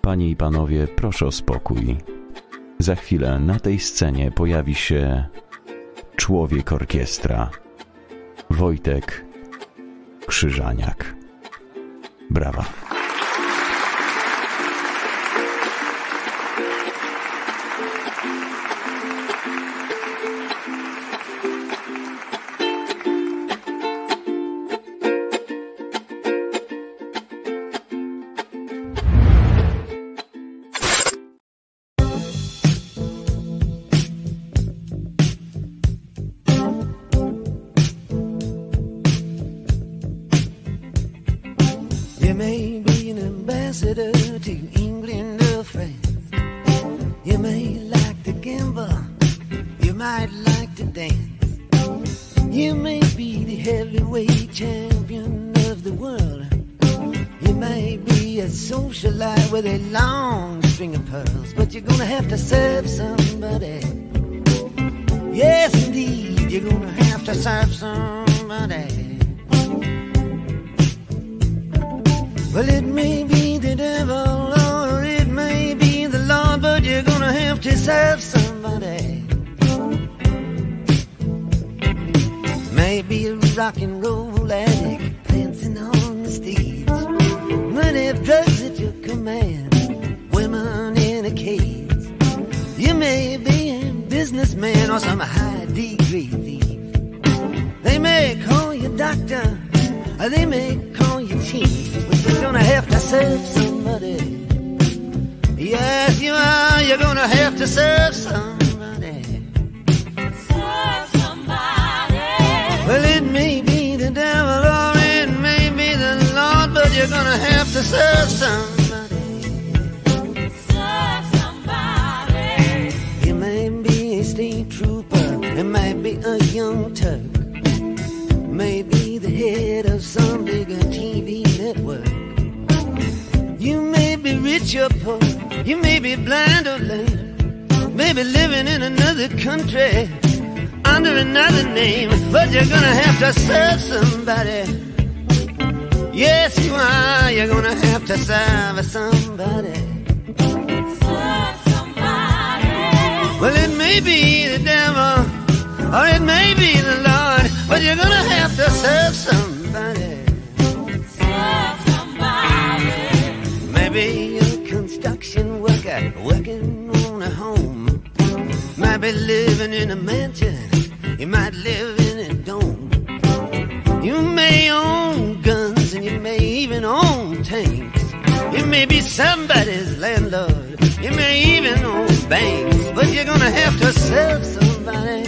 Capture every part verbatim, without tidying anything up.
Panie i panowie, proszę o spokój. Za chwilę na tej scenie pojawi się człowiek orkiestra. Wojtek Krzyżaniak. Brawa. You may be an ambassador to England or France. You may like to gamble, you might like to dance. You may be the heavyweight champion of the world. You may be a socialite with a long string of pearls, but you're gonna have to serve somebody. Yes, indeed, you're gonna have to serve somebody. Well, it may be the devil or it may be the Lord, but you're gonna have to serve somebody. Maybe a rock and roll addict prancing on the stage, money, drugs at your command, women in a cage. You may be a businessman or some high degree thief. They may call you doctor, or they may call you chief, but you're gonna have to serve somebody. Yes, you are, you're gonna have to serve somebody. Serve somebody. Well, it may be the devil or it may be the Lord, but you're gonna have to serve somebody. Serve somebody. You may be a state trooper, it might be a young Turk, maybe the head of some bigger T V network. You may be rich or poor, you may be blind or lame, maybe living in another country under another name, but you're gonna have to serve somebody. Yes, you are, you're gonna have to serve somebody. Serve somebody. Well, it may be the devil or it may be the Lord, but you're gonna have to serve somebody. Serve somebody. Maybe a construction worker working on a home, might be living in a mansion, you might live in a dome. You may own guns and you may even own tanks. You may be somebody's landlord, you may even own banks, but you're gonna have to serve somebody.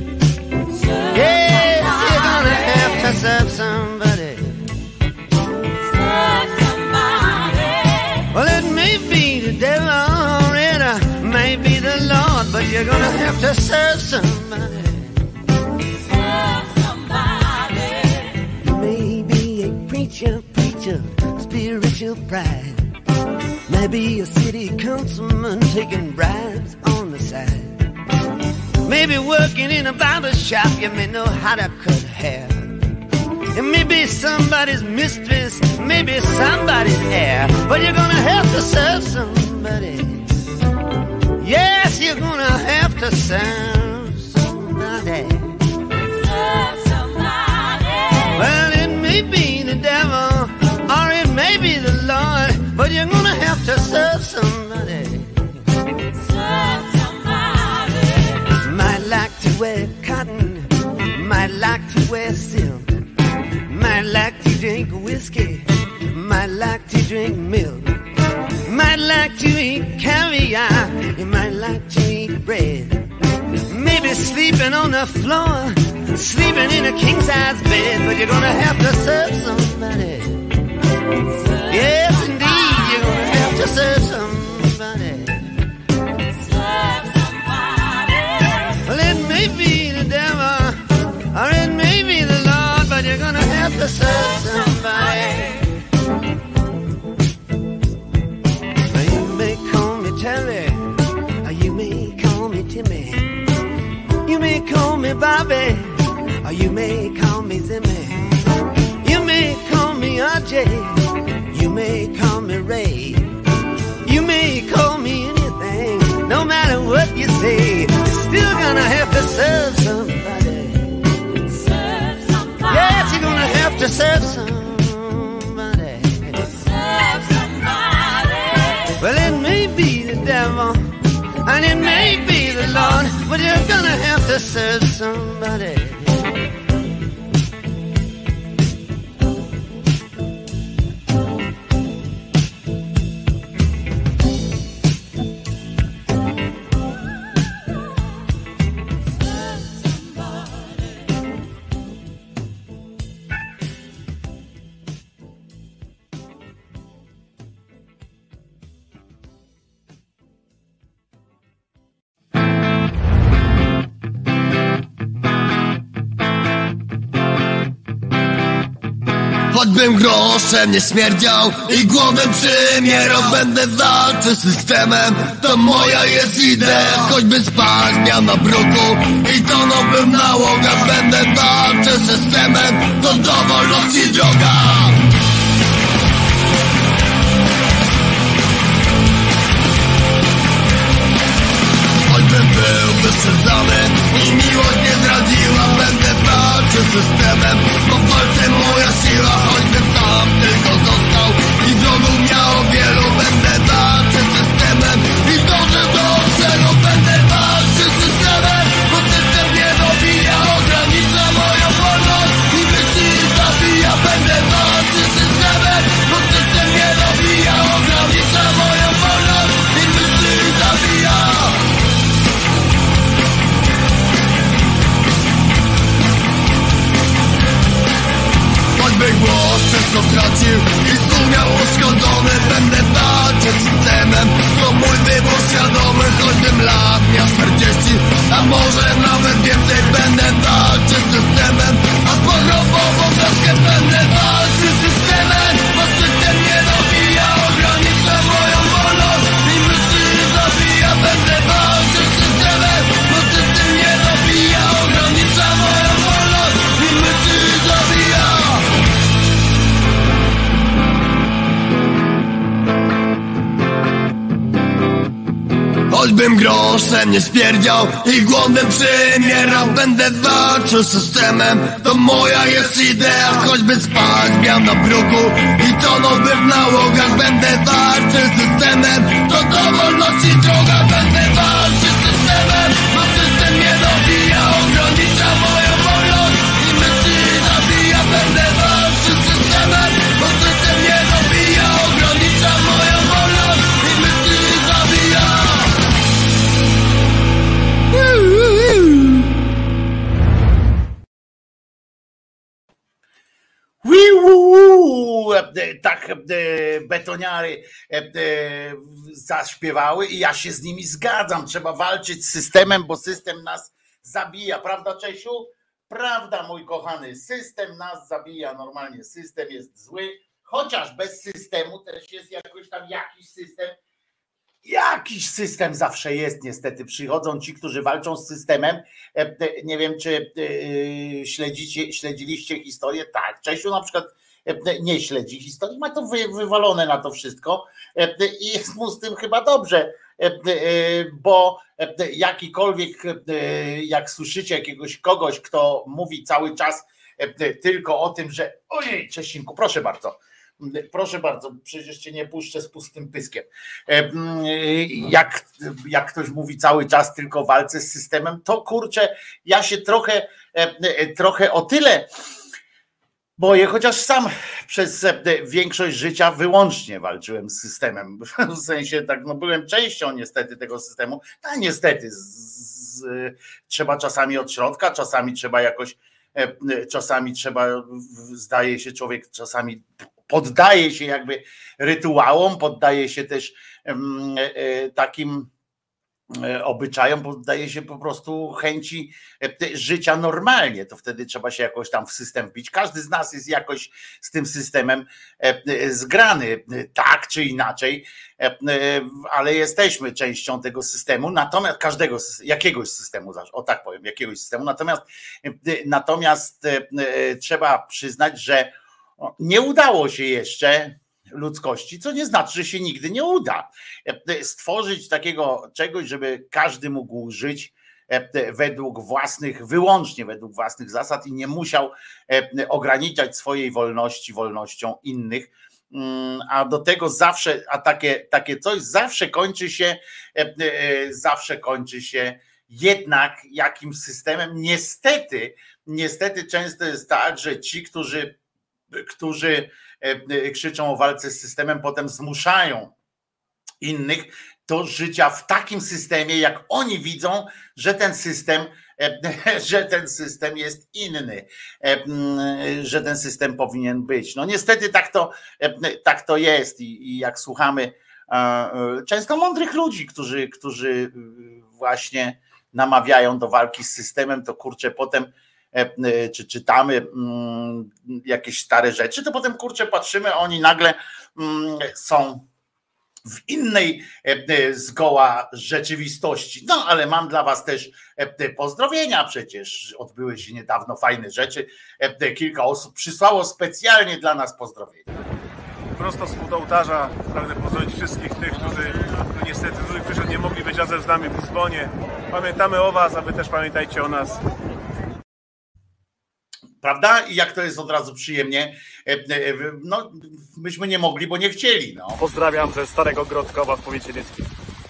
Yes, you're gonna have to serve somebody. Serve somebody. Well, it may be the devil or it uh, may be the Lord, but you're gonna have to serve somebody. Serve somebody. You may be a preacher, preacher, spiritual pride. Maybe a city councilman taking bribes on the side. Maybe working in a barber shop, you may know how to cut hair. It may be somebody's mistress, maybe somebody's heir, but you're gonna have to serve somebody. Yes, you're gonna have to serve somebody. Serve somebody. Well, it may be the devil or it may be the Lord, but you're gonna have to serve somebody. Serve somebody. Might like to wear cotton, might like to wear silk, might like to drink whiskey, might like to drink milk, might like to eat caviar, you might like to eat bread, maybe sleeping on the floor, sleeping in a king-size bed, but you're gonna have to serve somebody. Yes, indeed, you're gonna have to serve somebody. Serve somebody. Well, it may be the devil or it may be the Lord, but you're gonna have to serve somebody. Well, you may call me Terry, or you may call me Timmy. You may call me Bobby, or you may call me Zimmy. You may call me R J, you may call me Ray. You may to serve somebody. Serve somebody. Well, it may be the devil, and it may be the Lord, but you're gonna have to serve somebody. Choćbym groszem nie śmierdział i głowę przymierał, będę walczył z systemem, to moja jest idea. Choćby spać miał na bruku i tonąłbym na łogach, będę walczył z systemem, to do wolności droga. Choćbym był wyprzedzany i miłość nie zdradziła, będę walczył z systemem, bo w walce moja siła. Choćbym tam tylko został i wrogów miał wielu, będę walczył z systemem i dążę do celu. Będę walczył z systemem, bo system mnie dobija, ogranicza moją wolność i myśli zabija. Będę walczył z systemem, bo system mnie dobija, ogranicza moją wolność i myśli zabija. Choćby głos wszystko stracił i sumiał uszkodzony, będę walczył z systemem, to mój wybór świadomy. Choćbym lat miał czterdzieści, a może nawet więcej, będę walczył z systemem, a z pogrobową deskę będę walczył z systemem, bo system nie dobija, ogranicza moją wolność i myśli zabija. Będę walczył z systemem, bo system nie dobija, ogranicza moją wolność i myśli zabija. Choćbym groszem nie śmierdział i głodem przymierał, będę walczył z systemem, to moja jest idea. Choćby spać miał na bruku i tonąłbym w nałogach, będę walczył z systemem, to do wolności droga. Będę walczył z systemem, bo system mnie dobija, ogranicza moją wolność i myśli zabija. Będę walczył z systemem, bo system mnie dobija, ogranicza moją wolność i myśli zabija. Wiu, tak betoniary zaśpiewały i ja się z nimi zgadzam. Trzeba walczyć z systemem, bo system nas zabija. Prawda, Czesiu? Prawda, mój kochany. System nas zabija. Normalnie system jest zły, chociaż bez systemu też jest jakoś tam jakiś system. Jakiś system zawsze jest, niestety. Przychodzą ci, którzy walczą z systemem. Nie wiem, czy śledzicie, śledziliście historię. Tak, Czesiu na przykład nie śledzi historii, ma to wywalone na to wszystko i jest mu z tym chyba dobrze, bo jakikolwiek, jak słyszycie jakiegoś kogoś, kto mówi cały czas tylko o tym, że ojej, Czesinku, proszę bardzo, proszę bardzo, przecież cię nie puszczę z pustym pyskiem. Jak, jak ktoś mówi cały czas tylko o walce z systemem, to kurczę, ja się trochę, trochę o tyle boję, chociaż sam przez większość życia wyłącznie walczyłem z systemem. W sensie tak, no byłem częścią niestety tego systemu. No niestety, z, z, trzeba czasami od środka, czasami trzeba jakoś, czasami trzeba, zdaje się człowiek czasami poddaje się jakby rytuałom, poddaje się też takim obyczajom, poddaje się po prostu chęci życia normalnie, to wtedy trzeba się jakoś tam w system wbić. Każdy z nas jest jakoś z tym systemem zgrany, tak czy inaczej, ale jesteśmy częścią tego systemu, natomiast każdego, jakiegoś systemu, o tak powiem, jakiegoś systemu, natomiast, natomiast trzeba przyznać, że nie udało się jeszcze ludzkości, co nie znaczy, że się nigdy nie uda stworzyć takiego czegoś, żeby każdy mógł żyć według własnych, wyłącznie według własnych zasad i nie musiał ograniczać swojej wolności wolnością innych. A do tego zawsze, a takie, takie coś zawsze kończy się, zawsze kończy się jednak jakimś systemem. Niestety, niestety często jest tak, że ci, którzy, którzy krzyczą o walce z systemem, potem zmuszają innych do życia w takim systemie, jak oni widzą, że ten system, że ten system jest inny, że ten system powinien być. No niestety tak to, tak to jest i, i jak słuchamy często mądrych ludzi, którzy, którzy właśnie namawiają do walki z systemem, to kurczę potem czy czytamy jakieś stare rzeczy, to potem kurczę patrzymy, a oni nagle są w innej zgoła rzeczywistości. No ale mam dla was też pozdrowienia, przecież odbyły się niedawno fajne rzeczy. Kilka osób przysłało specjalnie dla nas pozdrowienia. Prosto z ołtarza pragnę pozdrowić wszystkich tych, którzy no niestety z których przyszedł, nie mogli być razem z nami w Lizbonie. Pamiętamy o was, a wy też pamiętajcie o nas. Prawda? I jak to jest od razu przyjemnie. No, myśmy nie mogli, bo nie chcieli. No. Pozdrawiam ze Starego Grodkowa w powiecie nieckim.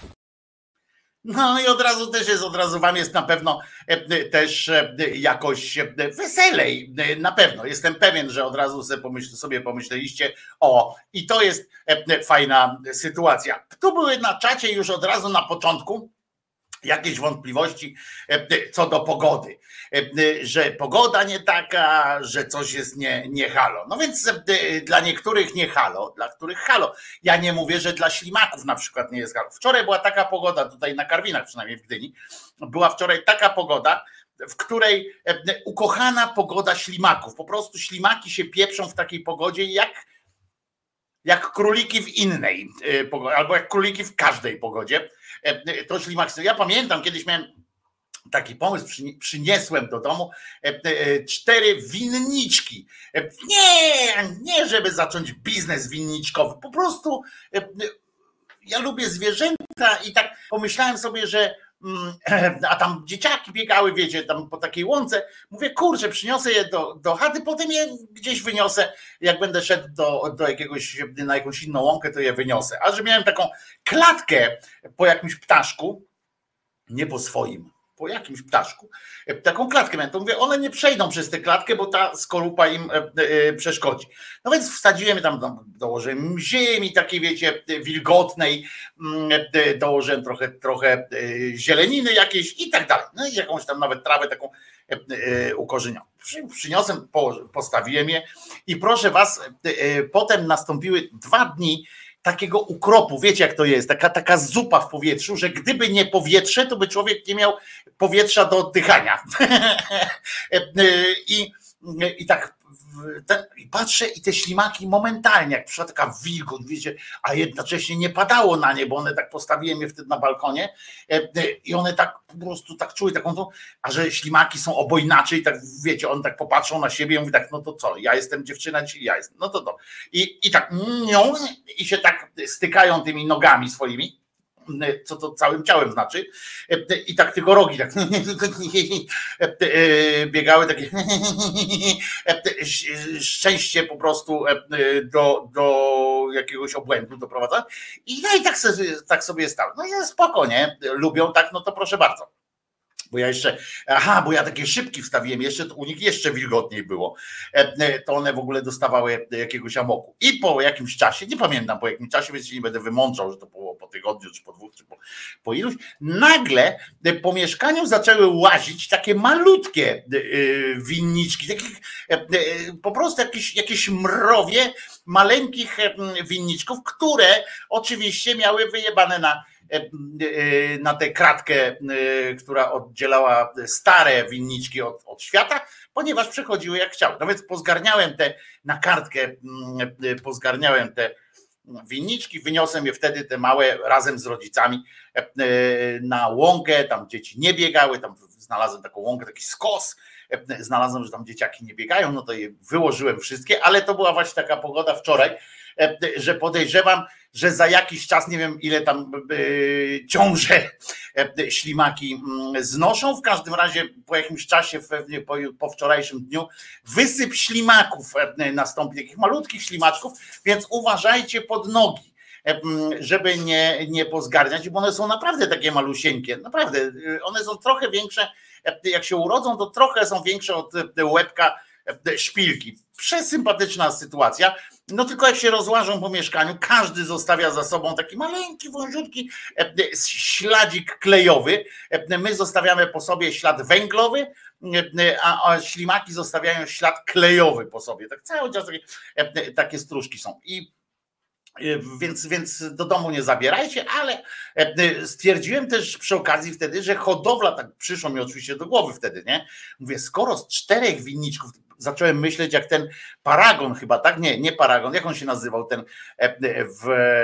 No i od razu też jest, od razu wam jest na pewno też jakoś weselej. Na pewno. Jestem pewien, że od razu sobie, pomyśl, sobie pomyśleliście, o, i to jest fajna sytuacja. Tu były na czacie już od razu na początku jakieś wątpliwości co do pogody, że pogoda nie taka, że coś jest nie, nie halo. No więc dla niektórych nie halo, dla których halo. Ja nie mówię, że dla ślimaków na przykład nie jest halo. Wczoraj była taka pogoda, tutaj na Karwinach przynajmniej w Gdyni, była wczoraj taka pogoda, w której ukochana pogoda ślimaków. Po prostu ślimaki się pieprzą w takiej pogodzie jak jak króliki w innej pogodzie, albo jak króliki w każdej pogodzie. To ślimak. Ja pamiętam, kiedyś miałem taki pomysł, przyniosłem do domu cztery winniczki. Nie, nie żeby zacząć biznes winniczkowy, po prostu ja lubię zwierzęta i tak pomyślałem sobie, że a tam dzieciaki biegały, wiecie, tam po takiej łące. Mówię, kurczę, przyniosę je do, do chaty, potem je gdzieś wyniosę. Jak będę szedł do, do jakiegoś, na jakąś inną łąkę, to je wyniosę. A że miałem taką klatkę po jakimś ptaszku, nie po swoim, po jakimś ptaszku, taką klatkę miałem, to mówię, one nie przejdą przez tę klatkę, bo ta skorupa im przeszkodzi. No więc wsadziłem tam, dołożyłem ziemi takiej, wiecie, wilgotnej, dołożyłem trochę, trochę zieleniny jakiejś i tak dalej. No i jakąś tam nawet trawę taką ukorzenioną. Przyniosłem, postawiłem je i proszę was, potem nastąpiły dwa dni takiego ukropu, wiecie jak to jest, taka, taka zupa w powietrzu, że gdyby nie powietrze, to by człowiek nie miał powietrza do oddychania. I, i tak ten, i patrzę i te ślimaki momentalnie, jak przyszła taka wilgoć, wiecie, a jednocześnie nie padało na nie, bo one tak postawiłem je wtedy na balkonie i one tak po prostu tak czuły taką, a że ślimaki są obojnacze i tak wiecie, one tak popatrzą na siebie i mówią tak, no to co, ja jestem dziewczyna, czyli ja jestem, no to to. I, i tak i się tak stykają tymi nogami swoimi, co to całym ciałem znaczy, i tak tylko rogi tak biegały, takie szczęście po prostu do, do jakiegoś obłędu doprowadza. I no i tak sobie, tak sobie stało. No i spoko, nie? Lubią tak, no to proszę bardzo. Bo ja jeszcze, aha, bo ja takie szybki wstawiłem, jeszcze to u nich jeszcze wilgotniej było. To one w ogóle dostawały jakiegoś amoku. I po jakimś czasie, nie pamiętam po jakimś czasie, więc nie będę wymączał, że to było po tygodniu, czy po dwóch, czy po, po iluś, nagle po mieszkaniu zaczęły łazić takie malutkie winniczki, takich po prostu jakieś, jakieś mrowie maleńkich winniczków, które oczywiście miały wyjebane na na tę kratkę, która oddzielała stare winniczki od, od świata, ponieważ przechodziły jak chciały. No więc pozgarniałem te na kartkę, pozgarniałem te winniczki, wyniosłem je wtedy te małe razem z rodzicami na łąkę, tam dzieci nie biegały, tam znalazłem taką łąkę, taki skos, znalazłem, że tam dzieciaki nie biegają, no to je wyłożyłem wszystkie, ale to była właśnie taka pogoda wczoraj, że podejrzewam, że za jakiś czas, nie wiem ile tam yy, ciąże yy, ślimaki yy, znoszą, w każdym razie po jakimś czasie, pewnie po, po wczorajszym dniu, wysyp ślimaków yy, nastąpi, takich malutkich ślimaczków, więc uważajcie pod nogi, yy, żeby nie, nie pozgarniać, bo one są naprawdę takie malusieńkie, naprawdę, yy, one są trochę większe, yy, jak się urodzą, to trochę są większe od yy, łebka yy, szpilki. Przesympatyczna sytuacja. No tylko jak się rozłażą po mieszkaniu, każdy zostawia za sobą taki maleńki, wąziutki śladzik klejowy. My zostawiamy po sobie ślad węglowy, a ślimaki zostawiają ślad klejowy po sobie. Tak cały czas takie, takie stróżki są. I Więc, więc do domu nie zabierajcie, ale stwierdziłem też przy okazji wtedy, że hodowla, tak przyszło mi oczywiście do głowy wtedy, nie? Mówię, skoro z czterech winniczków, zacząłem myśleć jak ten Paragon chyba, tak? Nie, nie Paragon, jak on się nazywał ten w,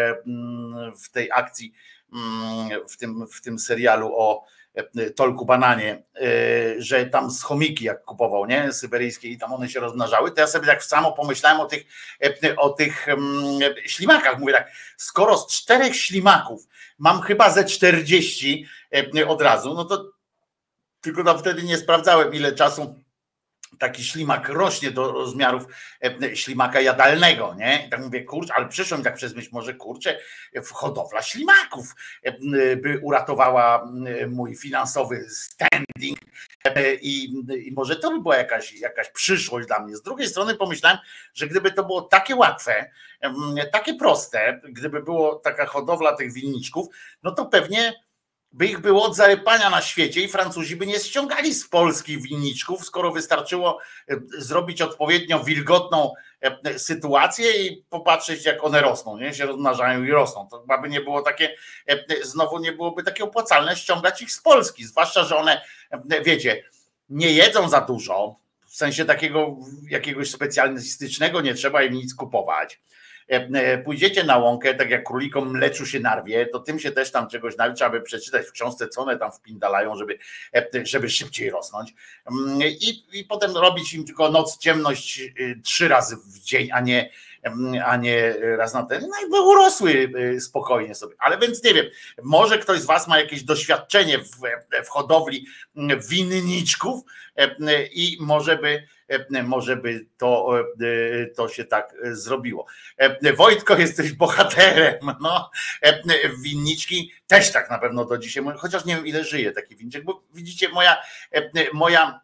w tej akcji, w tym, w tym serialu o Tolku Bananie, że tam z chomiki jak kupował, nie, syberyjskie i tam one się rozmnażały, to ja sobie tak samo pomyślałem o tych, o tych ślimakach, mówię tak, skoro z czterech ślimaków mam chyba ze czterdzieści od razu, no to tylko tam wtedy nie sprawdzałem ile czasu taki ślimak rośnie do rozmiarów ślimaka jadalnego, nie? I tak mówię, kurczę, ale przyszło mi tak przez myśl, może kurczę, hodowla ślimaków by uratowała mój finansowy standing i, i może to by była jakaś, jakaś przyszłość dla mnie. Z drugiej strony pomyślałem, że gdyby to było takie łatwe, takie proste, gdyby było taka hodowla tych winniczków, no to pewnie by ich było od zarypania na świecie i Francuzi by nie ściągali z Polski winniczków, skoro wystarczyło zrobić odpowiednio wilgotną sytuację i popatrzeć jak one rosną, nie? Się rozmnażają i rosną. To chyba by nie było takie, znowu nie byłoby takie opłacalne ściągać ich z Polski, zwłaszcza, że one, wiecie, nie jedzą za dużo, w sensie takiego jakiegoś specjalistycznego nie trzeba im nic kupować. Pójdziecie na łąkę, tak jak królikom mleczu się narwie, to tym się też tam czegoś nawet trzeba by przeczytać w książce, co one tam wpindalają, żeby, żeby szybciej rosnąć. I, i potem robić im tylko noc, ciemność trzy razy w dzień, a nie, a nie raz na ten. No i by urosły spokojnie sobie. Ale więc nie wiem, może ktoś z was ma jakieś doświadczenie w, w hodowli winniczków i może by może by to, to się tak zrobiło. Wojtko, jesteś bohaterem. No, winniczki też tak na pewno do dzisiaj, chociaż nie wiem ile żyje taki winniczek, bo widzicie moja, moja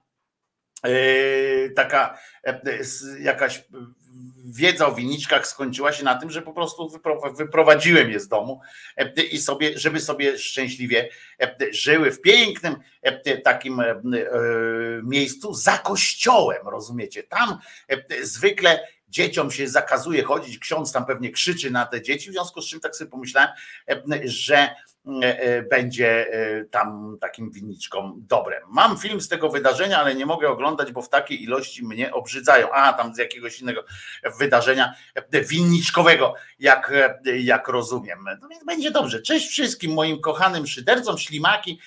taka jakaś wiedza o winniczkach skończyła się na tym, że po prostu wyprowadziłem je z domu i sobie, żeby sobie szczęśliwie żyły w pięknym takim miejscu za kościołem, rozumiecie? Tam zwykle dzieciom się zakazuje chodzić, ksiądz tam pewnie krzyczy na te dzieci, w związku z czym tak sobie pomyślałem, że będzie tam takim winniczkom dobre. Mam film z tego wydarzenia, ale nie mogę oglądać, bo w takiej ilości mnie obrzydzają. A, tam z jakiegoś innego wydarzenia winniczkowego, jak, jak rozumiem. No więc będzie dobrze. Cześć wszystkim moim kochanym szydercom, ślimaki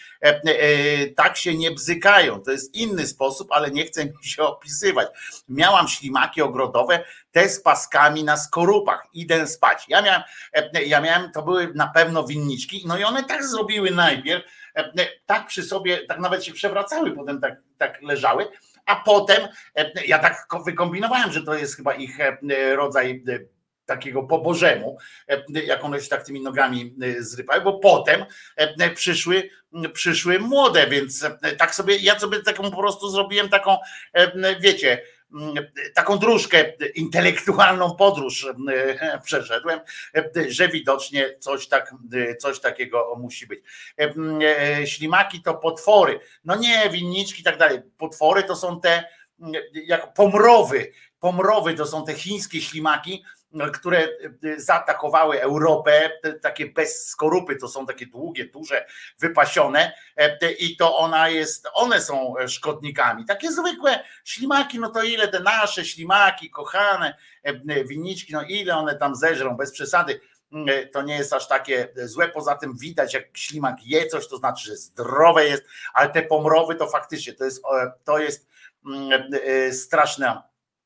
tak się nie bzykają. To jest inny sposób, ale nie chcę mi się opisywać. Miałam ślimaki ogrodowe, te z paskami na skorupach. Idę spać. Ja miałem, ja miałem, to były na pewno winniczki, no i one tak zrobiły najpierw, tak przy sobie, tak nawet się przewracały, potem tak, tak leżały, a potem ja tak wykombinowałem, że to jest chyba ich rodzaj takiego po bożemu, jak one się tak tymi nogami zrypały, bo potem przyszły, przyszły młode, więc tak sobie, ja sobie taką po prostu zrobiłem taką, wiecie, taką dróżkę, intelektualną podróż przeszedłem, że widocznie coś, tak, coś takiego musi być. Ślimaki to potwory, no nie, winniczki i tak dalej. Potwory to są te, jak pomrowy, pomrowy to są te chińskie ślimaki, które zaatakowały Europę, takie bez skorupy, to są takie długie, duże, wypasione i to ona jest, one są szkodnikami. Takie zwykłe ślimaki, no to ile te nasze ślimaki, kochane winniczki, no ile one tam zeżrą, bez przesady. To nie jest aż takie złe, poza tym widać, jak ślimak je coś, to znaczy, że zdrowe jest, ale te pomrowy to faktycznie, to jest, to jest straszna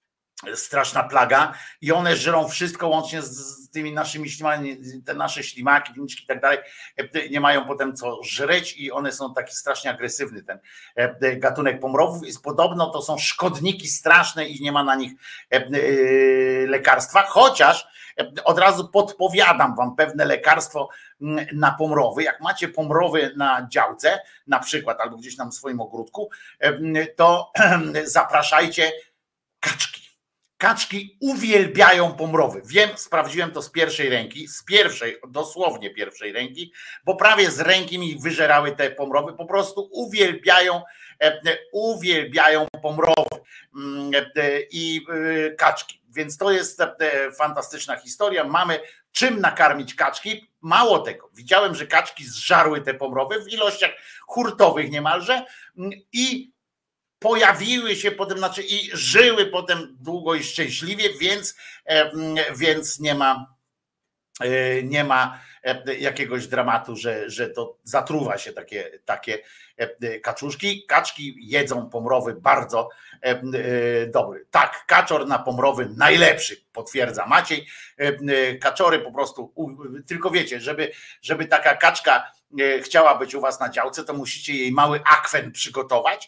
straszna plaga i one żrą wszystko łącznie z, z tymi naszymi ślimami, te nasze ślimaki, winiczki i tak dalej, nie mają potem co żreć i one są taki strasznie agresywny ten gatunek pomrowów i podobno to są szkodniki straszne i nie ma na nich lekarstwa, chociaż od razu podpowiadam wam pewne lekarstwo na pomrowy. Jak macie pomrowy na działce na przykład albo gdzieś tam w swoim ogródku, to zapraszajcie kaczki. Kaczki uwielbiają pomrowy. Wiem, sprawdziłem to z pierwszej ręki, z pierwszej, dosłownie pierwszej ręki, bo prawie z ręki mi wyżerały te pomrowy. Po prostu uwielbiają, uwielbiają pomrowy i kaczki. Więc to jest fantastyczna historia. Mamy czym nakarmić kaczki. Mało tego, widziałem, że kaczki zżarły te pomrowy w ilościach hurtowych niemalże i pojawiły się potem, znaczy i żyły potem długo i szczęśliwie, więc, więc nie ma, nie ma jakiegoś dramatu, że, że to zatruwa się takie, takie kaczuszki. Kaczki jedzą pomrowy bardzo dobry. Tak, kaczor na pomrowy najlepszy, potwierdza Maciej. Kaczory po prostu, tylko wiecie, żeby, żeby taka kaczka chciała być u was na działce, to musicie jej mały akwen przygotować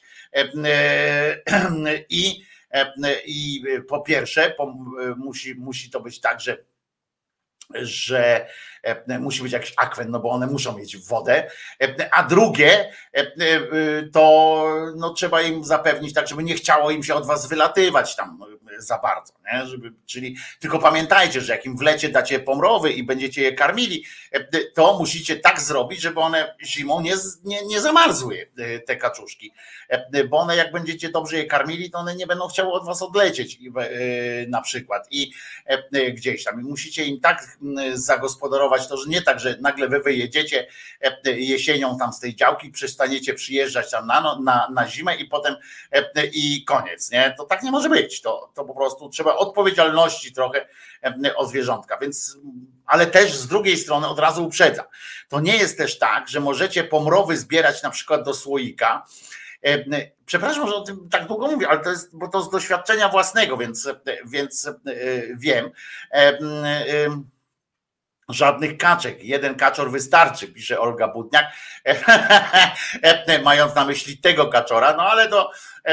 i, i po pierwsze po, musi, musi to być tak, że że musi być jakiś akwen, no bo one muszą mieć wodę, a drugie to no, trzeba im zapewnić tak, żeby nie chciało im się od was wylatywać tam za bardzo, nie? Żeby, czyli tylko pamiętajcie, że jak im w lecie dacie pomrowy i będziecie je karmili, to musicie tak zrobić, żeby one zimą nie, nie, nie zamarzły, te kaczuszki, bo one jak będziecie dobrze je karmili, to one nie będą chciały od was odlecieć na przykład i gdzieś tam. I musicie im tak zagospodarować to, że nie tak, że nagle wy wyjedziecie jesienią tam z tej działki, przestaniecie przyjeżdżać tam na, na, na zimę i potem i koniec, nie? To tak nie może być, to, to po prostu trzeba odpowiedzialności trochę o zwierzątka, więc, ale też z drugiej strony od razu uprzedzam, to nie jest też tak, że możecie pomrowy zbierać na przykład do słoika. Przepraszam, że o tym tak długo mówię, ale to jest, bo to z doświadczenia własnego, więc, więc wiem. Żadnych kaczek, jeden kaczor wystarczy, pisze Olga Budniak, mając na myśli tego kaczora, no ale to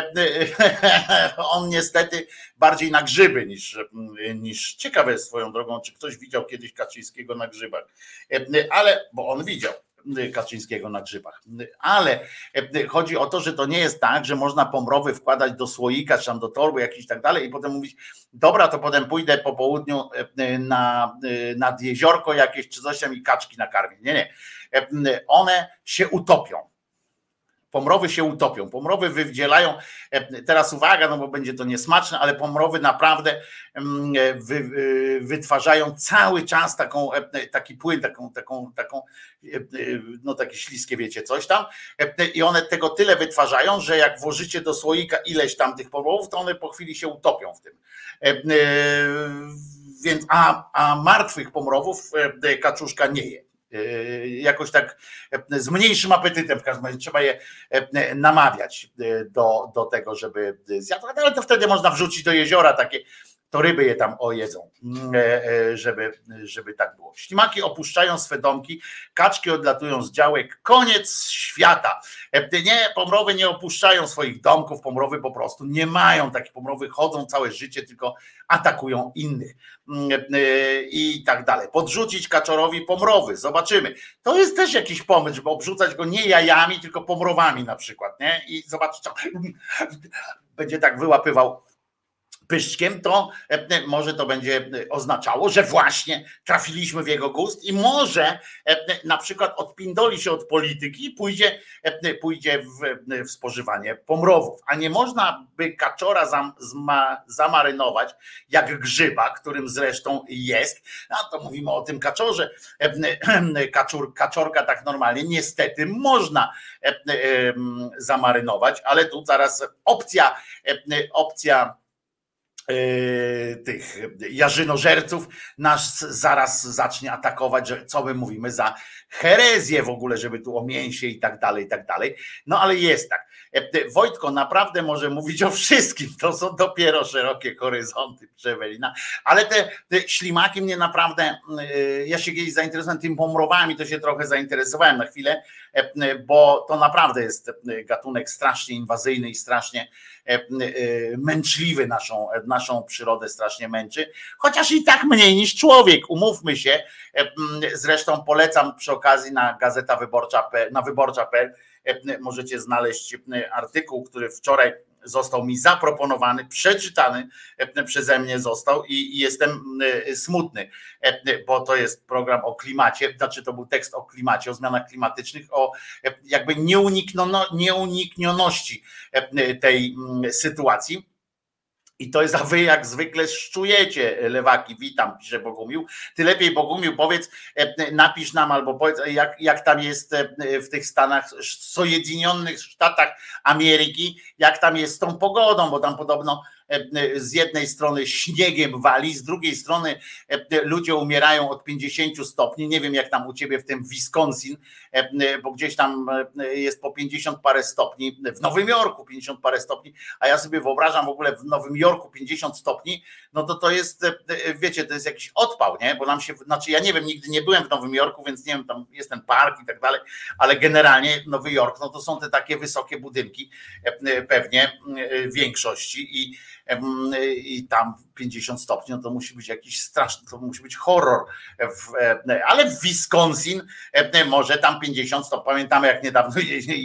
on niestety bardziej na grzyby niż, niż ciekawe jest swoją drogą, czy ktoś widział kiedyś Kaczyńskiego na grzybach, ale, bo on widział Kaczyńskiego na grzybach, ale chodzi o to, że to nie jest tak, że można pomrowy wkładać do słoika, czy tam do torby jakiś tak dalej i potem mówić, dobra, to potem pójdę po południu na, nad jeziorko jakieś, czy coś tam i kaczki nakarmię. Nie, nie. One się utopią. Pomrowy się utopią. Pomrowy wydzielają, teraz uwaga, no bo będzie to niesmaczne, ale pomrowy naprawdę wy, wytwarzają cały czas taką, taki płyn, taką, taką, taką, no takie śliskie, wiecie, coś tam. I one tego tyle wytwarzają, że jak włożycie do słoika ileś tam tych pomrowów, to one po chwili się utopią w tym. Więc, a, a martwych pomrowów kaczuszka nie je. Jakoś tak z mniejszym apetytem, w każdym razie trzeba je namawiać do, do tego, żeby zjadł, ale to wtedy można wrzucić do jeziora takie, to ryby je tam ojedzą, żeby, żeby tak było. Ślimaki opuszczają swe domki, kaczki odlatują z działek, koniec świata. Nie, pomrowy nie opuszczają swoich domków, pomrowy po prostu nie mają takich, pomrowy chodzą całe życie, tylko atakują innych i tak dalej. Podrzucić kaczorowi pomrowy, zobaczymy. To jest też jakiś pomysł, żeby obrzucać go nie jajami, tylko pomrowami na przykład, nie? I zobaczcie, będzie tak wyłapywał pyszczkiem, to może to będzie oznaczało, że właśnie trafiliśmy w jego gust i może na przykład odpindoli się od polityki i pójdzie, pójdzie w, w spożywanie pomrowów. A nie można by kaczora zam, zma, zamarynować jak grzyba, którym zresztą jest. No to mówimy o tym kaczorze. Kaczur, kaczorka tak normalnie niestety można zamarynować, ale tu zaraz opcja, opcja tych jarzynożerców nas zaraz zacznie atakować, że co my mówimy za herezję w ogóle, żeby tu o mięsie i tak dalej, i tak dalej. No ale jest tak. Wojtko naprawdę może mówić o wszystkim, to są dopiero szerokie horyzonty Przewelina, ale te, te ślimaki mnie naprawdę, ja się kiedyś zainteresowałem tymi pomrowami, to się trochę zainteresowałem na chwilę, bo to naprawdę jest gatunek strasznie inwazyjny i strasznie męczliwy, naszą, naszą przyrodę strasznie męczy, chociaż i tak mniej niż człowiek, umówmy się. Zresztą polecam przy okazji na Gazeta Wyborcza, na wyborcza kropka pe el możecie znaleźć artykuł, który wczoraj został mi zaproponowany, przeczytany przeze mnie został i jestem smutny, bo to jest program o klimacie, znaczy to był tekst o klimacie, o zmianach klimatycznych, o jakby nieunikniono, nieuniknioności tej sytuacji. I to jest, a wy jak zwykle szczujecie, lewaki, witam, pisze Bogumił. Ty lepiej, Bogumił, powiedz, napisz nam albo powiedz, jak, jak tam jest w tych Stanach, Zjednoczonych Sztatach Ameryki, jak tam jest z tą pogodą, bo tam podobno z jednej strony śniegiem wali, z drugiej strony ludzie umierają od pięćdziesięciu stopni, nie wiem jak tam u ciebie w tym Wisconsin, bo gdzieś tam jest po pięćdziesiąt parę stopni, w Nowym Jorku pięćdziesiąt parę stopni, a ja sobie wyobrażam w ogóle w Nowym Jorku pięćdziesiąt stopni, no to to jest, wiecie, to jest jakiś odpał, nie? Bo nam się, znaczy ja nie wiem, nigdy nie byłem w Nowym Jorku, więc nie wiem, tam jest ten park i tak dalej, ale generalnie Nowy Jork, no to są te takie wysokie budynki, pewnie w większości i i tam pięćdziesiąt stopni, no to musi być jakiś straszny, to musi być horror, w, ale w Wisconsin może tam pięćdziesiąt stopni, pamiętamy jak niedawno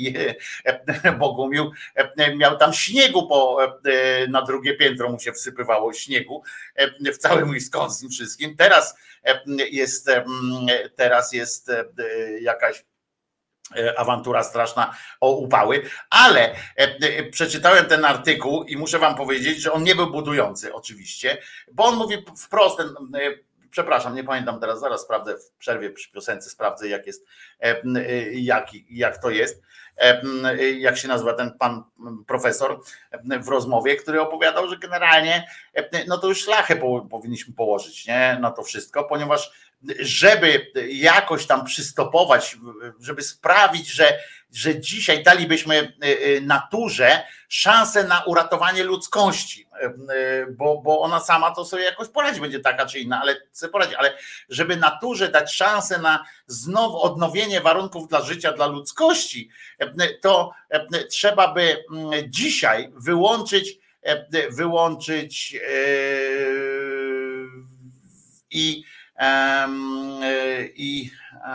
Bogumił miał tam śniegu, po, na drugie piętro mu się wsypywało śniegu w całym Wisconsin wszystkim, teraz jest teraz jest jakaś awantura straszna o upały, ale przeczytałem ten artykuł i muszę wam powiedzieć, że on nie był budujący oczywiście, bo on mówi wprost, ten, przepraszam, nie pamiętam teraz, zaraz sprawdzę w przerwie przy piosence, sprawdzę jak jest, jak, jak to jest, jak się nazywa ten pan profesor w rozmowie, który opowiadał, że generalnie no to już szlachę powinniśmy położyć, nie, na to wszystko, ponieważ żeby jakoś tam przystopować, żeby sprawić, że, że dzisiaj dalibyśmy naturze szansę na uratowanie ludzkości, bo, bo ona sama to sobie jakoś poradzi, będzie taka czy inna, ale sobie poradzi, ale żeby naturze dać szansę na znowu odnowienie warunków dla życia, dla ludzkości, to trzeba by dzisiaj wyłączyć, wyłączyć i i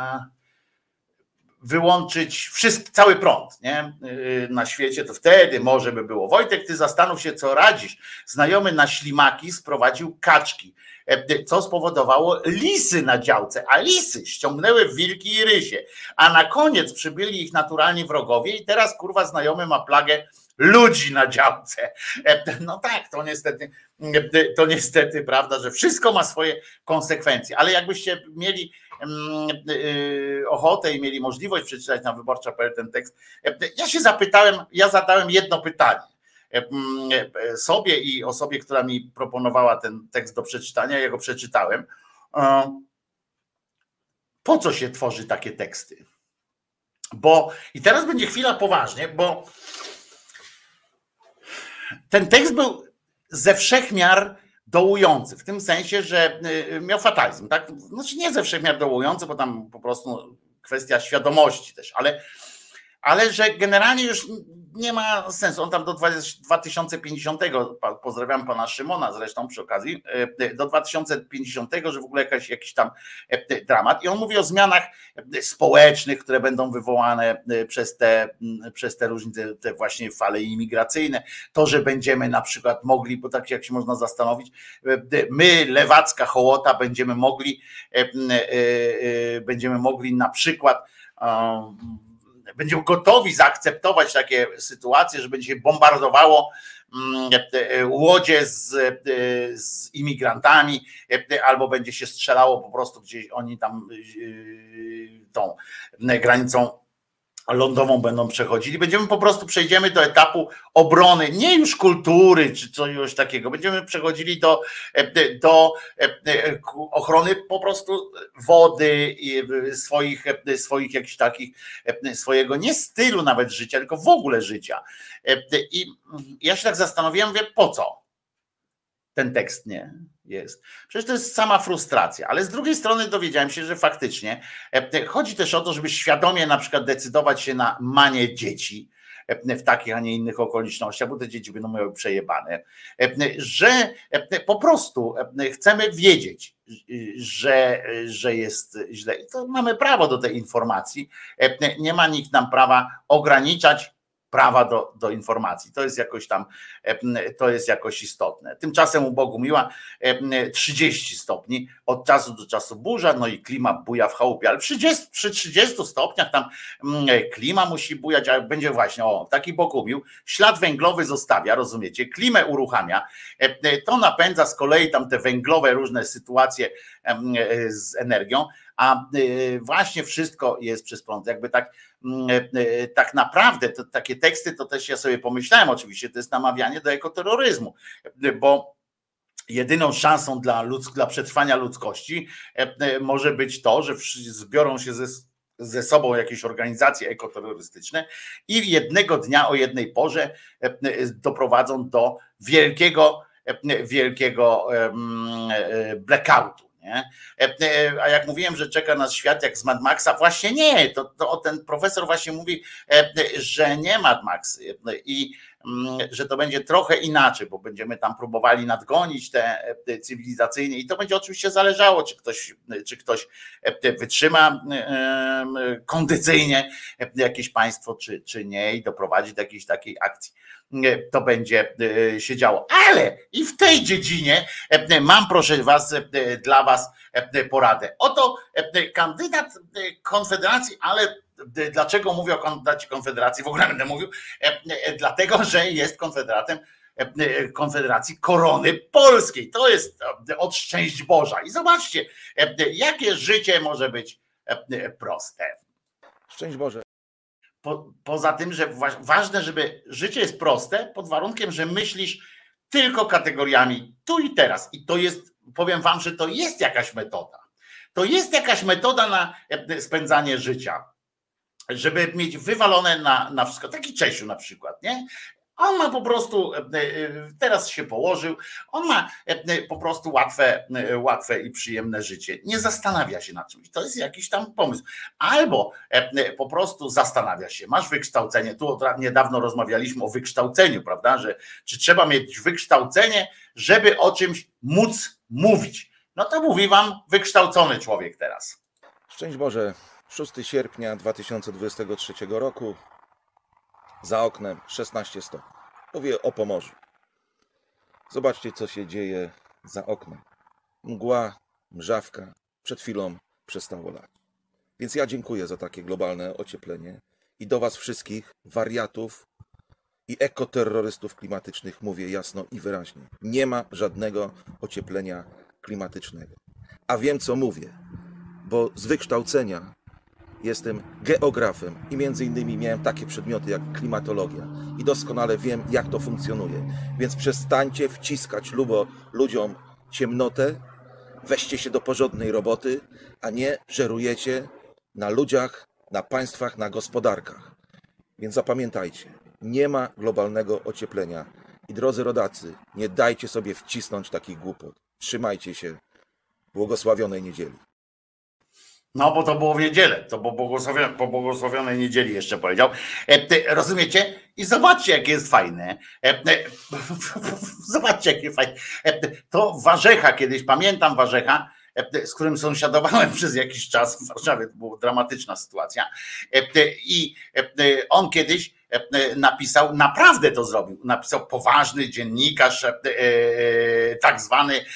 wyłączyć wszystko, cały prąd, nie? Na świecie, to wtedy może by było. Wojtek, ty zastanów się, co radzisz. Znajomy na ślimaki sprowadził kaczki, co spowodowało lisy na działce, a lisy ściągnęły wilki i rysie, a na koniec przybyli ich naturalnie wrogowie i teraz kurwa znajomy ma plagę ludzi na działce. No tak, to niestety, to niestety prawda, że wszystko ma swoje konsekwencje, ale jakbyście mieli ochotę i mieli możliwość przeczytać na wyborcza kropka pe el ten tekst, ja się zapytałem, ja zadałem jedno pytanie sobie i osobie, która mi proponowała ten tekst do przeczytania, ja go przeczytałem. Po co się tworzy takie teksty? Bo i teraz będzie chwila poważnie, bo ten tekst był ze wszech miar dołujący, w tym sensie, że miał fatalizm, tak? Znaczy nie ze wszech miar dołujący, bo tam po prostu kwestia świadomości też, ale, ale że generalnie już nie ma sensu. On tam do dwa tysiące pięćdziesiątego, pozdrawiam pana Szymona zresztą przy okazji, do dwa tysiące pięćdziesiątego, że w ogóle jakaś, jakiś tam dramat. I on mówi o zmianach społecznych, które będą wywołane przez te, przez te różnice, te właśnie fale imigracyjne. To, że będziemy na przykład mogli, bo tak jak się można zastanowić, my, lewacka hołota, będziemy mogli, będziemy mogli na przykład będziemy gotowi zaakceptować takie sytuacje, że będzie się bombardowało łodzie z, z imigrantami, albo będzie się strzelało po prostu gdzieś oni tam tą granicą lądową będą przechodzili. Będziemy po prostu przejdziemy do etapu obrony, nie już kultury czy coś takiego. Będziemy przechodzili do, do ochrony po prostu wody, swoich, swoich jakichś takich, swojego nie stylu nawet życia, tylko w ogóle życia. I ja się tak zastanowiłem, mówię, po co ten tekst nie jest. Przecież to jest sama frustracja, ale z drugiej strony dowiedziałem się, że faktycznie chodzi też o to, żeby świadomie na przykład decydować się na manie dzieci w takich, a nie innych okolicznościach, bo te dzieci będą miały przejebane, że po prostu chcemy wiedzieć, że, że jest źle. I to mamy prawo do tej informacji. Nie ma nikt nam prawa ograniczać prawa do, do informacji. To jest jakoś tam, to jest jakoś istotne. Tymczasem u Bogumiła trzydzieści stopni, od czasu do czasu burza, no i klima buja w chałupie, ale przy trzydziestu, przy trzydziestu stopniach tam klima musi bujać, a będzie właśnie, o, taki Bogumił, ślad węglowy zostawia, rozumiecie, klimę uruchamia, to napędza z kolei tam te węglowe różne sytuacje z energią, a właśnie wszystko jest przez prąd. Jakby tak, tak naprawdę to, takie teksty, to też ja sobie pomyślałem, oczywiście to jest namawianie do ekoterroryzmu, bo jedyną szansą dla, ludz, dla przetrwania ludzkości może być to, że zbiorą się ze, ze sobą jakieś organizacje ekoterrorystyczne i jednego dnia o jednej porze doprowadzą do wielkiego, wielkiego blackoutu. Nie? A jak mówiłem, że czeka nas świat jak z Mad Maxa, właśnie nie, to, to ten profesor właśnie mówi, że nie Mad Max i że to będzie trochę inaczej, bo będziemy tam próbowali nadgonić te cywilizacyjnie i to będzie oczywiście zależało, czy ktoś, czy ktoś wytrzyma kondycyjnie jakieś państwo, czy, czy nie i doprowadzi do jakiejś takiej akcji. To będzie się działo. Ale i w tej dziedzinie mam, proszę was, dla was poradę. Oto kandydat Konfederacji, ale dlaczego mówię o kandydacie Konfederacji? W ogóle będę mówił, dlatego, że jest konfederatem Konfederacji Korony Polskiej. To jest od szczęść Boża. I zobaczcie, jakie życie może być proste. Szczęść Boże. Po, poza tym, że wa- ważne, żeby życie jest proste, pod warunkiem, że myślisz tylko kategoriami tu i teraz. I to jest, powiem wam, że to jest jakaś metoda. To jest jakaś metoda na spędzanie życia, żeby mieć wywalone na, na wszystko. Taki Czesiu na przykład, nie? On ma po prostu, teraz się położył, on ma po prostu łatwe, łatwe i przyjemne życie. Nie zastanawia się nad czymś. To jest jakiś tam pomysł. Albo po prostu zastanawia się. Masz wykształcenie. Tu niedawno rozmawialiśmy o wykształceniu, prawda? Że czy trzeba mieć wykształcenie, żeby o czymś móc mówić. No to mówi wam wykształcony człowiek teraz. Szczęść Boże. szóstego sierpnia dwa tysiące dwudziestego trzeciego roku. Za oknem szesnaście stopni. Mówię o Pomorzu. Zobaczcie, co się dzieje za oknem. Mgła, mrzawka. Przed chwilą przestało lać. Więc ja dziękuję za takie globalne ocieplenie. I do was wszystkich, wariatów i ekoterrorystów klimatycznych, mówię jasno i wyraźnie. Nie ma żadnego ocieplenia klimatycznego. A wiem, co mówię. Bo z wykształcenia jestem geografem i między innymi miałem takie przedmioty jak klimatologia i doskonale wiem, jak to funkcjonuje. Więc przestańcie wciskać lubo ludziom ciemnotę, weźcie się do porządnej roboty, a nie żerujecie na ludziach, na państwach, na gospodarkach. Więc zapamiętajcie, nie ma globalnego ocieplenia. I drodzy rodacy, nie dajcie sobie wcisnąć takich głupot. Trzymajcie się. Błogosławionej niedzieli. No bo to było w niedzielę, to było błogosławione, po błogosławionej niedzieli jeszcze powiedział. Rozumiecie? I zobaczcie, jakie jest fajne. Zobaczcie, jakie fajne. To Warzecha, kiedyś pamiętam Warzecha, z którym sąsiadowałem przez jakiś czas w Warszawie, to była dramatyczna sytuacja. I on kiedyś napisał, naprawdę to zrobił, napisał poważny dziennikarz, tak zwany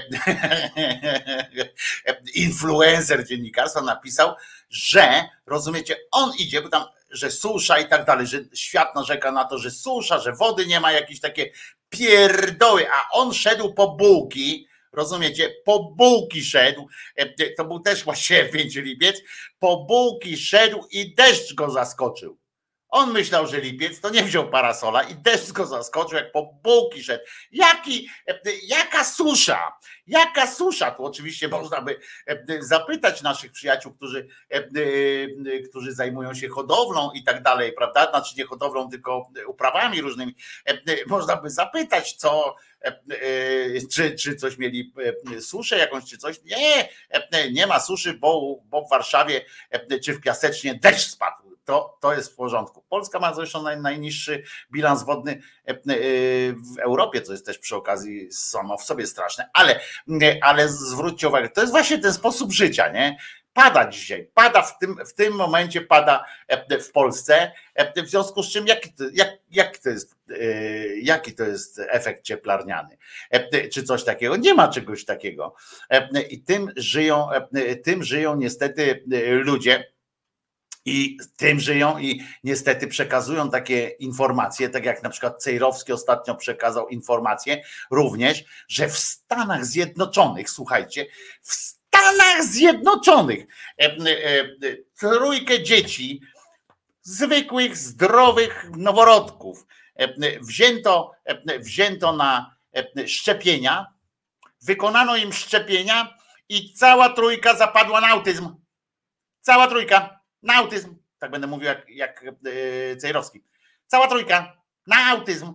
influencer dziennikarstwa, napisał, że, rozumiecie, on idzie, bo tam, że susza i tak dalej, że świat narzeka na to, że susza, że wody nie ma, jakieś takie pierdoły, a on szedł po bułki, rozumiecie, po bułki szedł, to był też właśnie pięciu lipiec, po bułki szedł i deszcz go zaskoczył. On myślał, że lipiec, to nie wziął parasola i deszcz go zaskoczył, jak po bułki szedł. Jaki, jaka susza, jaka susza, tu oczywiście można by zapytać naszych przyjaciół, którzy, którzy zajmują się hodowlą i tak dalej, prawda, znaczy nie hodowlą, tylko uprawami różnymi, można by zapytać, co, czy, czy coś mieli suszę jakąś, czy coś, nie, nie ma suszy, bo, bo w Warszawie czy w Piasecznie deszcz spadł. To, to jest w porządku. Polska ma zresztą naj, najniższy bilans wodny w Europie, co jest też przy okazji samo w sobie straszne, ale, ale zwróćcie uwagę, to jest właśnie ten sposób życia, nie? Pada dzisiaj, pada w tym, w tym momencie pada w Polsce, w związku z czym jaki to, jak, jak to jest, jaki to jest efekt cieplarniany, czy coś takiego? Nie ma czegoś takiego. I tym żyją, tym żyją niestety ludzie, i tym żyją i niestety przekazują takie informacje, tak jak na przykład Cejrowski ostatnio przekazał informację również, że w Stanach Zjednoczonych, słuchajcie, w Stanach Zjednoczonych e, e, trójkę dzieci, zwykłych, zdrowych noworodków e, wzięto, e, wzięto na e, szczepienia, wykonano im szczepienia i cała trójka zapadła na autyzm. Cała trójka. Na autyzm, tak będę mówił jak, jak yy, Cejrowski. Cała trójka na autyzm.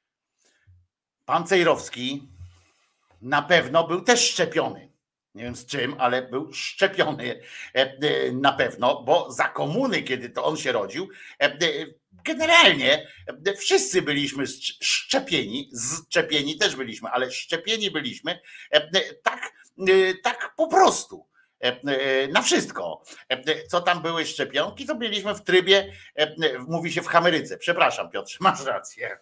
Pan Cejrowski na pewno był też szczepiony. Nie wiem z czym, ale był szczepiony yy, na pewno, bo za komuny, kiedy to on się rodził, yy, generalnie yy, wszyscy byliśmy szczepieni, szczepieni też byliśmy, ale szczepieni byliśmy yy, tak, yy, tak po prostu. Na wszystko. Co tam były szczepionki, to byliśmy w trybie, mówi się w Ameryce. Przepraszam, Piotrze, masz rację.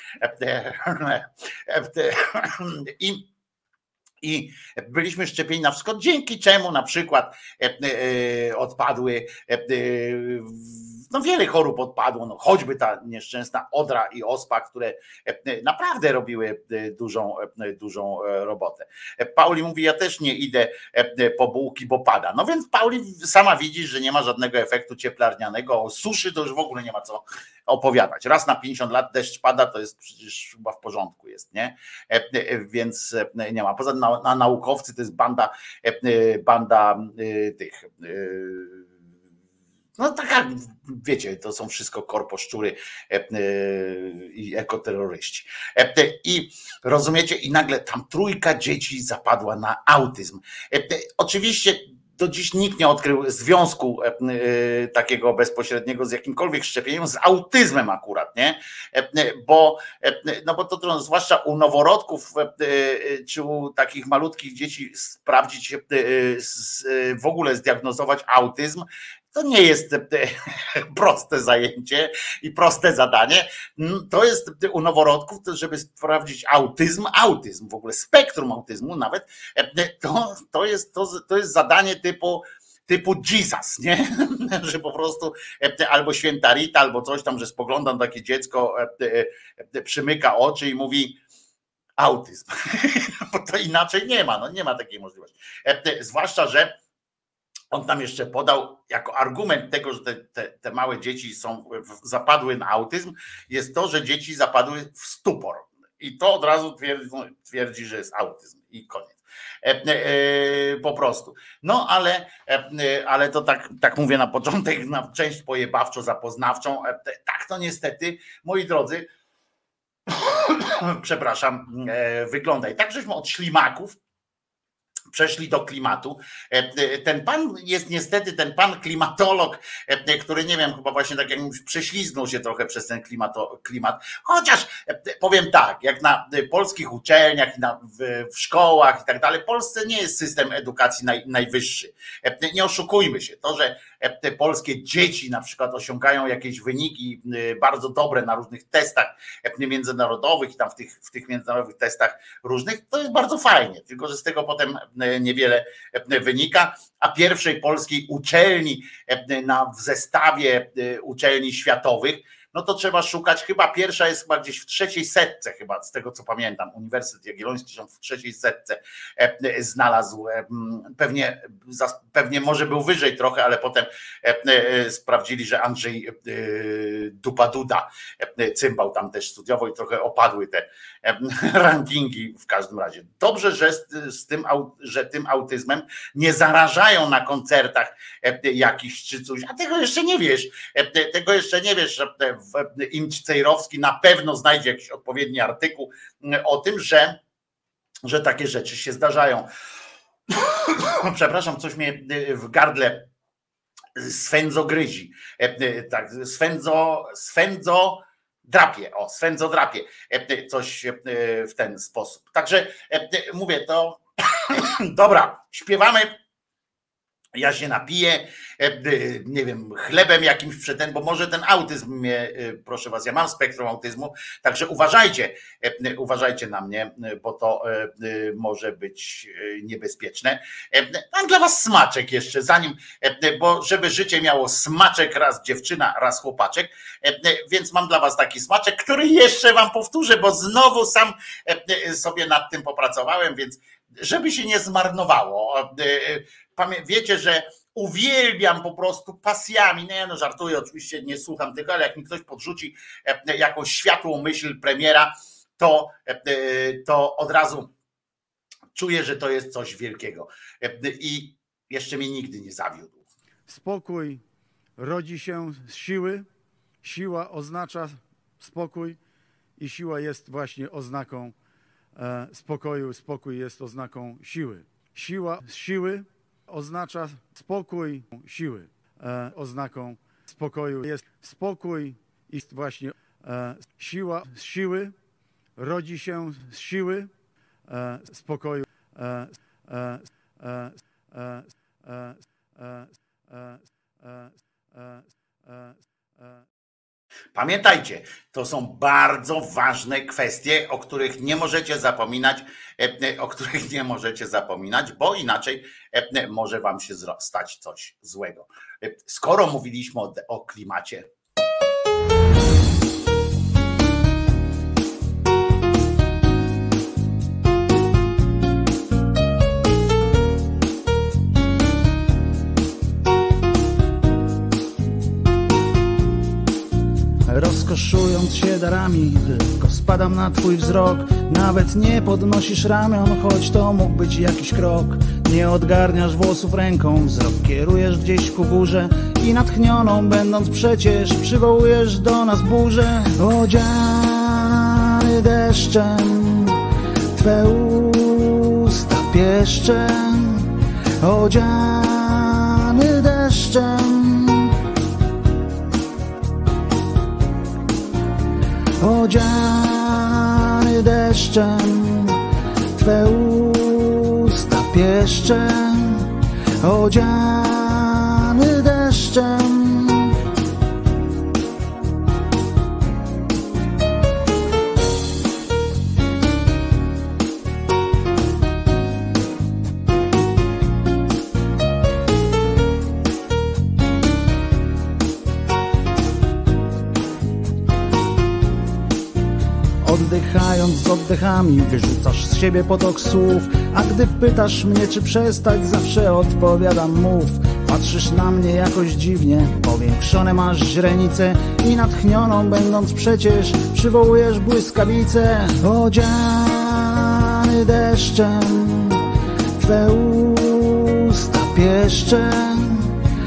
I, i byliśmy szczepieni na wszystko, dzięki czemu na przykład odpadły, no wiele chorób odpadło, no choćby ta nieszczęsna odra i ospa, które naprawdę robiły dużą, dużą robotę. Pauli mówi, ja też nie idę po bułki, bo pada. No więc Pauli sama widzi, że nie ma żadnego efektu cieplarnianego, o suszy to już w ogóle nie ma co opowiadać. Raz na pięćdziesiąt lat deszcz pada, to jest przecież chyba w porządku jest, nie? Więc nie ma. Poza tym na, na naukowcy to jest banda, banda tych... No taka, wiecie, to są wszystko korposzczury i ekoterroryści. I rozumiecie, i nagle tam trójka dzieci zapadła na autyzm. Oczywiście do dziś nikt nie odkrył związku takiego bezpośredniego z jakimkolwiek szczepieniem, z autyzmem akurat, nie? Bo, no bo to zwłaszcza u noworodków czy u takich malutkich dzieci sprawdzić, w ogóle zdiagnozować autyzm, to nie jest proste zajęcie i proste zadanie. To jest u noworodków, żeby sprawdzić autyzm, autyzm, w ogóle spektrum autyzmu nawet, to, to, jest, to, to jest zadanie typu typu Jesus, nie? Że po prostu albo święta Rita, albo coś tam, że spoglądam takie dziecko, przymyka oczy i mówi autyzm. Bo to inaczej nie ma, no nie ma takiej możliwości. Zwłaszcza, że on tam jeszcze podał jako argument tego, że te, te, te małe dzieci są, zapadły na autyzm, jest to, że dzieci zapadły w stupor. I to od razu twierdzi, twierdzi że jest autyzm i koniec. E, e, po prostu. No ale, e, ale to tak, tak mówię na początek, na część pojebawczo-zapoznawczą. E, tak to niestety, moi drodzy, przepraszam, e, wygląda. I tak żeśmy od ślimaków przeszli do klimatu. Ten pan jest niestety, ten pan klimatolog, który nie wiem, chyba właśnie tak jak prześlizgnął się trochę przez ten klimato, klimat. Chociaż powiem tak, jak na polskich uczelniach, na, w, w szkołach i tak dalej, w Polsce nie jest system edukacji naj, najwyższy. Nie oszukujmy się. To, że te polskie dzieci na przykład osiągają jakieś wyniki bardzo dobre na różnych testach międzynarodowych i tam w tych, w tych międzynarodowych testach różnych, to jest bardzo fajnie, tylko że z tego potem niewiele wynika, a pierwszej polskiej uczelni na, w zestawie uczelni światowych no to trzeba szukać, chyba pierwsza jest chyba gdzieś w trzeciej setce chyba, z tego co pamiętam, Uniwersytet Jagielloński się w trzeciej setce znalazł, pewnie, pewnie może był wyżej trochę, ale potem sprawdzili, że Andrzej Dupa Duda cymbał tam też studiował i trochę opadły te rankingi w każdym razie. Dobrze, że z, z tym, że tym autyzmem nie zarażają na koncertach jakiś czy coś, a tego jeszcze nie wiesz, tego jeszcze nie wiesz, że Imć Cejrowski na pewno znajdzie jakiś odpowiedni artykuł o tym, że, że takie rzeczy się zdarzają. Przepraszam, coś mnie w gardle swędzo gryzi, tak, swędzo, swędzo drapie, o, swędzo drapie, coś w ten sposób. Także mówię to, dobra, śpiewamy, ja się napiję, nie wiem, chlebem jakimś przed, bo może ten autyzm mnie, proszę was, ja mam spektrum autyzmu, także uważajcie, uważajcie na mnie, bo to może być niebezpieczne. Mam dla was smaczek jeszcze, zanim, bo żeby życie miało smaczek, raz dziewczyna, raz chłopaczek, więc mam dla was taki smaczek, który jeszcze wam powtórzę, bo znowu sam sobie nad tym popracowałem, więc żeby się nie zmarnowało. Wiecie, że uwielbiam po prostu pasjami, nie no żartuję, oczywiście nie słucham tego, ale jak mi ktoś podrzuci jakąś światłą myśl premiera, to, to od razu czuję, że to jest coś wielkiego i jeszcze mnie nigdy nie zawiódł. Spokój rodzi się z siły, siła oznacza spokój i siła jest właśnie oznaką spokoju, spokój jest oznaką siły. Siła z siły oznacza spokój, siły. E, oznaką spokoju jest spokój i właśnie e, siła z siły rodzi się z siły e, spokoju. E, e, e, e, e, e, e, e, e, Pamiętajcie, to są bardzo ważne kwestie, o których nie możecie zapominać, o których nie możecie zapominać, bo inaczej może wam się stać coś złego. Skoro mówiliśmy o, o klimacie, Rozkoszując się darami, tylko spadam na twój wzrok. Nawet nie podnosisz ramion, choć to mógł być jakiś krok. Nie odgarniasz włosów ręką, wzrok kierujesz gdzieś ku górze i natchnioną będąc przecież przywołujesz do nas burzę. Odziany deszczem, twe usta pieszczem. Odziany deszczem, odziany deszczem, twe usta pieszczem. Odziany deszczem. Oddychając z oddechami, wyrzucasz z siebie potok słów. A gdy pytasz mnie, czy przestać, zawsze odpowiadam mów. Patrzysz na mnie jakoś dziwnie, powiększone masz źrenice i natchnioną będąc przecież przywołujesz błyskawicę. Odziany deszczem, twe usta pieszczem.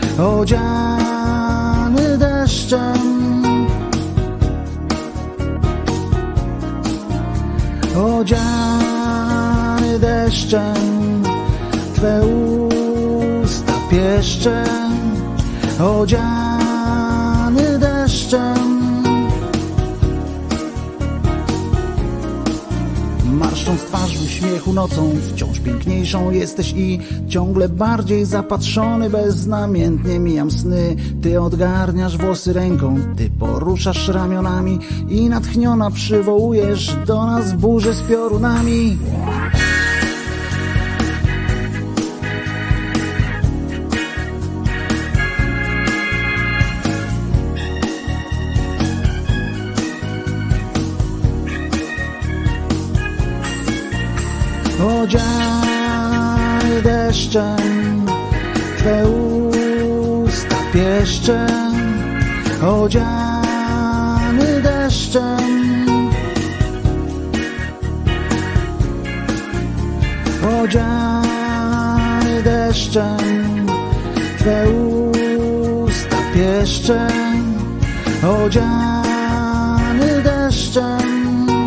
Odziany deszczem, odziany deszczem, twe usta pieszczem. Odziany deszczem. Marszcząc twarz w uśmiechu nocą, wciąż piękniejszą jesteś i ciągle bardziej zapatrzony, beznamiętnie mijam sny. Ty odgarniasz włosy ręką, ty poruszasz ramionami i natchniona przywołujesz do nas burzę z piorunami. odziany deszczem, Twe usta pieszczem, odziany deszczem, odziany deszczem, Twe usta pieszczem, odziany deszczem.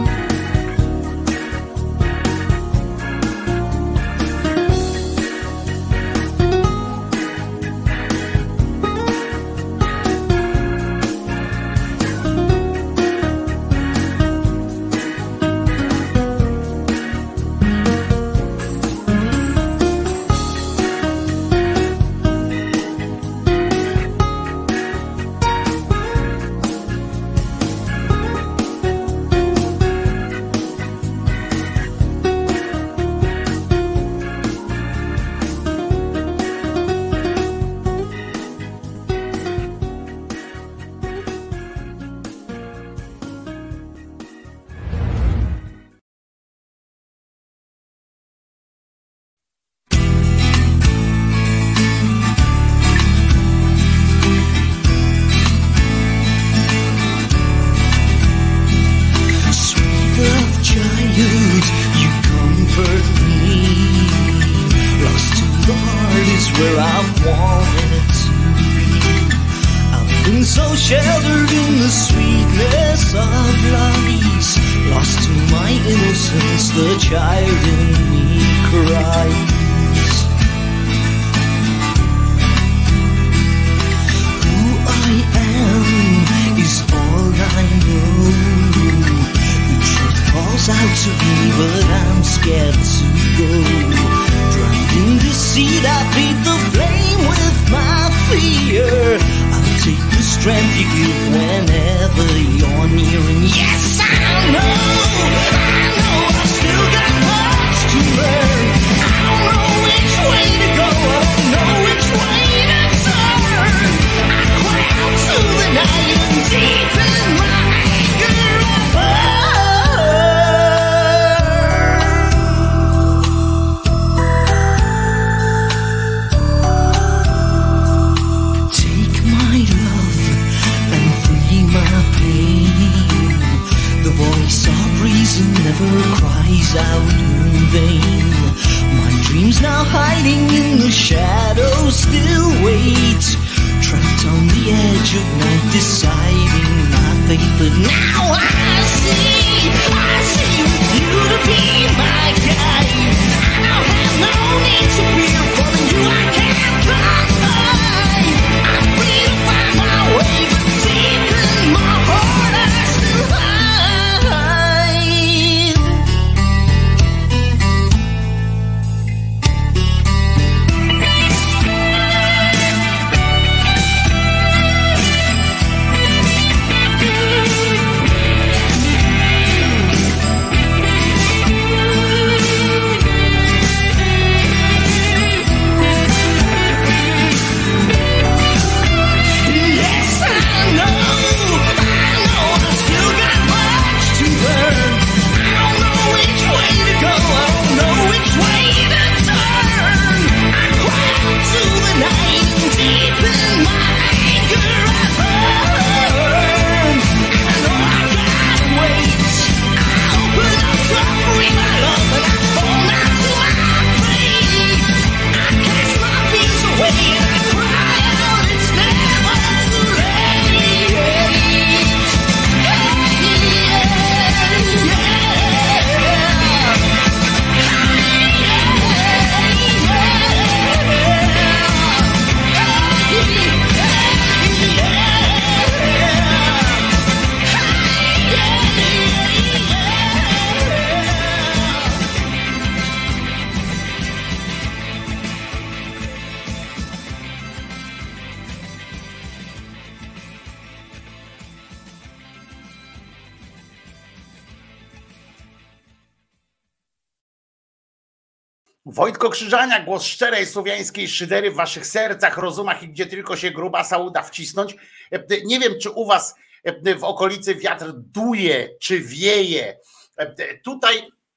Wojtko Krzyżania, głos szczerej słowiańskiej szydery w waszych sercach, rozumach i gdzie tylko się grubasa uda wcisnąć. Nie wiem, czy u was w okolicy wiatr duje, czy wieje. Tutaj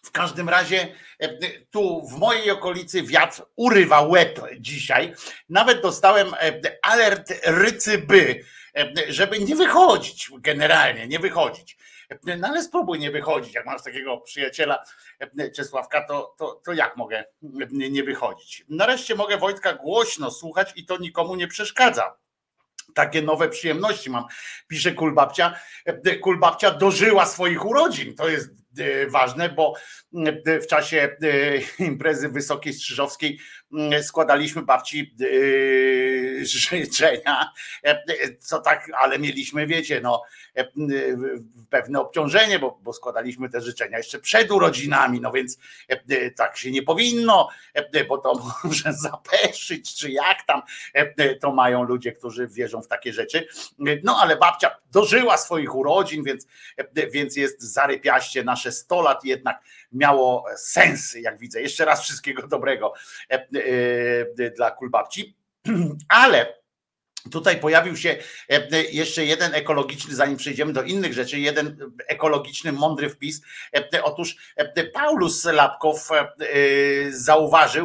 W każdym razie tu w mojej okolicy wiatr urywa łeb dzisiaj. Nawet dostałem alert rycyby, żeby nie wychodzić, generalnie nie wychodzić. No ale spróbuj nie wychodzić. Jak masz takiego przyjaciela Czesławka, to, to, to jak mogę nie wychodzić? Nareszcie mogę Wojtka głośno słuchać i to nikomu nie przeszkadza. Takie nowe przyjemności mam, pisze Kulbabcia. Kulbabcia dożyła swoich urodzin. To jest ważne, bo w czasie imprezy Wysokiej Strzyżowskiej składaliśmy babci życzenia, co tak, ale mieliśmy, wiecie, no pewne obciążenie, bo, bo składaliśmy te życzenia jeszcze przed urodzinami, no więc tak się nie powinno, bo to może zapeszyć, czy jak tam to mają ludzie, którzy wierzą w takie rzeczy. No ale babcia dożyła swoich urodzin, więc, więc jest zarypiaście. Nasze sto lat jednak miało sens, jak widzę. Jeszcze raz wszystkiego dobrego dla Kulbabci. Ale tutaj pojawił się jeszcze jeden ekologiczny, zanim przejdziemy do innych rzeczy, jeden ekologiczny, mądry wpis. Otóż Paulus Lapkow zauważył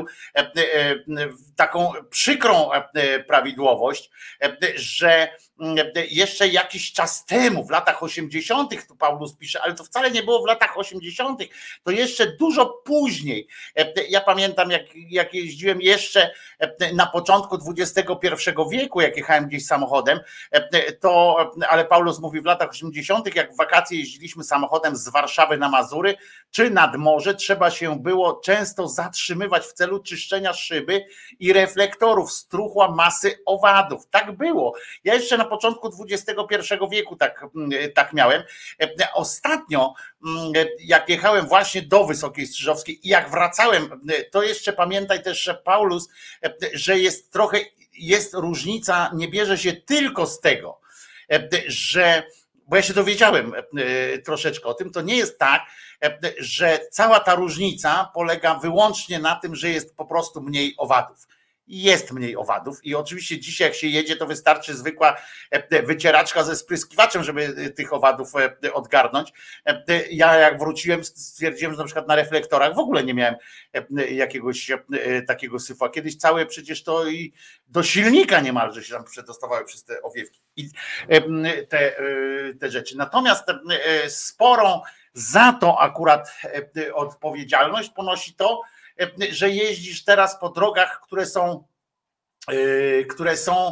taką przykrą prawidłowość, że jeszcze jakiś czas temu, w latach osiemdziesiątych, tu Paulus pisze, ale to wcale nie było w latach osiemdziesiątych, to jeszcze dużo później. Ja pamiętam, jak, jak jeździłem jeszcze na początku dwudziestego pierwszego wieku, jak jechałem gdzieś samochodem, to, ale Paulus mówi w latach osiemdziesiątych, jak w wakacje jeździliśmy samochodem z Warszawy na Mazury, czy nad morze, trzeba się było często zatrzymywać w celu czyszczenia szyby i reflektorów, struchła masy owadów. Tak było. Ja jeszcze na początku dwudziestego pierwszego wieku tak, tak miałem. Ostatnio, jak jechałem właśnie do Wysokiej Strzyżowskiej i jak wracałem, to jeszcze pamiętaj też, że Paulus, że jest trochę, jest różnica, nie bierze się tylko z tego, że, bo ja się dowiedziałem troszeczkę o tym, to nie jest tak, że cała ta różnica polega wyłącznie na tym, że jest po prostu mniej owadów. Jest mniej owadów i oczywiście dzisiaj jak się jedzie, to wystarczy zwykła wycieraczka ze spryskiwaczem, żeby tych owadów odgarnąć. Ja jak wróciłem, stwierdziłem, że na przykład na reflektorach w ogóle nie miałem jakiegoś takiego syfu, a kiedyś całe przecież to i do silnika niemalże się tam przedostawały przez te owiewki i te, te rzeczy. Natomiast sporą za to akurat odpowiedzialność ponosi to, że jeździsz teraz po drogach, które są, które są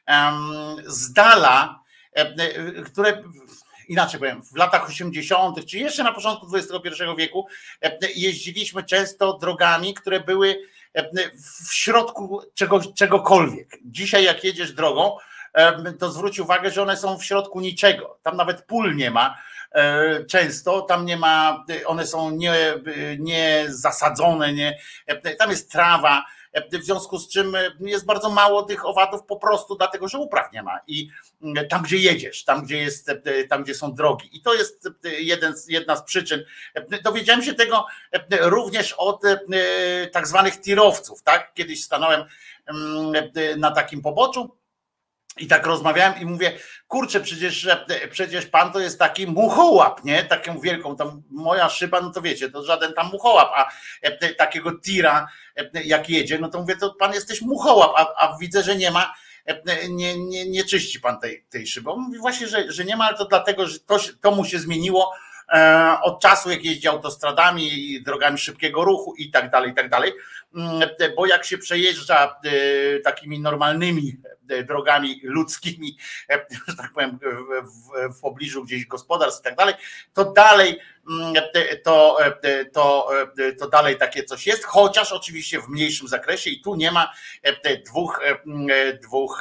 z dala, które inaczej powiem, w latach osiemdziesiątych, czy jeszcze na początku dwudziestego pierwszego wieku jeździliśmy często drogami, które były w środku czegoś, czegokolwiek. Dzisiaj jak jedziesz drogą, to zwróć uwagę, że one są w środku niczego. Tam nawet pól nie ma. Często tam nie ma, one są nie, nie zasadzone, nie, tam jest trawa, w związku z czym jest bardzo mało tych owadów po prostu dlatego, że upraw nie ma i tam gdzie jedziesz, tam gdzie jest, tam gdzie są drogi i to jest jeden, jedna z przyczyn. Dowiedziałem się tego również od tak zwanych tirowców, tak? Kiedyś stanąłem na takim poboczu i tak rozmawiałem i mówię, kurczę, przecież, przecież pan to jest taki muchołap, nie? Taką wielką, tam moja szyba, no to wiecie, to żaden tam muchołap, a takiego tira jak jedzie, no to mówię, to pan jesteś muchołap, a, a widzę, że nie ma, nie, nie, nie czyści pan tej, tej szyby. On mówi właśnie, że, że nie ma, ale to dlatego, że to, to mu się zmieniło od czasu, jak jeździ autostradami i drogami szybkiego ruchu i tak dalej, i tak dalej, bo jak się przejeżdża takimi normalnymi drogami ludzkimi, że tak powiem, w, w pobliżu gdzieś gospodarstw i tak dalej, to dalej to, to, to dalej takie coś jest, chociaż oczywiście w mniejszym zakresie i tu nie ma dwóch, dwóch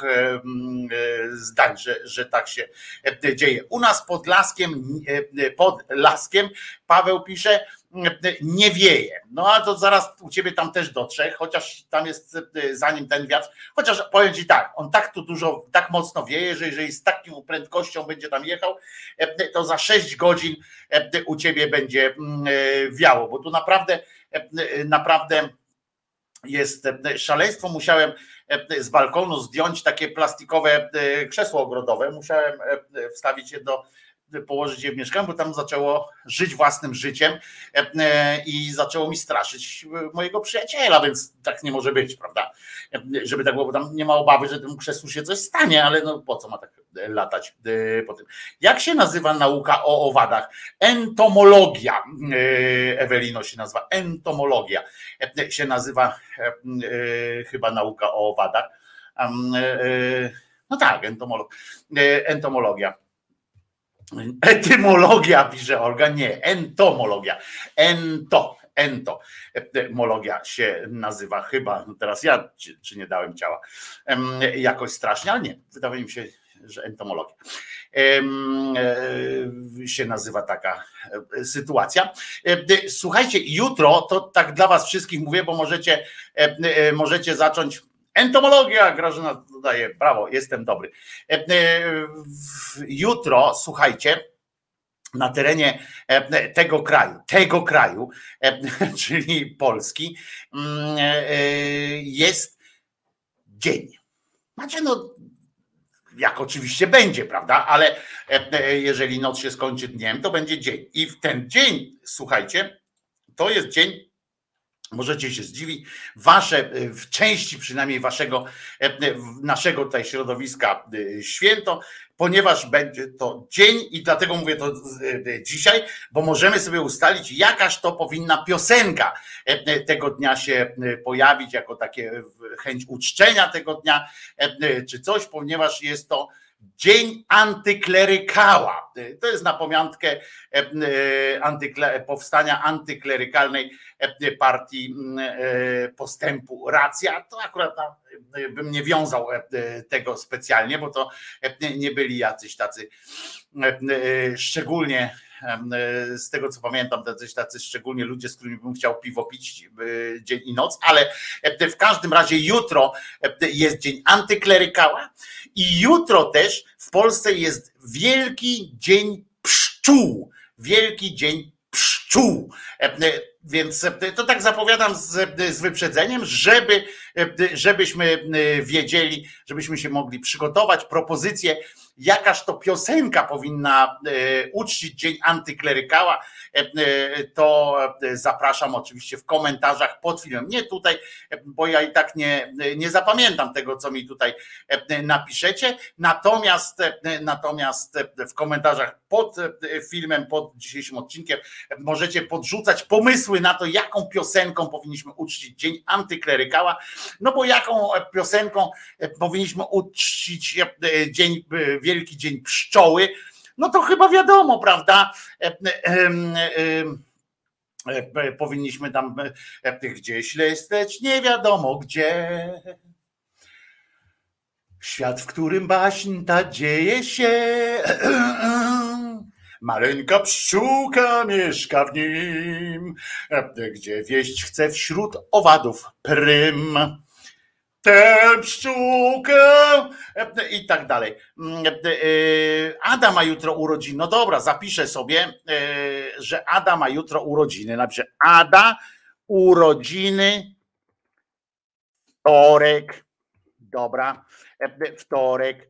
zdań, że, że tak się dzieje. U nas pod Laskiem, pod Laskiem Paweł pisze, nie wieje. No a to zaraz u ciebie tam też dotrze, chociaż tam jest zanim ten wiatr, chociaż powiem ci tak, on tak tu dużo, tak mocno wieje, że jeżeli z taką prędkością będzie tam jechał, to za sześć godzin u ciebie będzie wiało, bo tu naprawdę, naprawdę jest szaleństwo. Musiałem z balkonu zdjąć takie plastikowe krzesło ogrodowe, musiałem wstawić je do położyć je w mieszkaniu, bo tam zaczęło żyć własnym życiem i zaczęło mi straszyć mojego przyjaciela, więc tak nie może być, prawda? Żeby tak było, bo tam nie ma obawy, że temu krzesłu się coś stanie, ale no po co ma tak latać po tym. Jak się nazywa nauka o owadach? Entomologia, Ewelino się nazywa, entomologia się nazywa chyba nauka o owadach. No tak, entomolog, entomologia. Etymologia, pisze Olga, nie, entomologia. Ento, entomologia się nazywa chyba, no teraz ja czy, czy nie dałem ciała jakoś strasznie, ale nie, wydaje mi się, że entomologia się nazywa taka sytuacja. Słuchajcie, jutro, to tak dla was wszystkich mówię, bo możecie, możecie zacząć. Entomologia, Grażyna dodaje, brawo, jestem dobry. Jutro, słuchajcie, na terenie tego kraju, tego kraju, czyli Polski, jest dzień. Znaczy, no, jak oczywiście będzie, prawda, ale jeżeli noc się skończy dniem, to będzie dzień. I w ten dzień, słuchajcie, to jest dzień, możecie się zdziwić, wasze, w części przynajmniej waszego, naszego tutaj środowiska święto, ponieważ będzie to dzień i dlatego mówię to dzisiaj, bo możemy sobie ustalić, jakaż to powinna piosenka tego dnia się pojawić, jako takie chęć uczczenia tego dnia, czy coś, ponieważ jest to Dzień antyklerykała. To jest na pamiątkę powstania antyklerykalnej partii Postępu Racja. To akurat bym nie wiązał tego specjalnie, bo to nie byli jacyś tacy szczególnie, z tego co pamiętam, tacy, tacy szczególnie ludzie, z którymi bym chciał piwo pić dzień i noc, ale w każdym razie jutro jest dzień antyklerykała i jutro też w Polsce jest Wielki Dzień Pszczół. Wielki Dzień Pszczół. Więc to tak zapowiadam z, z wyprzedzeniem, żeby, żebyśmy wiedzieli, żebyśmy się mogli przygotować, propozycje, jakaż to piosenka powinna uczcić Dzień Antyklerykała, to zapraszam oczywiście w komentarzach pod filmem. Nie tutaj, bo ja i tak nie, nie zapamiętam tego, co mi tutaj napiszecie, natomiast, natomiast w komentarzach pod filmem, pod dzisiejszym odcinkiem możecie podrzucać pomysły na to, jaką piosenką powinniśmy uczcić Dzień Antyklerykała, no bo jaką piosenką powinniśmy uczcić Dzień Wielki Dzień Pszczoły, no to chyba wiadomo, prawda? Powinniśmy tam gdzieś listeć, nie wiadomo gdzie. Świat, w którym baśń ta dzieje się. Maleńka pszczółka mieszka w nim, gdzie wieść chce wśród owadów prym. Tę pszczółkę i tak dalej. Ada ma jutro urodziny. No dobra, zapiszę sobie, że Ada ma jutro urodziny. Napiszę Ada, urodziny, wtorek. Dobra, wtorek.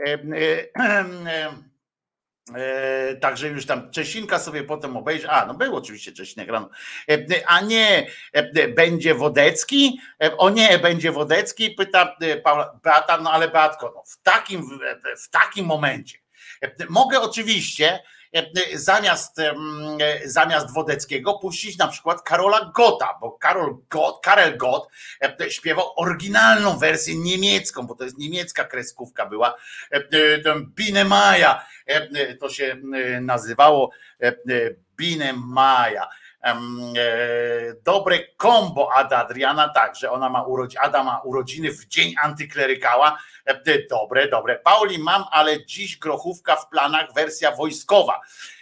E, także już tam Czesinka sobie potem obejrzy. A, no był oczywiście Czesinek rano. E, a nie, e, będzie Wodecki? E, o nie, będzie Wodecki? Pyta Paula, Beata, no ale Beatko, no, w, takim, w, w takim momencie e, mogę oczywiście e, zamiast, e, zamiast Wodeckiego puścić na przykład Karola Gotta, bo Karol Gott, Karel Gott e, śpiewał oryginalną wersję niemiecką, bo to jest niemiecka kreskówka była, e, e, Biene Maya, to się nazywało Biene Maya. Dobre kombo Ada Adriana, tak, że ona ma urodziny, Ada ma urodziny w Dzień Antyklerykała. Dobre, dobre. Pauli, mam, ale dziś grochówka w planach, wersja wojskowa.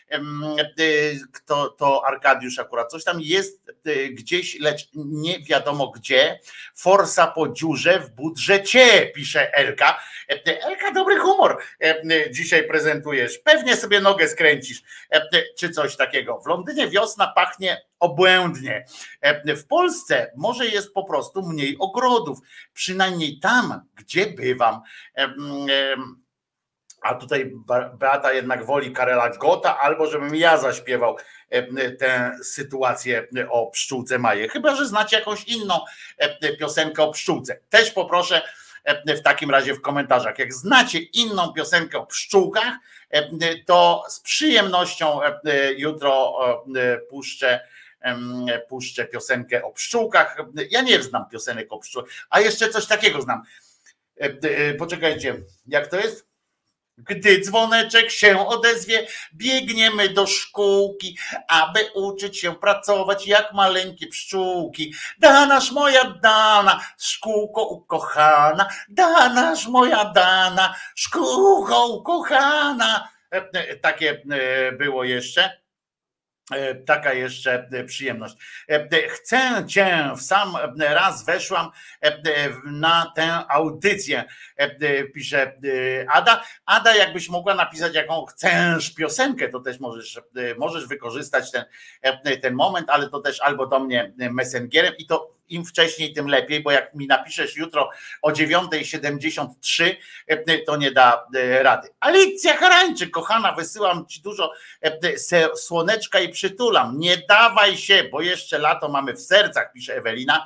To, to Arkadiusz akurat coś tam jest gdzieś, lecz nie wiadomo gdzie. Forsa po dziurze w budżecie, pisze Elka. Elka, dobry humor dzisiaj prezentujesz. Pewnie sobie nogę skręcisz, czy coś takiego. W Londynie wiosna pachnie obłędnie. W Polsce może jest po prostu mniej ogrodów. Przynajmniej tam, gdzie bywam. A tutaj Beata jednak woli Karela Gotta, albo żebym ja zaśpiewał tę sytuację o pszczółce Maję. Chyba że znacie jakąś inną piosenkę o pszczółce. Też poproszę w takim razie w komentarzach. Jak znacie inną piosenkę o pszczółkach, to z przyjemnością jutro puszczę, puszczę piosenkę o pszczółkach. Ja nie znam piosenek o pszczółkach, a jeszcze coś takiego znam. Poczekajcie, jak to jest? Gdy dzwoneczek się odezwie, biegniemy do szkółki, aby uczyć się pracować jak maleńkie pszczółki. Danaż moja Dana, szkółko ukochana, Danaż moja Dana, szkółko ukochana. Takie było jeszcze. Taka jeszcze przyjemność. Chcę cię, w sam raz weszłam na tę audycję, pisze Ada. Ada, jakbyś mogła napisać jaką chcesz piosenkę, to też możesz, możesz wykorzystać ten, ten moment, ale to też albo do mnie messengerem i to im wcześniej, tym lepiej, bo jak mi napiszesz jutro o dziewiąta siedemdziesiąt trzy, to nie da rady. Alicja Harańczyk, kochana, wysyłam ci dużo słoneczka i przytulam. Nie dawaj się, bo jeszcze lato mamy w sercach, pisze Ewelina,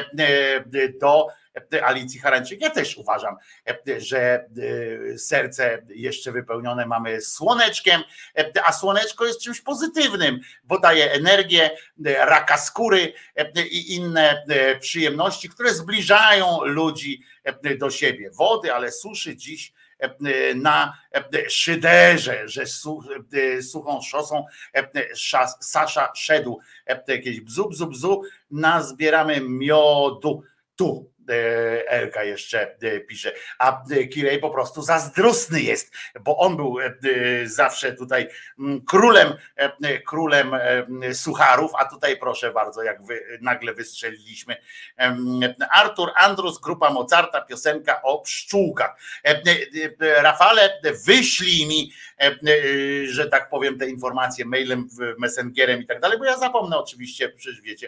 do Alicji Harańczyk. Ja też uważam, że serce jeszcze wypełnione mamy słoneczkiem, a słoneczko jest czymś pozytywnym, bo daje energię, raka skóry i inne przyjemności, które zbliżają ludzi do siebie. Wody, ale suszy dziś na szyderze, że suchą szosą Sasza szedł jakieś bzu, bzu, bzu, nazbieramy miodu tu. Elka jeszcze pisze, a Kirej po prostu zazdrosny jest, bo on był zawsze tutaj królem, królem sucharów, a tutaj proszę bardzo, jak wy, nagle wystrzeliliśmy. Artur Andrus, grupa Mozarta, piosenka o pszczółkach. Rafale, wyślij mi, że tak powiem, te informacje mailem, messengerem i tak dalej, bo ja zapomnę oczywiście, przecież wiecie,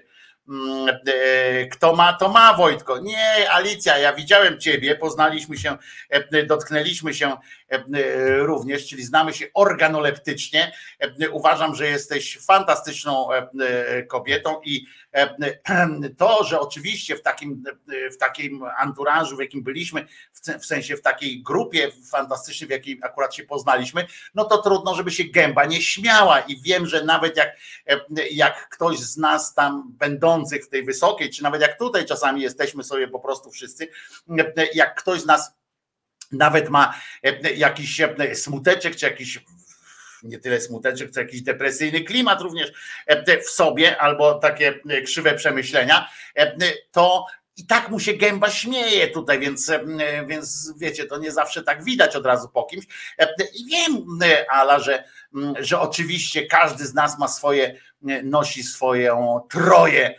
kto ma, to ma, Wojtko. Nie, Alicja, ja widziałem ciebie, poznaliśmy się, dotknęliśmy się również, czyli znamy się organoleptycznie. Uważam, że jesteś fantastyczną kobietą i to, że oczywiście w takim, w takim anturażu, w jakim byliśmy, w sensie w takiej grupie fantastycznej, w jakiej akurat się poznaliśmy, no to trudno, żeby się gęba nie śmiała i wiem, że nawet jak, jak ktoś z nas tam będących w tej wysokiej, czy nawet jak tutaj czasami jesteśmy sobie po prostu wszyscy, jak ktoś z nas nawet ma jakiś smuteczek, czy jakiś nie tyle smuteczek, co jakiś depresyjny klimat również w sobie, albo takie krzywe przemyślenia, to i tak mu się gęba śmieje tutaj, więc, więc wiecie, to nie zawsze tak widać od razu po kimś. I wiem, Ala, że, że oczywiście każdy z nas ma swoje, nosi swoją troję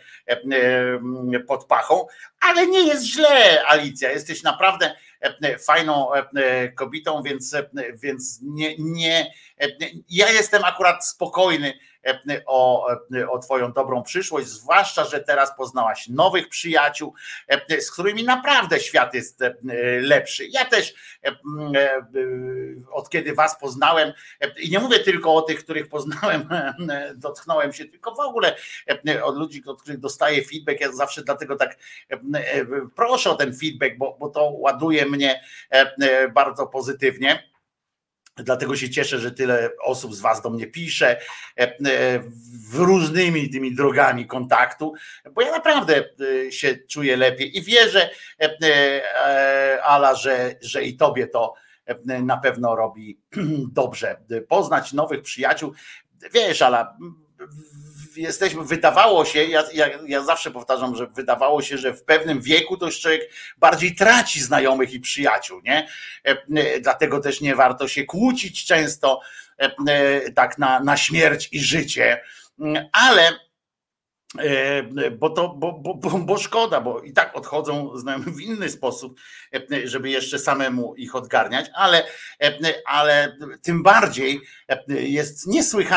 pod pachą, ale nie jest źle, Alicja, jesteś naprawdę fajną kobietą, więc, więc nie, nie, ja jestem akurat spokojny o, o twoją dobrą przyszłość, zwłaszcza, że teraz poznałaś nowych przyjaciół, z którymi naprawdę świat jest lepszy. Ja też od kiedy was poznałem, i nie mówię tylko o tych, których poznałem, dotknąłem się, tylko w ogóle od ludzi, od których dostaję feedback, ja zawsze dlatego tak proszę o ten feedback, bo, bo to ładuje mnie bardzo pozytywnie. Dlatego się cieszę, że tyle osób z was do mnie pisze w różnymi tymi drogami kontaktu, bo ja naprawdę się czuję lepiej i wierzę, Ala, że, że i tobie to na pewno robi dobrze. Poznać nowych przyjaciół. Wiesz, Ala, jesteśmy, wydawało się, ja, ja, ja zawsze powtarzam, że wydawało się, że w pewnym wieku to już człowiek bardziej traci znajomych i przyjaciół, nie? Dlatego też nie warto się kłócić często tak na, na śmierć i życie, ale bo to, bo, bo, bo, bo szkoda, bo i tak odchodzą znajomi w inny sposób, żeby jeszcze samemu ich odgarniać, ale, ale tym bardziej jest niesłychanym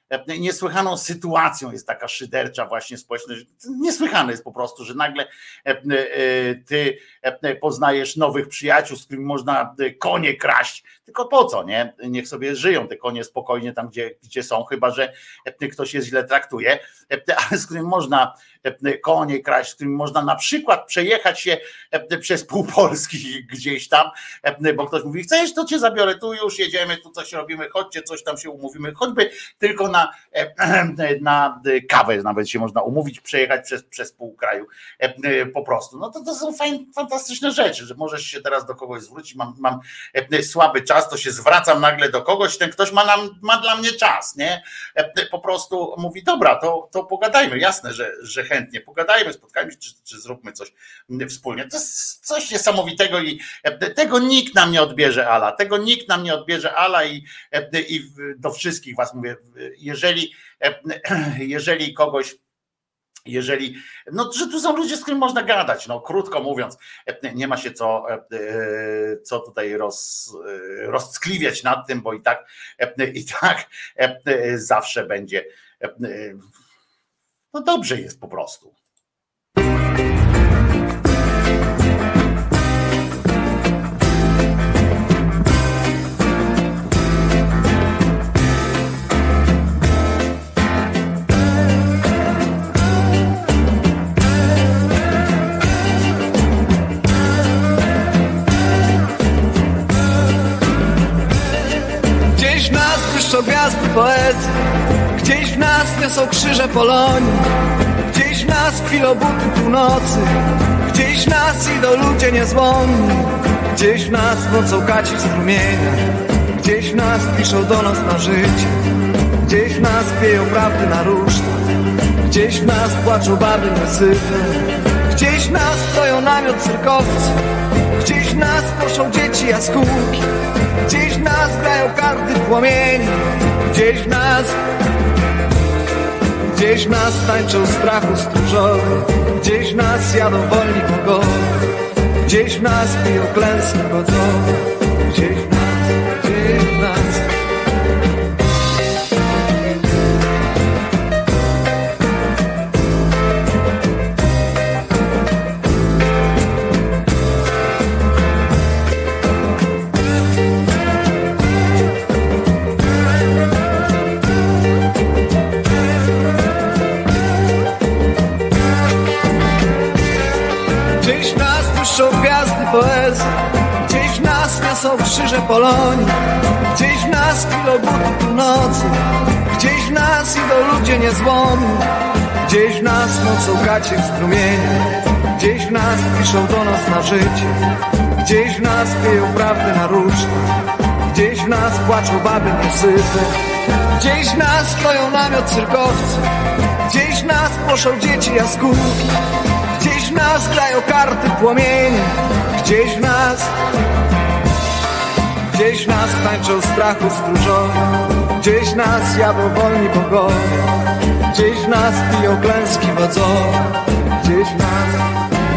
niesłychaną sytuacją jest taka szydercza właśnie społeczność. Niesłychane jest po prostu, że nagle ty poznajesz nowych przyjaciół, z którymi można konie kraść. Tylko po co, nie? Niech sobie żyją te konie spokojnie tam, gdzie, gdzie są, chyba że ktoś je źle traktuje, ale z którym można konie kraść, z którym można na przykład przejechać się przez pół Polski gdzieś tam, bo ktoś mówi, chcesz, to cię zabiorę, tu już jedziemy, tu coś robimy, chodźcie, coś tam się umówimy, choćby tylko na, na kawę nawet się można umówić, przejechać przez, przez pół kraju po prostu. No to, to są fajne, fantastyczne rzeczy, że możesz się teraz do kogoś zwrócić, mam, mam słaby czas, to się zwracam nagle do kogoś, ten ktoś ma, nam, ma dla mnie czas, nie? Po prostu mówi, dobra, to, to pogadajmy, jasne, że, że chętnie pogadajmy, spotkajmy się, czy, czy zróbmy coś wspólnie. To jest coś niesamowitego i tego nikt nam nie odbierze, Ala, tego nikt nam nie odbierze, Ala, i, i do wszystkich was mówię, jeżeli, jeżeli kogoś Jeżeli, no, że tu są ludzie, z którymi można gadać, no krótko mówiąc, nie ma się co, co tutaj roz, rozckliwiać nad tym, bo i tak, i tak zawsze będzie, no dobrze jest po prostu. Gwiazdy poezji, gdzieś w nas niosą krzyże Polonii, gdzieś w nas chwilobuty północy, gdzieś w nas idą ludzie niezłomni, gdzieś w nas mocą kaci strumienia, gdzieś w nas piszą do nas na życie, gdzieś w nas wieją prawdy na ruszta, gdzieś w nas płaczą baby niesyte, gdzieś w nas stoją namiot cyrkowcy, gdzieś w nas proszą dzieci jaskółki, gdzieś w nas grają karty w płomieni, gdzieś w nas, gdzieś w nas tańczą strachu stróżowie, gdzieś w nas jadą wolni bogowie, gdzieś w nas piją klęski wodzowe, gdzieś w nas, gdzieś w nas. Poezji, gdzieś w nas niosą krzyże Polonii, gdzieś w nas chwilobuty północy, gdzieś w nas idą ludzie niezłomni, gdzieś w nas mocą gacie strumienia, gdzieś w nas piszą do nas na życie, gdzieś w nas wieją prawdy na ruszta, gdzieś w nas płaczą baby niesyte, gdzieś w nas stoją namiot cyrkowcy, gdzieś w nas proszą dzieci jaskółki, gdzieś w nas grają karty płomienie, gdzieś w nas, gdzieś w nas tańczą strachu stróżowie, gdzieś w nas jadą wolni bogowie, gdzieś w nas piją klęski wodzowe, gdzieś w nas.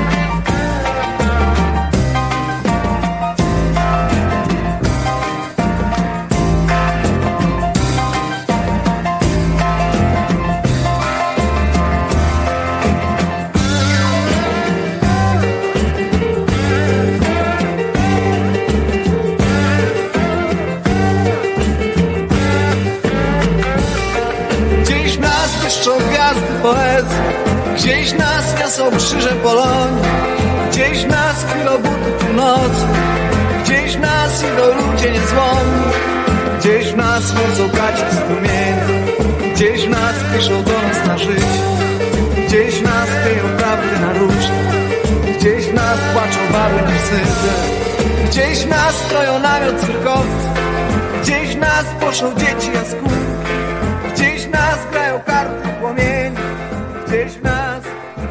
Poezji, gdzieś nas niosą krzyże Polonii, gdzieś nas chwilobuty północy, gdzieś nas idą ludzie niezłomni, gdzieś nas mocą gaci strumienia, gdzieś nas piszą do nas na życie, gdzieś nas piją prawdy na ruszta, gdzieś nas płaczą baby niesyte, gdzieś nas stoją namiot cyrkowcy, gdzieś nas poszą dzieci jaskółki, gdzieś nas grają karty płomieni, gdzieś w nas.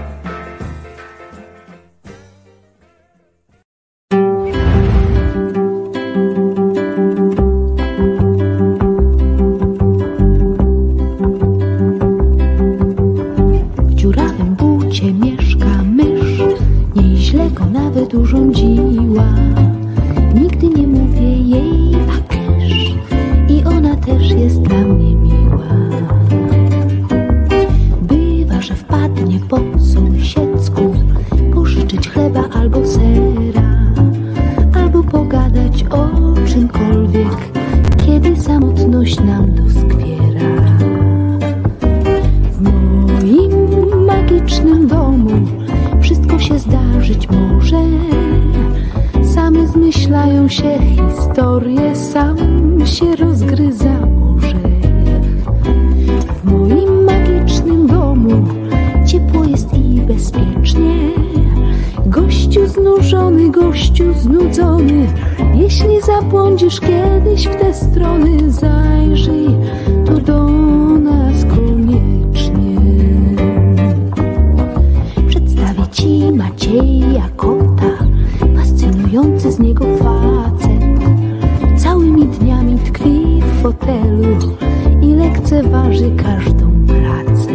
W dziurawym bucie mieszka mysz, nieźle go nawet urządziła. Nigdy nie mówię jej a kysz, i ona też jest dla mnie miła. zdarzyć może. Same zmyślają się historie, sam się rozgryza orzech. W moim magicznym domu ciepło jest i bezpiecznie. Gościu znużony, gościu znudzony, jeśli zabłądzisz kiedyś w te strony, zajrzyj tu do nas koniecznie. Przedstawię ci Macieja Kota, fascynujący z niego facet. Całymi dniami tkwi w fotelu i lekceważy każdą pracę.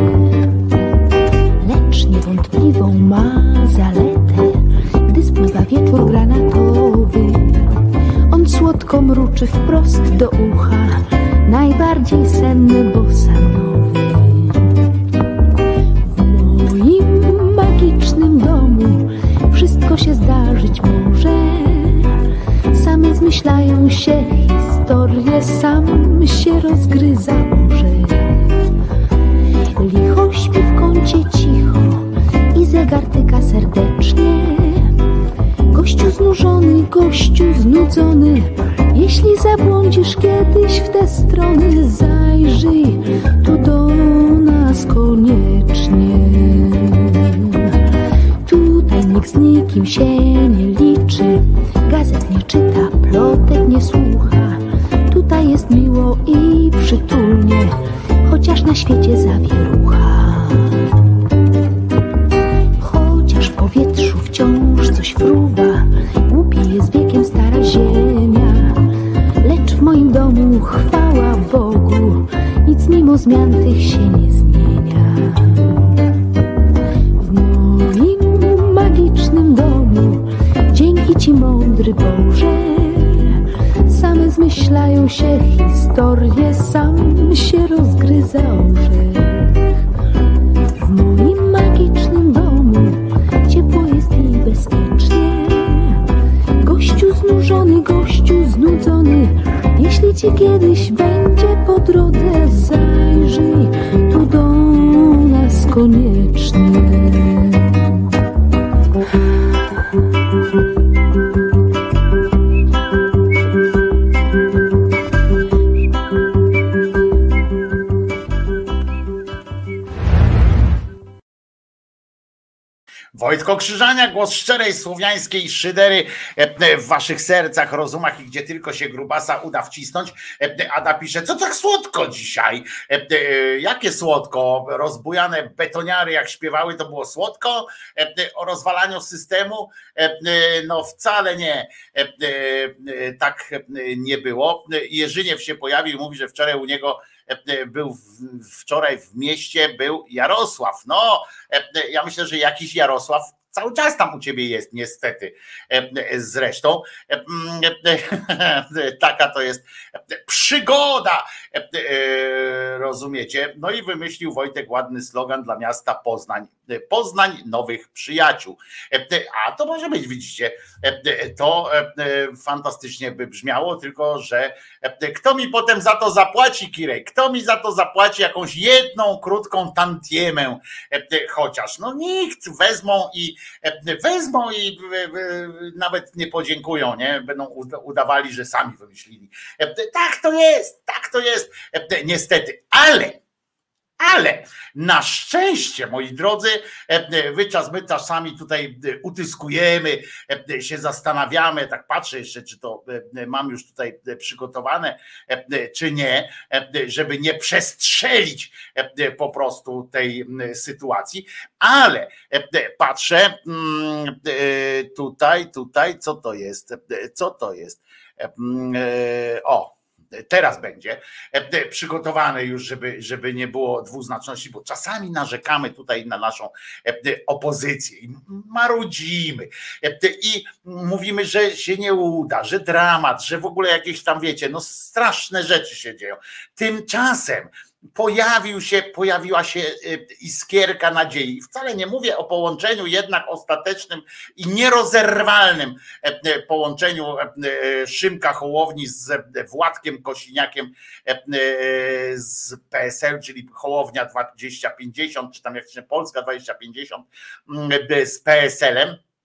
Lecz niewątpliwą ma zaletę, gdy spływa wieczór granatowy. On słodko mruczy wprost do ucha, najbardziej senny bossanowy. W moim magicznym domu wszystko się zdarzyć może. Same zmyślają się historie, sam się rozgryza orzech. Licho śpi w kącie cicho i zegar tyka serdecznie. Gościu znużony, gościu znudzony, jeśli zabłądzisz kiedyś w te strony, zajrzyj tu do nas koniecznie. Tutaj nikt z nikim się nie liczy, gazet nie czyta, plotek nie słucha. Tutaj jest miło i przytulnie, chociaż na świecie zawierucha. Chociaż w powietrzu wciąż coś fruwa, głupiej jest wiekiem stara ziemia. Lecz w moim domu, chwała Bogu, nic mimo zmian tych się nie zmienia. W moim magicznym domu, dzięki ci mądry Boże, same zmyślają się historie, sam się rozgryza orzech. W moim magicznym domu ciepło jest i bezpiecznie. Gościu znużony, gościu znudzony, jeśli ci kiedyś będzie po drodze, zajrzyj tu do nas koniecznie. Wojtko Krzyżania, głos szczerej słowiańskiej szydery w waszych sercach, rozumach i gdzie tylko się grubasa uda wcisnąć. Ada pisze, co tak słodko dzisiaj? Jakie słodko? Rozbujane betoniary jak śpiewały, to było słodko? O rozwalaniu systemu? No wcale nie. Tak nie było. Jerzyniew się pojawił, mówi, że wczoraj u niego był wczoraj w mieście był Jarosław. No, ja myślę, że jakiś Jarosław cały czas tam u ciebie jest, niestety. Zresztą taka to jest przygoda, rozumiecie? No i wymyślił Wojtek ładny slogan dla miasta Poznań. Poznań nowych przyjaciół. A to może być, widzicie, to fantastycznie by brzmiało, tylko że kto mi potem za to zapłaci, Kirek? Kto mi za to zapłaci jakąś jedną krótką tantiemę chociaż? No nikt. Wezmą i wezmą i nawet nie podziękują, nie? Będą udawali, że sami wymyślili. Tak to jest, tak to jest, niestety, ale Ale na szczęście, moi drodzy, wy czas, my czasami tutaj utyskujemy, się zastanawiamy, tak patrzę jeszcze, czy to mam już tutaj przygotowane, czy nie, żeby nie przestrzelić po prostu tej sytuacji, ale patrzę tutaj, tutaj, co to jest, co to jest, o, teraz będzie przygotowane już, żeby, żeby nie było dwuznaczności, bo czasami narzekamy tutaj na naszą opozycję i marudzimy i mówimy, że się nie uda, że dramat, że w ogóle jakieś tam, wiecie, no straszne rzeczy się dzieją. Tymczasem pojawił się, pojawiła się iskierka nadziei. Wcale nie mówię o połączeniu jednak ostatecznym i nierozerwalnym połączeniu Szymka Hołowni z Władkiem Kosiniakiem z P S L, czyli Hołownia dwadzieścia pięćdziesiąt, czy tam jak się Polska dwadzieścia pięćdziesiąt z P S L-em.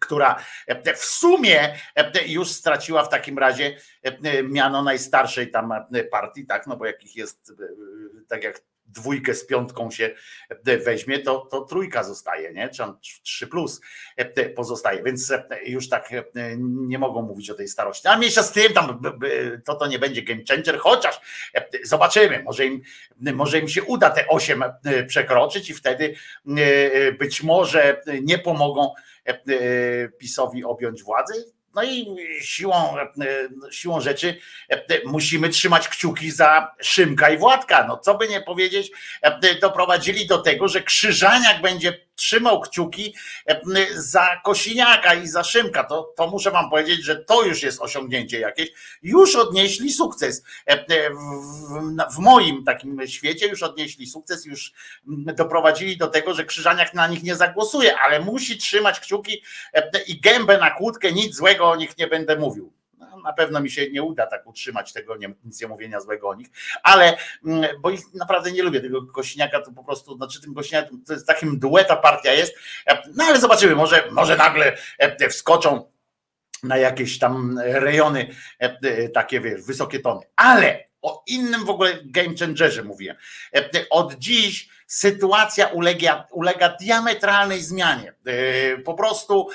która w sumie już straciła w takim razie miano najstarszej tam partii, tak, no bo jakich jest, tak jak dwójkę z piątką się weźmie, to, to trójka zostaje, nie? Czy tam trzy plus pozostaje, więc już tak nie mogą mówić o tej starości. A mniejsza z tym, tam to to nie będzie game changer, chociaż zobaczymy, może im, może im się uda te osiem przekroczyć i wtedy być może nie pomogą PiS-owi objąć władzy. No i siłą, siłą rzeczy musimy trzymać kciuki za Szymka i Władka. No co by nie powiedzieć, doprowadzili do tego, że Krzyżaniak będzie trzymał kciuki za Kosiniaka i za Szymka. To, to muszę wam powiedzieć, że to już jest osiągnięcie jakieś. Już odnieśli sukces. W, w moim takim świecie już odnieśli sukces, już doprowadzili do tego, że Krzyżaniak na nich nie zagłosuje, ale musi trzymać kciuki i gębę na kłódkę, nic złego o nich nie będę mówił. Na pewno mi się nie uda tak utrzymać tego, nie, nic nie mówienia złego o nich, ale bo ich naprawdę nie lubię, tego Kosiniaka to po prostu, znaczy tym Kosiniakiem to jest takim dueta partia jest, no ale zobaczymy, może, może nagle wskoczą na jakieś tam rejony takie, wiesz, wysokie tony, ale o innym w ogóle game changerze mówiłem. Od dziś sytuacja ulega, ulega diametralnej zmianie. Po prostu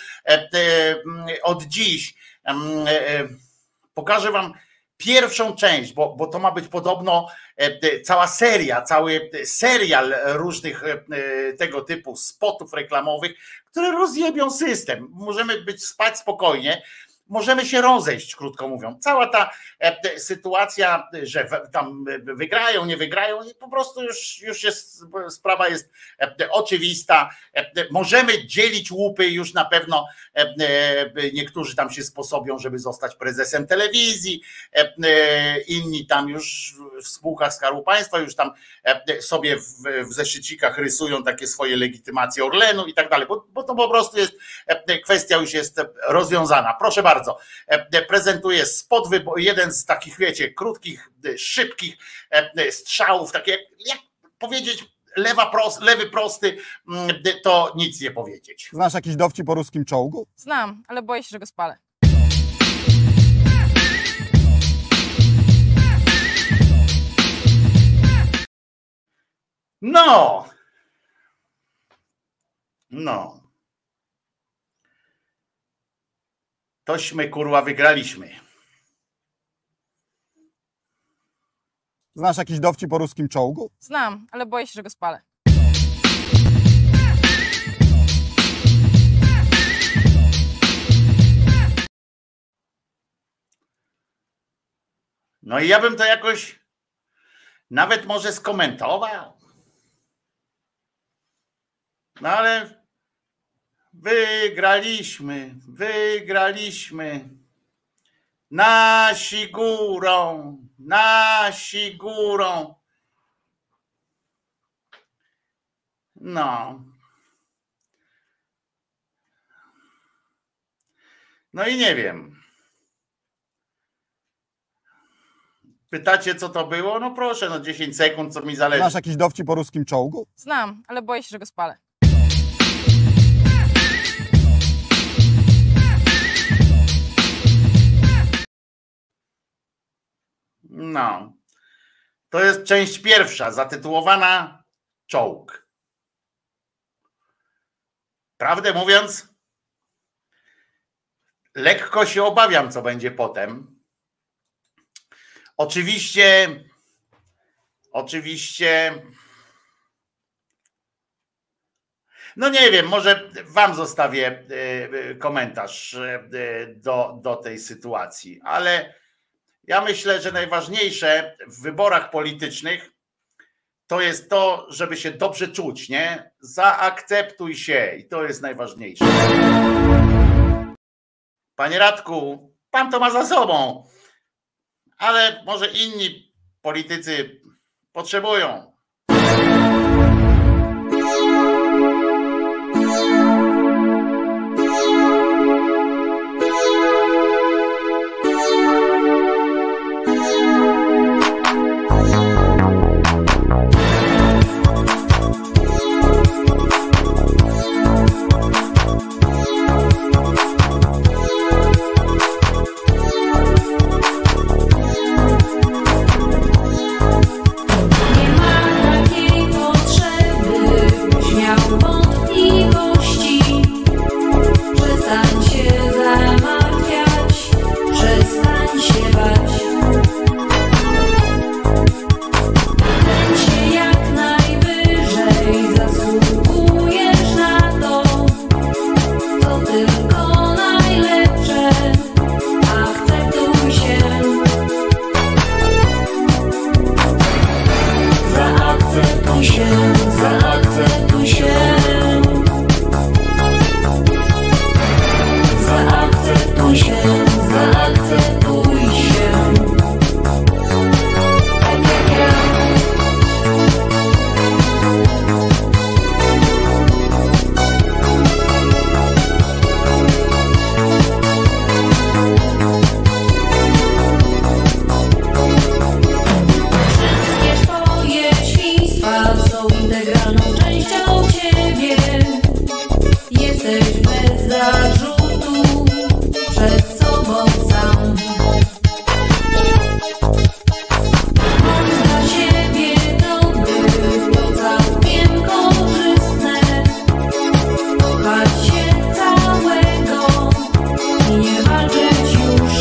od dziś pokażę wam pierwszą część, bo, bo to ma być podobno cała seria, cały serial różnych tego typu spotów reklamowych, które rozjebią system. Możemy być spać spokojnie, możemy się rozejść, krótko mówiąc. Cała ta sytuacja, że tam wygrają, nie wygrają, po prostu już, już jest, sprawa jest oczywista. Możemy dzielić łupy, już na pewno niektórzy tam się sposobią, żeby zostać prezesem telewizji, inni tam już w spółkach Skarbu Państwa już tam sobie w, w zeszycikach rysują takie swoje legitymacje Orlenu i tak dalej, bo, bo to po prostu jest, kwestia już jest rozwiązana. Proszę bardzo. Bardzo. Prezentuję spot, jeden z takich, wiecie, krótkich, szybkich strzałów, takie jak, jak powiedzieć lewa prost, lewy prosty, to nic nie powiedzieć. Znasz jakiś dowcip o ruskim czołgu? Znam, ale boję się, że go spalę. No. No. Tośmy kurwa wygraliśmy. Znasz jakiś dowcip o ruskim czołgu? Znam, ale boję się, że go spalę. No i ja bym to jakoś nawet może skomentował. No ale wygraliśmy, wygraliśmy. Nasi górą, nasi górą. No. No i nie wiem. Pytacie, co to było? No proszę, no dziesięć sekund, co mi zależy. Znasz jakiś dowcip o ruskim czołgu? Znam, ale boję się, że go spalę. No, to jest część pierwsza, zatytułowana Czołg. Prawdę mówiąc, lekko się obawiam, co będzie potem. Oczywiście, oczywiście, no nie wiem, może wam zostawię komentarz do, do tej sytuacji, ale ja myślę, że najważniejsze w wyborach politycznych to jest to, żeby się dobrze czuć, nie? Zaakceptuj się i to jest najważniejsze. Panie Radku, pan to ma za sobą, ale może inni politycy potrzebują. wątpliwości. Przestań się zamartwiać, przestań się bać. Kręć się jak najwyżej, zasługujesz na to, co tylko najlepsze. Akceptuj się. Zaakceptuj się, zaakceptuj się. Zaakceptuj się, zaakceptuj się. Tak jak ja. Wszystkie twoje świństwa są integralną częścią ciebie. Jesteś bez zarzutu przed sobą sam. Mam dla siebie dobry, to całkiem korzystne. Kochać się całego i nie walczyć już.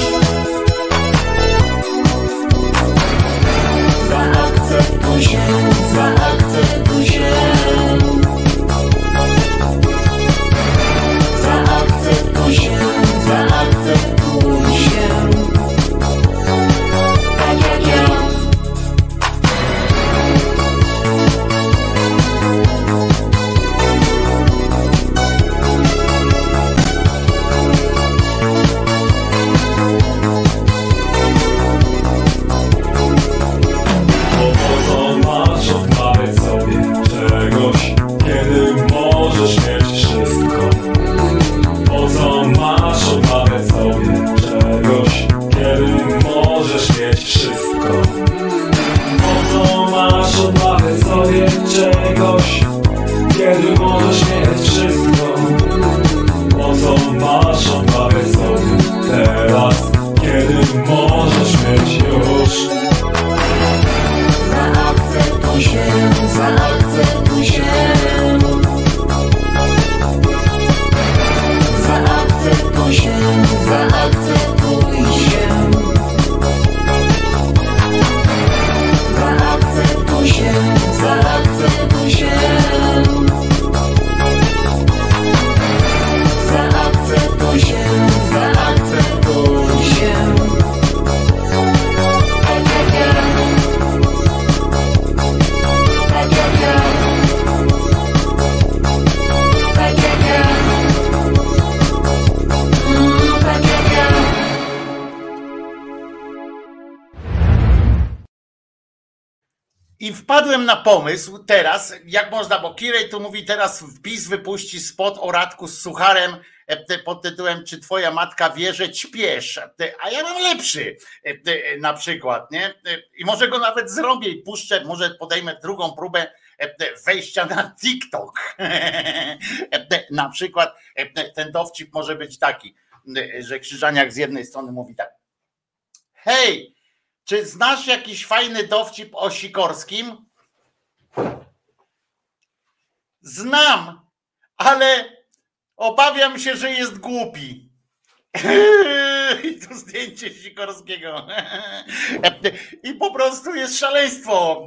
Zaakceptuj się, zaakceptuj się. Zaakceptuj się, zaakceptuj się. Tak jak ja. Po co masz odmawiać sobie czegoś, kiedy możesz mieć wszystko? Po co masz odmawiać sobie czegoś, kiedy możesz mieć wszystko? Po co masz odmawiać sobie czegoś, kiedy możesz mieć wszystko? Po co masz odmawiać sobie teraz, kiedy możesz mieć już? Zaakceptuj się, zaakceptuj się. Zaakceptuj się, zaakceptuj się. Zaakceptuj się, zaakceptuj się. Zaakceptuj się, zaakceptuj się. Tak jak ja. Tak jak ja. Tak jak ja. Mm, tak jak ja. I wpadłem na pomysł teraz, jak można, bo Kirej tu mówi teraz wpis wypuści spot o Radku z Sucharem e, pod tytułem Czy twoja matka wie, że ćpiesz? E, A ja mam lepszy e, e, na przykład, nie? E, I może go nawet zrobię i puszczę, może podejmę drugą próbę e, wejścia na TikTok. E, Na przykład e, ten dowcip może być taki, e, że Krzyżaniak z jednej strony mówi tak: hej, czy znasz jakiś fajny dowcip o Sikorskim? Znam, ale obawiam się, że jest głupi. I to zdjęcie Sikorskiego. I po prostu jest szaleństwo.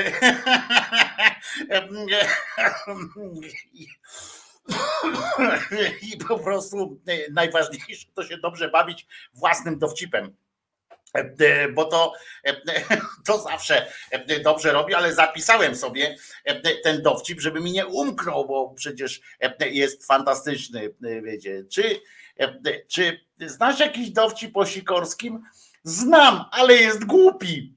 I po prostu najważniejsze to się dobrze bawić własnym dowcipem. Bo to, to zawsze dobrze robi, ale zapisałem sobie ten dowcip, żeby mi nie umknął, bo przecież jest fantastyczny. Wiecie, czy, czy znasz jakiś dowcip o Sikorskim? Znam, ale jest głupi.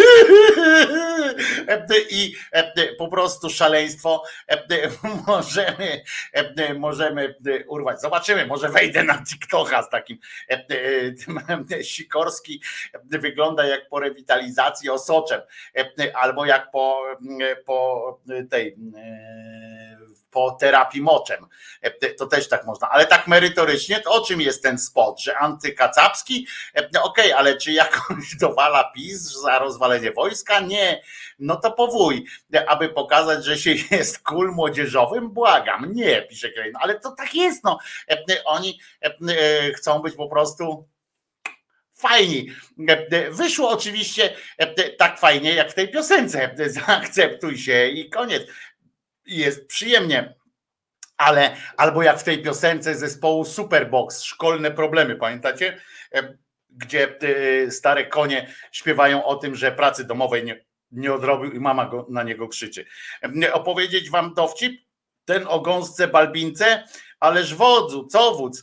I po prostu szaleństwo możemy, możemy urwać. Zobaczymy, może wejdę na TikToka z takim. Sikorski wygląda jak po rewitalizacji osoczem, albo jak po, po tej po terapii moczem. To też tak można, ale tak merytorycznie, to o czym jest ten spot, że antykacapski? Okej, okay, ale czy jakąś dowala PiS za rozwalenie wojska? Nie, no to powój, aby pokazać, że się jest cool młodzieżowym, błagam, nie, pisze Krain, ale to tak jest, no, oni chcą być po prostu fajni. Wyszło oczywiście tak fajnie, jak w tej piosence, zaakceptuj się i koniec. Jest przyjemnie, ale albo jak w tej piosence zespołu Superbox, szkolne problemy, pamiętacie? Gdzie stare konie śpiewają o tym, że pracy domowej nie, nie odrobił i mama go, na niego krzyczy. Opowiedzieć wam dowcip? Ten o gąsce Balbince? Ależ wodzu, co wódz?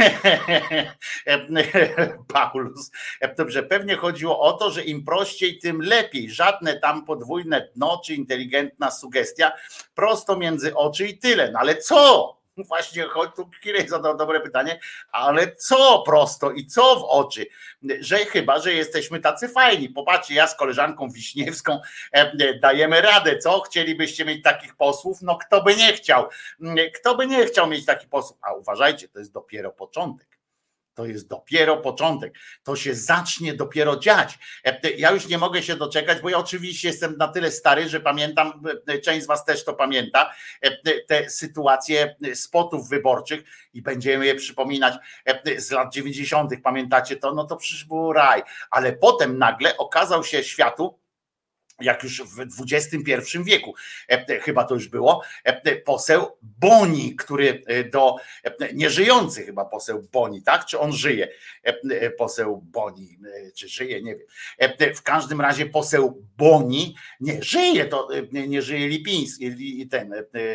Paulus. Dobrze, pewnie chodziło o to, że im prościej, tym lepiej. Żadne tam podwójne dno czy inteligentna sugestia. Prosto między oczy i tyle. No ale co? Właśnie, choć tu Kirej zadał dobre pytanie, ale co prosto i co w oczy? Że chyba, że jesteśmy tacy fajni. Popatrzcie, ja z koleżanką Wiśniewską dajemy radę, co? Chcielibyście mieć takich posłów? No kto by nie chciał? Kto by nie chciał mieć takich posłów? A uważajcie, to jest dopiero początek. To jest dopiero początek. To się zacznie dopiero dziać. Ja już nie mogę się doczekać, bo ja oczywiście jestem na tyle stary, że pamiętam, część z was też to pamięta, te sytuacje spotów wyborczych i będziemy je przypominać z lat dziewięćdziesiątych. Pamiętacie to? No to przecież był raj. Ale potem nagle okazał się światu, jak już w dwudziestym pierwszym wieku, chyba to już było, poseł Boni, który do, nieżyjący chyba poseł Boni, tak? Czy on żyje? Poseł Boni, czy żyje? Nie wiem. W każdym razie poseł Boni nie żyje, to nie żyje Lipiński, ten,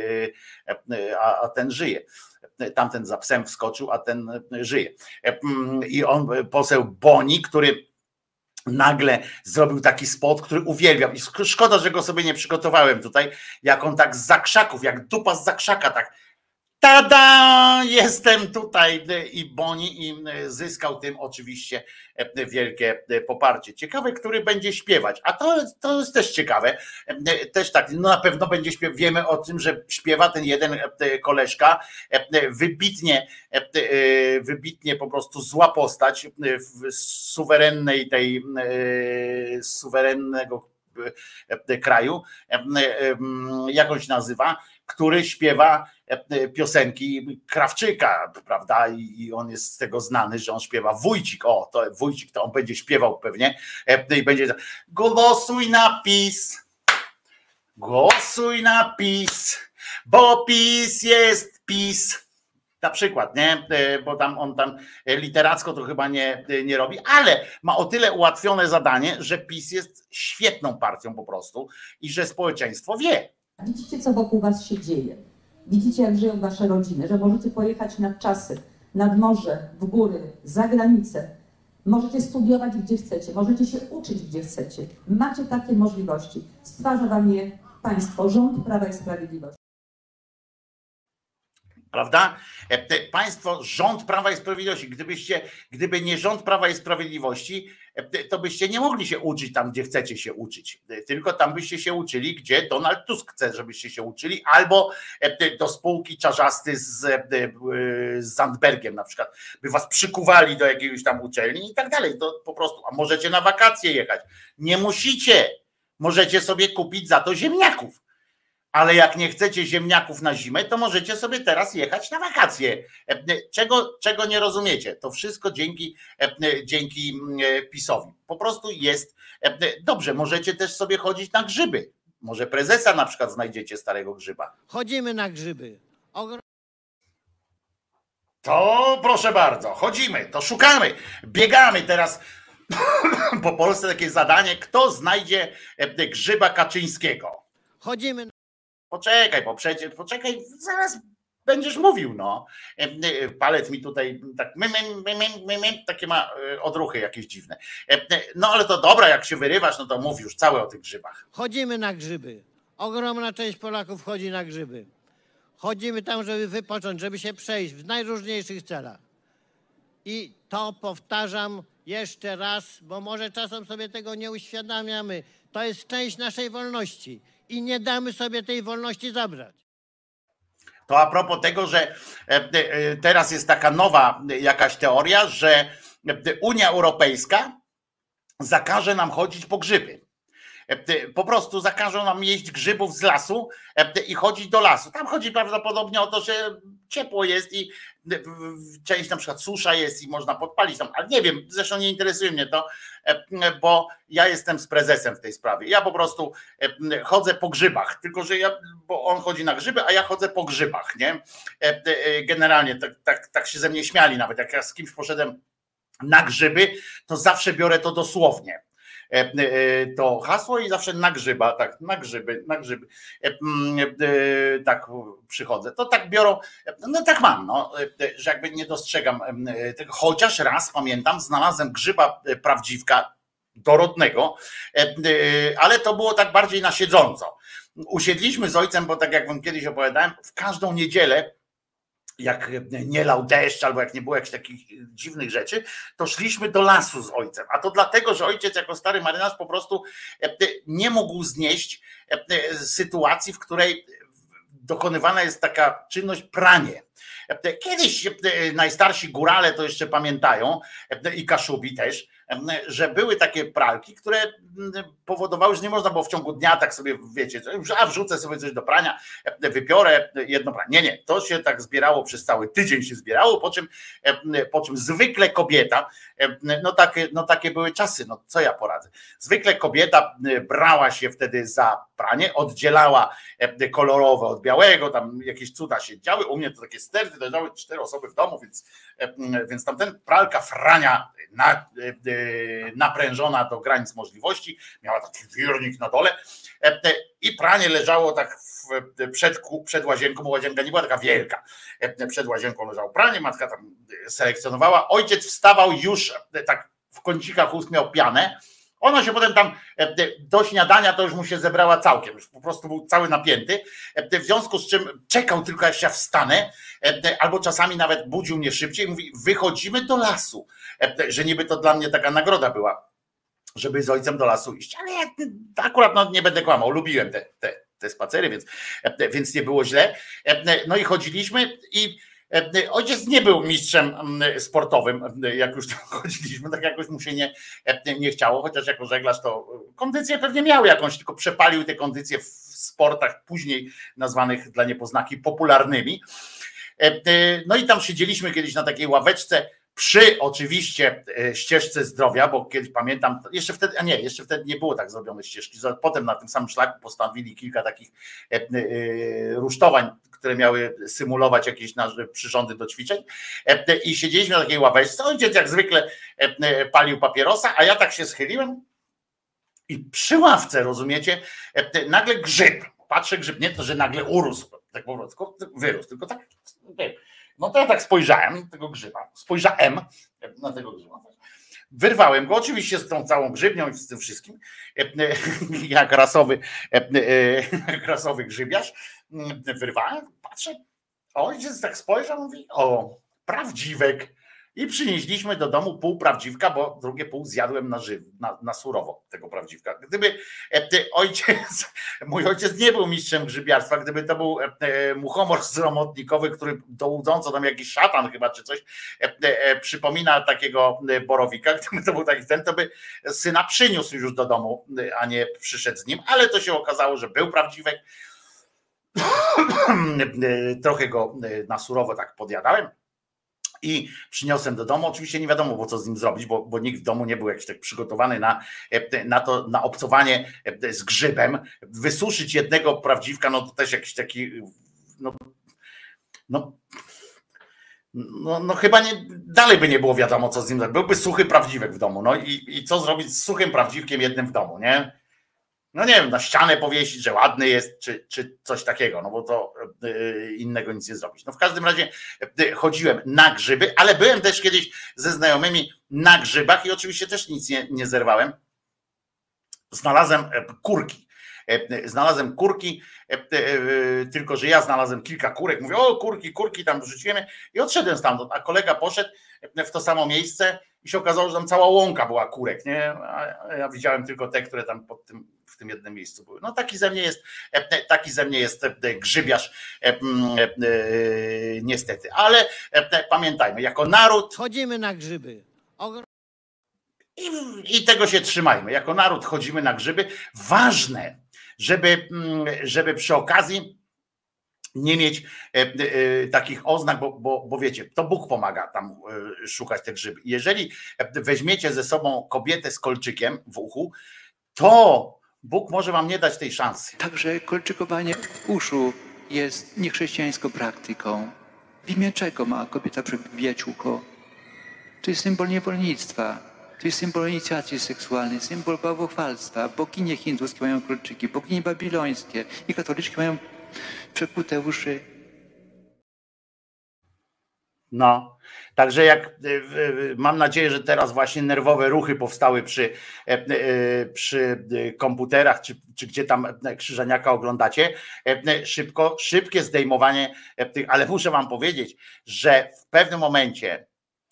a, a ten żyje. Tamten za psem wskoczył, a ten żyje. I on, poseł Boni, który nagle zrobił taki spot, który uwielbiam i szkoda, że go sobie nie przygotowałem tutaj, jak on tak z zakrzaków, jak dupa z zakrzaka, tak tada, jestem tutaj i Boni i zyskał tym oczywiście wielkie poparcie. Ciekawe, który będzie śpiewać, a to, to jest też ciekawe, też tak, no na pewno będzie śpiewał, wiemy o tym, że śpiewa ten jeden koleżka, wybitnie, wybitnie po prostu zła postać w suwerennej tej, suwerennego kraju, jak on się nazywa, który śpiewa piosenki Krawczyka, prawda? I on jest z tego znany, że on śpiewa Wójcik. O, to Wójcik, to on będzie śpiewał pewnie i będzie głosuj na PiS, głosuj na PiS, bo PiS jest PiS. Na przykład, nie? Bo tam on tam literacko to chyba nie, nie robi, ale ma o tyle ułatwione zadanie, że PiS jest świetną partią po prostu i że społeczeństwo wie. Widzicie, co wokół was się dzieje. Widzicie, jak żyją wasze rodziny, że możecie pojechać nad czasy, nad morze, w góry, za granicę. Możecie studiować gdzie chcecie, możecie się uczyć gdzie chcecie. Macie takie możliwości. Stwarza wam je państwo, rząd Prawa i Sprawiedliwości. Prawda? Państwo, rząd Prawa i Sprawiedliwości. Gdybyście, gdyby nie rząd Prawa i Sprawiedliwości, to byście nie mogli się uczyć tam, gdzie chcecie się uczyć. Tylko tam byście się uczyli, gdzie Donald Tusk chce, żebyście się uczyli, albo do spółki czarzasty z, z Zandbergiem na przykład. By was przykuwali do jakiegoś tam uczelni i tak dalej. To po prostu, a możecie na wakacje jechać. Nie musicie. Możecie sobie kupić za to ziemniaków. Ale jak nie chcecie ziemniaków na zimę, to możecie sobie teraz jechać na wakacje. Czego, czego nie rozumiecie? To wszystko dzięki, dzięki PiS-owi. Po prostu jest dobrze. Możecie też sobie chodzić na grzyby. Może prezesa na przykład znajdziecie starego grzyba. Chodzimy na grzyby. Ogr- To proszę bardzo, chodzimy, to szukamy, biegamy teraz po Polsce takie zadanie, kto znajdzie grzyba Kaczyńskiego. Chodzimy na... Poczekaj, bo przecież, poczekaj, zaraz będziesz mówił, no. Palec mi tutaj tak, my, my, my, my, my, takie ma odruchy jakieś dziwne. No ale to dobra, jak się wyrywasz, no to mów już całe o tych grzybach. Chodzimy na grzyby. Ogromna część Polaków chodzi na grzyby. Chodzimy tam, żeby wypocząć, żeby się przejść w najróżniejszych celach. I to powtarzam jeszcze raz, bo może czasem sobie tego nie uświadamiamy. To jest część naszej wolności i nie damy sobie tej wolności zabrać. To a propos tego, że teraz jest taka nowa jakaś teoria, że Unia Europejska zakaże nam chodzić po grzyby. Po prostu zakażą nam jeść grzybów z lasu i chodzić do lasu. Tam chodzi prawdopodobnie o to, że ciepło jest i część na przykład susza jest i można podpalić tam, ale nie wiem, zresztą nie interesuje mnie to, bo ja jestem z prezesem w tej sprawie. Ja po prostu chodzę po grzybach, tylko że ja, bo on chodzi na grzyby, a ja chodzę po grzybach, nie? Generalnie tak, tak, tak się ze mnie śmiali nawet, jak ja z kimś poszedłem na grzyby, to zawsze biorę to dosłownie. To hasło i zawsze na grzyba, tak, na grzyby, na grzyby, tak przychodzę. To tak biorą, no tak mam, no, że jakby nie dostrzegam tego. Chociaż raz pamiętam, znalazłem grzyba prawdziwka dorodnego, ale to było tak bardziej na siedząco. Usiedliśmy z ojcem, bo tak jak wam kiedyś opowiadałem, w każdą niedzielę, jak nie lał deszcz albo jak nie było jakichś takich dziwnych rzeczy, to szliśmy do lasu z ojcem. A to dlatego, że ojciec jako stary marynarz po prostu nie mógł znieść sytuacji, w której dokonywana jest taka czynność pranie. Kiedyś najstarsi górale to jeszcze pamiętają i Kaszubi też, że były takie pralki, które powodowały, że nie można było w ciągu dnia tak sobie, wiecie, a wrzucę sobie coś do prania, wypiorę jedno pranie. Nie, nie, to się tak zbierało przez cały tydzień się zbierało, po czym, po czym zwykle kobieta, no takie, no takie były czasy, no co ja poradzę. Zwykle kobieta brała się wtedy za pranie, oddzielała kolorowe od białego, tam jakieś cuda się działy, u mnie to takie sterty, to dały cztery osoby w domu, więc, więc tamten pralka frania na, naprężona do granic możliwości, miała taki wirnik na dole i pranie leżało tak przed, przed łazienką, bo łazienka nie była taka wielka, przed łazienką leżało pranie, matka tam selekcjonowała, ojciec wstawał już tak w kącikach ust miał pianę, ona się potem tam do śniadania to już mu się zebrała całkiem, już po prostu był cały napięty, w związku z czym czekał tylko aż ja wstanę, albo czasami nawet budził mnie szybciej, mówi wychodzimy do lasu, że niby to dla mnie taka nagroda była, żeby z ojcem do lasu iść, ale ja akurat no, nie będę kłamał, lubiłem te, te, te spacery, więc, więc nie było źle. No i chodziliśmy i ojciec nie był mistrzem sportowym, jak już tam chodziliśmy, tak jakoś mu się nie, nie chciało, chociaż jako żeglarz to kondycję pewnie miał jakąś, tylko przepalił te kondycje w sportach później nazwanych dla niepoznaki popularnymi. No i tam siedzieliśmy kiedyś na takiej ławeczce przy oczywiście ścieżce zdrowia, bo kiedyś pamiętam, jeszcze wtedy, a nie, jeszcze wtedy nie było tak zrobione ścieżki, potem na tym samym szlaku postawili kilka takich rusztowań, które miały symulować jakieś przyrządy do ćwiczeń i siedzieliśmy na takiej ławeczce, ojciec jak zwykle palił papierosa, a ja tak się schyliłem i przy ławce, rozumiecie, nagle grzyb, patrzę grzyb, nie to, że nagle urósł, tak po prostu wyrósł, tylko tak, no to ja tak spojrzałem na tego grzyba, spojrzałem na tego grzyba, wyrwałem go, oczywiście z tą całą grzybnią i z tym wszystkim, jak rasowy, jak rasowy grzybiarz, wyrwałem, patrzę, ojciec tak spojrzał, mówi, o, prawdziwek. I przynieśliśmy do domu pół prawdziwka, bo drugie pół zjadłem na, żyw, na, na surowo tego prawdziwka. Gdyby ojciec, mój ojciec nie był mistrzem grzybiarstwa, gdyby to był muchomor sromotnikowy, który dołudząco tam jakiś szatan chyba czy coś przypomina takiego borowika, gdyby to był taki ten, to by syna przyniósł już do domu, a nie przyszedł z nim, ale to się okazało, że był prawdziwek. Trochę go na surowo tak podjadałem. I przyniosłem do domu, oczywiście nie wiadomo było co z nim zrobić, bo, bo nikt w domu nie był jakiś tak przygotowany na, na to, na obcowanie z grzybem. Wysuszyć jednego prawdziwka, no to też jakiś taki, no, no, no, no chyba nie, dalej by nie było wiadomo co z nim zrobić. Byłby suchy prawdziwek w domu, no i, i co zrobić z suchym prawdziwkiem jednym w domu, nie? No nie wiem, na ścianę powiesić, że ładny jest, czy, czy coś takiego, no bo to yy, innego nic nie zrobić. No w każdym razie yy, chodziłem na grzyby, ale byłem też kiedyś ze znajomymi na grzybach i oczywiście też nic nie, nie zerwałem. Znalazłem kurki. Znalazłem kurki, tylko że ja znalazłem kilka kurek. Mówię, o kurki, kurki, tam wrzuciłem i odszedłem stamtąd, a kolega poszedł w to samo miejsce i się okazało, że tam cała łąka była kurek, nie? A ja widziałem tylko te, które tam pod tym, w tym jednym miejscu były. No taki ze mnie jest, taki ze mnie jest grzybiarz, niestety. Ale pamiętajmy, jako naród... Chodzimy na grzyby. I, I tego się trzymajmy. Jako naród chodzimy na grzyby. Ważne, żeby, żeby przy okazji nie mieć e, e, takich oznak, bo, bo, bo wiecie, to Bóg pomaga tam e, szukać te grzyby. Jeżeli weźmiecie ze sobą kobietę z kolczykiem w uchu, to Bóg może wam nie dać tej szansy. Także kolczykowanie uszu jest niechrześcijańską praktyką. W imię czego ma kobieta przebijać ucho? To jest symbol niewolnictwa. To jest symbol inicjacji seksualnej, symbol bałwochwalstwa. Boginie hinduskie mają kolczyki, boginie babilońskie i katoliczki mają przekute uszy. No, także jak mam nadzieję, że teraz właśnie nerwowe ruchy powstały przy, przy komputerach, czy, czy gdzie tam Krzyżaniaka oglądacie, szybko, szybkie zdejmowanie tych, ale muszę wam powiedzieć, że w pewnym momencie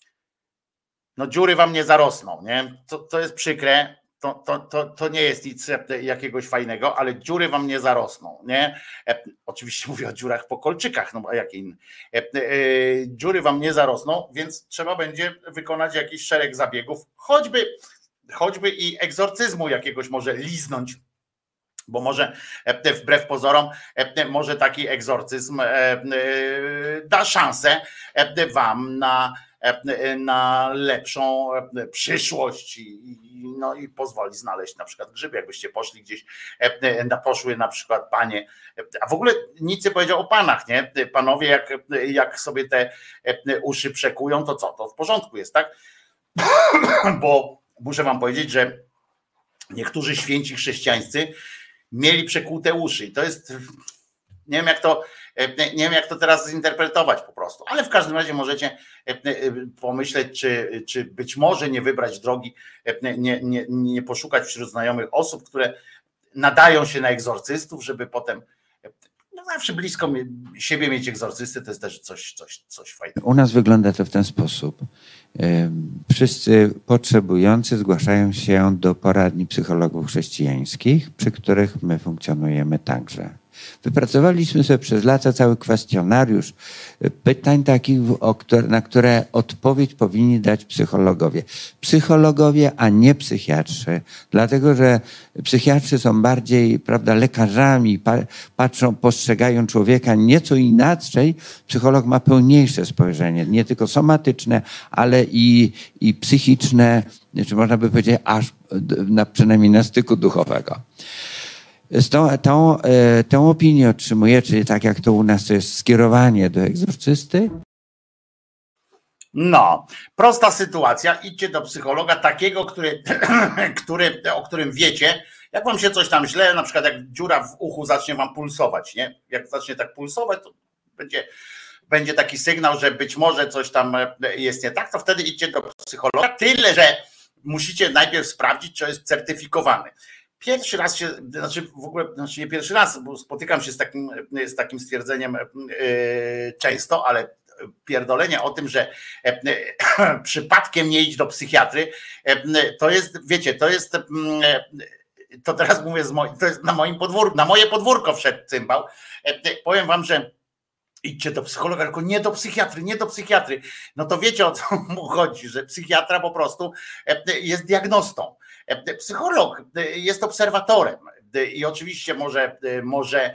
no dziury wam nie zarosną, nie? To, to jest przykre, to, to, to, to nie jest nic jakiegoś fajnego, ale dziury wam nie zarosną, nie? E, oczywiście mówię o dziurach po kolczykach, no a jakie inne. E, e, dziury wam nie zarosną, więc trzeba będzie wykonać jakiś szereg zabiegów, choćby, choćby i egzorcyzmu jakiegoś może liznąć, bo może wbrew pozorom może taki egzorcyzm da szansę wam na na lepszą przyszłość i, no i pozwoli znaleźć na przykład grzyby, jakbyście poszli gdzieś, poszły na przykład panie, a w ogóle nic nie powiedział o panach, nie? Panowie jak, jak sobie te uszy przekują, to co? To w porządku jest, tak? Bo muszę wam powiedzieć, że niektórzy święci chrześcijańscy mieli przekłute uszy i to jest, nie wiem jak to, nie wiem jak to teraz zinterpretować po prostu, ale w każdym razie możecie pomyśleć, czy, czy być może nie wybrać drogi, nie, nie, nie poszukać wśród znajomych osób, które nadają się na egzorcystów, żeby potem no zawsze blisko siebie mieć egzorcysty, to jest też coś, coś, coś fajnego. U nas wygląda to w ten sposób. Wszyscy potrzebujący zgłaszają się do poradni psychologów chrześcijańskich, przy których my funkcjonujemy także. Wypracowaliśmy sobie przez lata cały kwestionariusz pytań takich, na które odpowiedź powinni dać psychologowie. Psychologowie, a nie psychiatrzy, dlatego że psychiatrzy są bardziej, prawda, lekarzami, patrzą, postrzegają człowieka nieco inaczej. Psycholog ma pełniejsze spojrzenie, nie tylko somatyczne, ale i, i psychiczne, czy można by powiedzieć aż na, przynajmniej na styku duchowego. Z tą, tą, tą opinię otrzymuję, czyli tak jak to u nas to jest skierowanie do egzorcysty. No, prosta sytuacja, idźcie do psychologa takiego, który, który, o którym wiecie, jak wam się coś tam źle, na przykład jak dziura w uchu zacznie wam pulsować, nie? Jak zacznie tak pulsować, to będzie, będzie taki sygnał, że być może coś tam jest nie tak, to wtedy idźcie do psychologa, tyle, że musicie najpierw sprawdzić, czy jest certyfikowany. Pierwszy raz się, znaczy w ogóle, znaczy nie pierwszy raz, bo spotykam się z takim, z takim stwierdzeniem yy, często, ale pierdolenie o tym, że yy, przypadkiem nie idź do psychiatry, yy, to jest, wiecie, to jest, yy, to teraz mówię, z moi, to jest na moim podwórku, na moje podwórko wszedł cymbał. Yy, powiem wam, że idźcie do psychologa, tylko nie do psychiatry, nie do psychiatry. No to wiecie o co mu chodzi, że psychiatra po prostu jest diagnostą. Psycholog jest obserwatorem i oczywiście może, może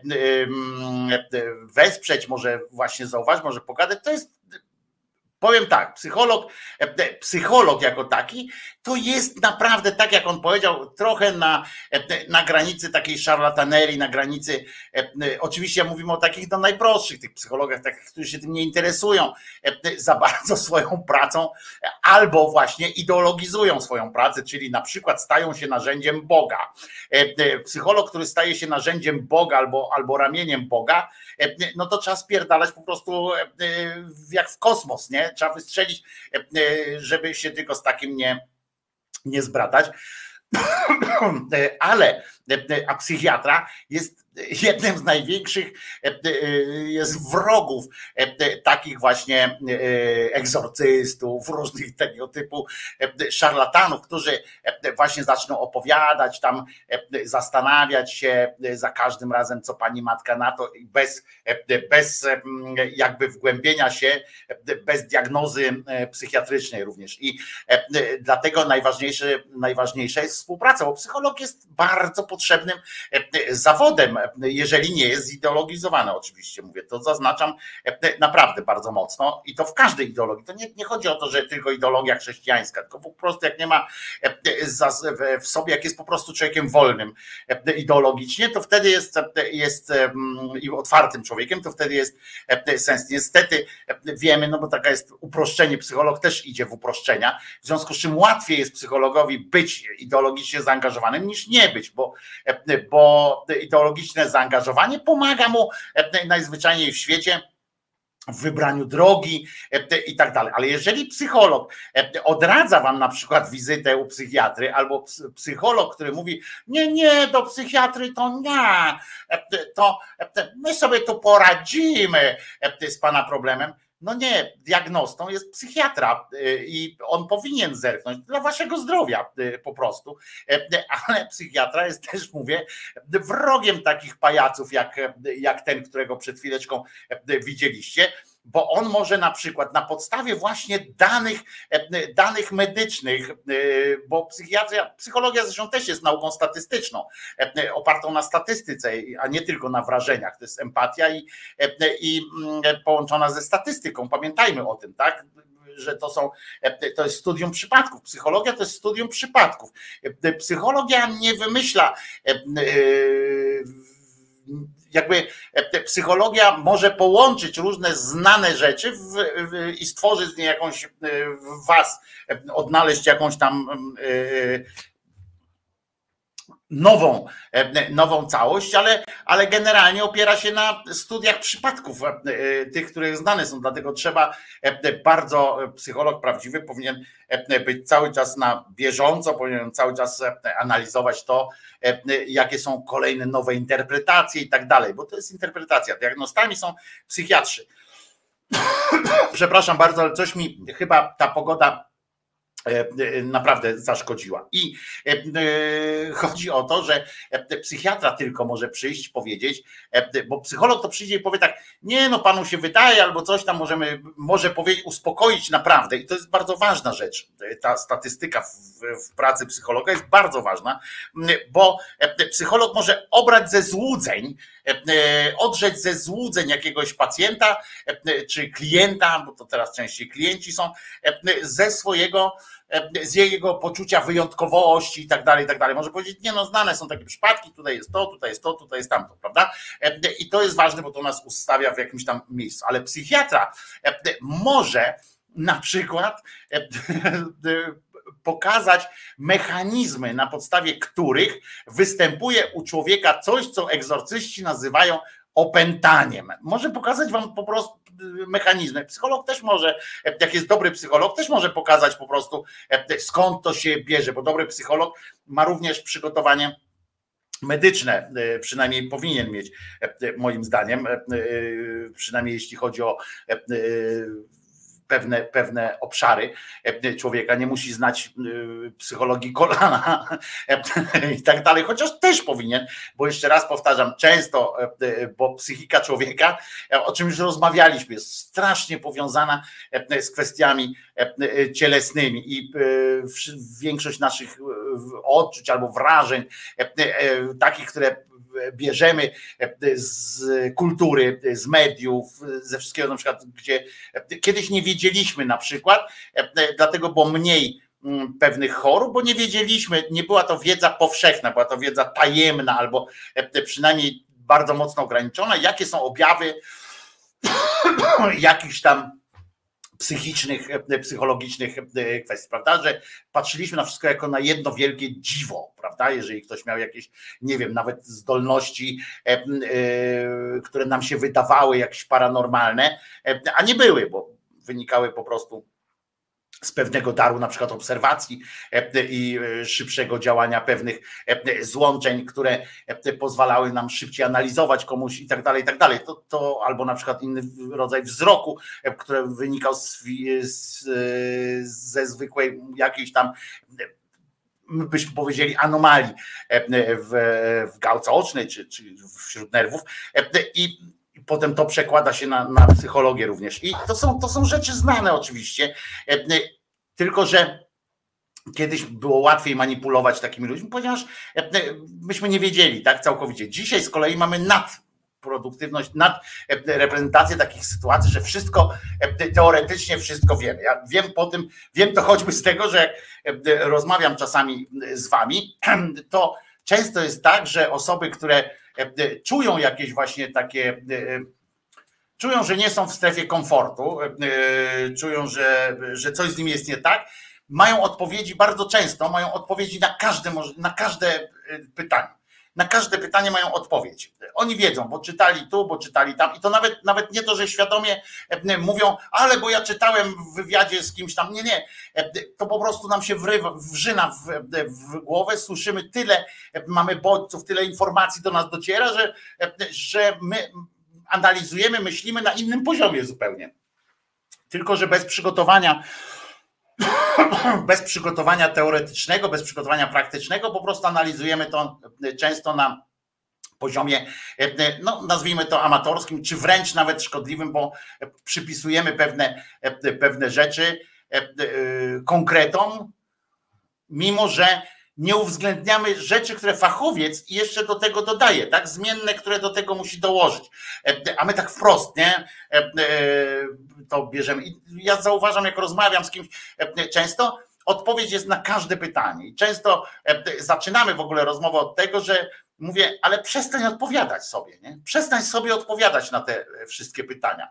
wesprzeć, może właśnie zauważyć, może pogadać. To jest, powiem tak, psycholog, psycholog jako taki, to jest naprawdę, tak jak on powiedział, trochę na, na granicy takiej szarlatanerii, na granicy, oczywiście mówimy o takich no, najprostszych tych psychologach, takich, którzy się tym nie interesują za bardzo swoją pracą, albo właśnie ideologizują swoją pracę, czyli na przykład stają się narzędziem Boga. Psycholog, który staje się narzędziem Boga albo, albo ramieniem Boga, no to trzeba spierdalać po prostu jak w kosmos, nie? Trzeba wystrzelić, żeby się tylko z takim nie nie zbratać, ale a psychiatra jest jednym z największych jest wrogów takich właśnie egzorcystów, różnych tego typu szarlatanów, którzy właśnie zaczną opowiadać tam, zastanawiać się za każdym razem, co pani matka na to, bez, bez jakby wgłębienia się, bez diagnozy psychiatrycznej również. I dlatego najważniejsze, najważniejsza jest współpraca, bo psycholog jest bardzo potrzebnym zawodem, jeżeli nie jest zideologizowany, oczywiście mówię, to zaznaczam naprawdę bardzo mocno i to w każdej ideologii. To nie, nie chodzi o to, że tylko ideologia chrześcijańska, tylko po prostu jak nie ma w sobie, jak jest po prostu człowiekiem wolnym ideologicznie, to wtedy jest, jest i otwartym człowiekiem, to wtedy jest sens. Niestety wiemy, no bo taka jest uproszczenie, psycholog też idzie w uproszczenia, w związku z czym łatwiej jest psychologowi być ideologicznie zaangażowanym niż nie być, bo, bo ideologiczne zaangażowanie pomaga mu najzwyczajniej w świecie w wybraniu drogi i tak dalej. Ale jeżeli psycholog odradza wam na przykład wizytę u psychiatry, albo psycholog, który mówi, nie, nie, do psychiatry to nie, to my sobie tu poradzimy z pana problemem. No nie, diagnostą jest psychiatra i on powinien zerknąć dla waszego zdrowia po prostu, ale psychiatra jest też, mówię, wrogiem takich pajaców jak, jak ten, którego przed chwileczką widzieliście, bo on może na przykład na podstawie właśnie danych, danych medycznych, bo psychiatria, psychologia zresztą też jest nauką statystyczną, opartą na statystyce, a nie tylko na wrażeniach. To jest empatia i, i połączona ze statystyką. Pamiętajmy o tym, tak? Że to są, to jest studium przypadków. Psychologia to jest studium przypadków. Psychologia nie wymyśla jakby psychologia może połączyć różne znane rzeczy w, w, i stworzyć z niej jakąś w was, odnaleźć jakąś tam yy, nową, nową całość, ale, ale generalnie opiera się na studiach przypadków, tych, które znane są, dlatego trzeba bardzo, psycholog prawdziwy powinien być cały czas na bieżąco, powinien cały czas analizować to, jakie są kolejne nowe interpretacje i tak dalej, bo to jest interpretacja. Diagnostami są psychiatrzy. Przepraszam bardzo, ale coś mi chyba ta pogoda naprawdę zaszkodziła. I chodzi o to, że psychiatra tylko może przyjść, powiedzieć, bo psycholog to przyjdzie i powie tak, nie no panu się wydaje, albo coś tam możemy, może powiedzieć, uspokoić naprawdę. I to jest bardzo ważna rzecz. Ta statystyka w, w pracy psychologa jest bardzo ważna, bo psycholog może obrać ze złudzeń, odrzeć ze złudzeń jakiegoś pacjenta czy klienta, bo to teraz częściej klienci są, ze swojego, z jego poczucia wyjątkowości i tak dalej, i tak dalej. Może powiedzieć, nie no, znane są takie przypadki, tutaj jest to, tutaj jest to, tutaj jest tamto, prawda? I to jest ważne, bo to nas ustawia w jakimś tam miejscu. Ale psychiatra może na przykład pokazać mechanizmy, na podstawie których występuje u człowieka coś, co egzorcyści nazywają opętaniem. Może pokazać wam po prostu mechanizmy. Psycholog też może, jak jest dobry psycholog, też może pokazać po prostu, skąd to się bierze, bo dobry psycholog ma również przygotowanie medyczne, przynajmniej powinien mieć, moim zdaniem, przynajmniej jeśli chodzi o Pewne, pewne obszary człowieka, nie musi znać psychologii kolana i tak dalej, chociaż też powinien, bo jeszcze raz powtarzam, często, bo psychika człowieka, o czym już rozmawialiśmy, jest strasznie powiązana z kwestiami cielesnymi i większość naszych odczuć albo wrażeń, takich, które bierzemy z kultury, z mediów, ze wszystkiego, na przykład, gdzie kiedyś nie wiedzieliśmy na przykład, dlatego było mniej pewnych chorób, bo nie wiedzieliśmy, nie była to wiedza powszechna, była to wiedza tajemna albo przynajmniej bardzo mocno ograniczona, jakie są objawy jakichś tam psychicznych, psychologicznych kwestii, prawda, że patrzyliśmy na wszystko jako na jedno wielkie dziwo, prawda, jeżeli ktoś miał jakieś, nie wiem, nawet zdolności, które nam się wydawały jakieś paranormalne, a nie były, bo wynikały po prostu z pewnego daru na przykład obserwacji i szybszego działania pewnych złączeń, które pozwalały nam szybciej analizować komuś i tak dalej, i tak dalej. To, to albo na przykład inny rodzaj wzroku, który wynikał z, z, ze zwykłej jakiejś tam, byśmy powiedzieli, anomalii w, w gałce ocznej czy, czy wśród nerwów i potem to przekłada się na, na psychologię również. I to są, to są rzeczy znane oczywiście, tylko że kiedyś było łatwiej manipulować takimi ludźmi, ponieważ myśmy nie wiedzieli, tak, całkowicie. Dzisiaj z kolei mamy nadproduktywność, nadreprezentację takich sytuacji, że wszystko, teoretycznie wszystko wiemy. Ja wiem po tym, wiem to choćby z tego, że jak rozmawiam czasami z wami, to często jest tak, że osoby, które czują jakieś właśnie takie, czują, że nie są w strefie komfortu, czują, że, że coś z nimi jest nie tak, mają odpowiedzi bardzo często, mają odpowiedzi na każde, na każde pytanie. Na każde pytanie mają odpowiedź. Oni wiedzą, bo czytali tu, bo czytali tam i to nawet, nawet nie to, że świadomie mówią, ale bo ja czytałem w wywiadzie z kimś tam. Nie, nie. To po prostu nam się wrywa, wrzyna w, w głowę, słyszymy tyle, mamy bodźców, tyle informacji do nas dociera, że, że my analizujemy, myślimy na innym poziomie zupełnie. Tylko że bez przygotowania bez przygotowania teoretycznego, bez przygotowania praktycznego, po prostu analizujemy to często na poziomie, no nazwijmy to amatorskim, czy wręcz nawet szkodliwym, bo przypisujemy pewne, pewne rzeczy konkretom, mimo że nie uwzględniamy rzeczy, które fachowiec jeszcze do tego dodaje, tak? Zmienne, które do tego musi dołożyć. A my tak wprost, nie? To bierzemy. I ja zauważam, jak rozmawiam z kimś często, odpowiedź jest na każde pytanie. I często zaczynamy w ogóle rozmowę od tego, że mówię, ale przestań odpowiadać sobie, nie? Przestań sobie odpowiadać na te wszystkie pytania.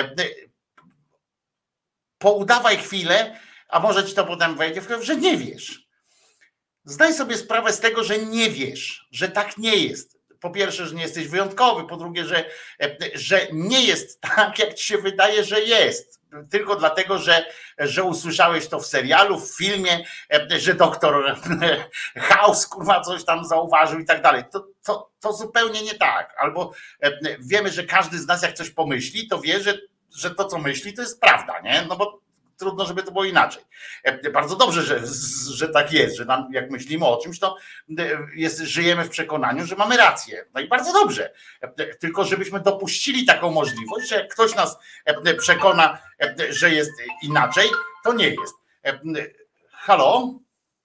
Poudawaj chwilę, a może ci to potem wejdzie w krew, że nie wiesz. Zdaj sobie sprawę z tego, że nie wiesz, że tak nie jest. Po pierwsze, że nie jesteś wyjątkowy, po drugie, że, że nie jest tak, jak ci się wydaje, że jest. Tylko dlatego, że, że usłyszałeś to w serialu, w filmie, że doktor House kurwa coś tam zauważył i tak dalej. To, to, to zupełnie nie tak. Albo wiemy, że każdy z nas jak coś pomyśli, to wie, że, że to, co myśli, to jest prawda, nie? No bo trudno, żeby to było inaczej. Bardzo dobrze, że, że tak jest, że nam, jak myślimy o czymś, to jest, żyjemy w przekonaniu, że mamy rację. No i bardzo dobrze. Tylko żebyśmy dopuścili taką możliwość, że jak ktoś nas przekona, że jest inaczej, to nie jest. Halo?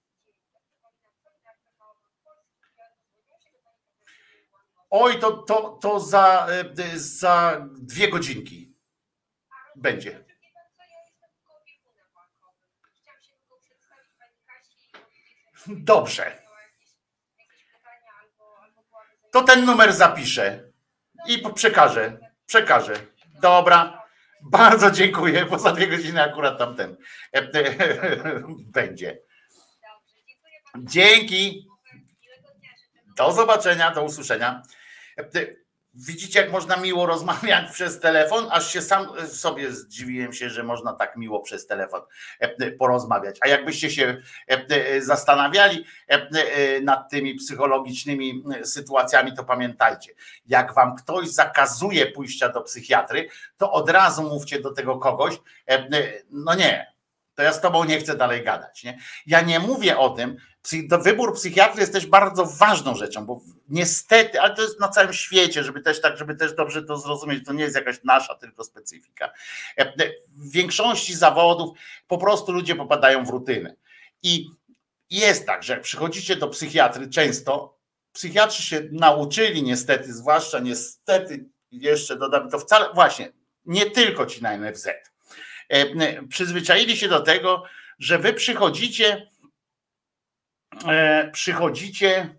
Oj, to, to, to za, za dwie godzinki będzie. Dobrze. To ten numer zapiszę i przekażę. Przekażę. Dobra. Bardzo dziękuję, bo za dwie godziny akurat tamten będzie. Dzięki. Do zobaczenia, do usłyszenia. Widzicie, jak można miło rozmawiać przez telefon, aż się sam sobie zdziwiłem się, że można tak miło przez telefon porozmawiać. A jakbyście się zastanawiali nad tymi psychologicznymi sytuacjami, to pamiętajcie, jak wam ktoś zakazuje pójścia do psychiatry, to od razu mówcie do tego kogoś, no nie, to ja z tobą nie chcę dalej gadać. Nie? Ja nie mówię o tym, wybór psychiatry jest też bardzo ważną rzeczą, bo niestety, ale to jest na całym świecie, żeby też tak, żeby też dobrze to zrozumieć, to nie jest jakaś nasza tylko specyfika. W większości zawodów po prostu ludzie popadają w rutynę. I jest tak, że jak przychodzicie do psychiatry często, psychiatrzy się nauczyli niestety, zwłaszcza niestety, jeszcze dodam, to wcale, właśnie, nie tylko ci na N F Z, przyzwyczaili się do tego, że wy przychodzicie przychodzicie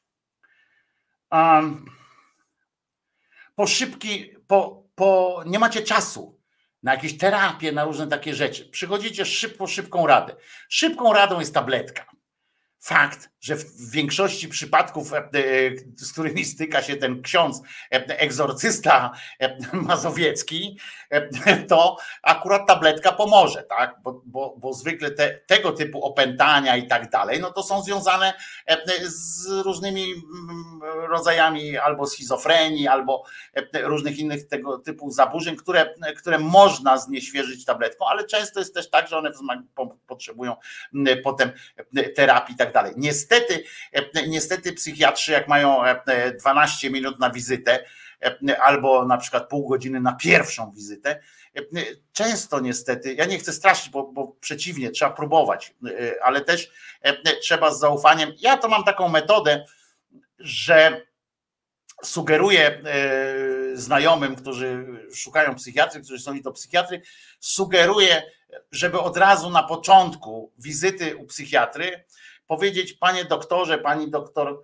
um, po szybki, po, po, nie macie czasu na jakieś terapie, na różne takie rzeczy. Przychodzicie szyb, po szybką radę. Szybką radą jest tabletka. fakt, że w większości przypadków, z którymi styka się ten ksiądz, egzorcysta mazowiecki, to akurat tabletka pomoże, tak? Bo, bo, bo zwykle te, tego typu opętania i tak dalej, no to są związane z różnymi rodzajami albo schizofrenii, albo różnych innych tego typu zaburzeń, które, które można znieświeżyć tabletką, ale często jest też tak, że one potrzebują potem terapii i tak dalej. Niestety, niestety psychiatrzy, jak mają dwanaście minut na wizytę, albo na przykład pół godziny na pierwszą wizytę, często niestety, ja nie chcę straszyć, bo, bo przeciwnie, trzeba próbować, ale też trzeba z zaufaniem. Ja to mam taką metodę, że sugeruję znajomym, którzy szukają psychiatry, którzy są do psychiatry, sugeruję, żeby od razu na początku wizyty u psychiatry powiedzieć: panie doktorze, pani doktorko,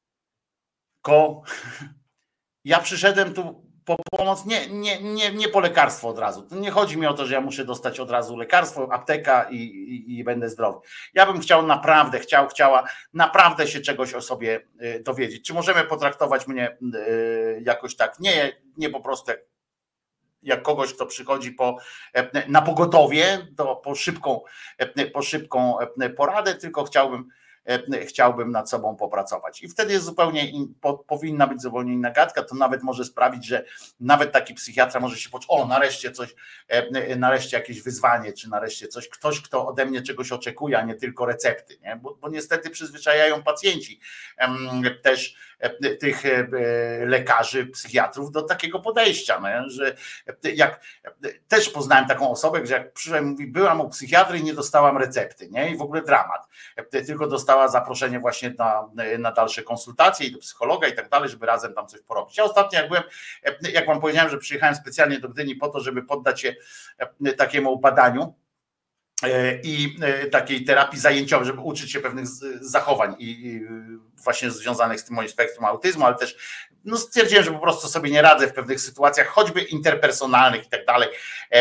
ja przyszedłem tu po pomoc, nie, nie, nie, nie po lekarstwo od razu. Nie chodzi mi o to, że ja muszę dostać od razu lekarstwo, apteka i, i, i będę zdrowy. Ja bym chciał naprawdę, chciał, chciała naprawdę się czegoś o sobie dowiedzieć. Czy możemy potraktować mnie jakoś tak? Nie, nie po prostu jak, jak kogoś, kto przychodzi po, na pogotowie, to po szybką, po szybką poradę, tylko chciałbym chciałbym nad sobą popracować. I wtedy jest zupełnie in, po, powinna być zupełnie inna gadka. To nawet może sprawić, że nawet taki psychiatra może się poczuć: o, nareszcie coś, nareszcie jakieś wyzwanie, czy nareszcie coś, ktoś, kto ode mnie czegoś oczekuje, a nie tylko recepty, nie? Bo, bo niestety przyzwyczajają pacjenci też tych lekarzy, psychiatrów do takiego podejścia, nie? Że jak też poznałem taką osobę, że jak przyszedłem, mówi: byłam u psychiatry i nie dostałam recepty, nie? I w ogóle dramat. Tylko dostała zaproszenie właśnie na, na dalsze konsultacje i do psychologa i tak dalej, żeby razem tam coś porobić. Ja ostatnio jak byłem, jak wam powiedziałem, że przyjechałem specjalnie do Gdyni po to, żeby poddać się takiemu badaniu i takiej terapii zajęciowej, żeby uczyć się pewnych zachowań i właśnie związanych z tym moim spektrum autyzmu, ale też no stwierdziłem, że po prostu sobie nie radzę w pewnych sytuacjach, choćby interpersonalnych i tak dalej,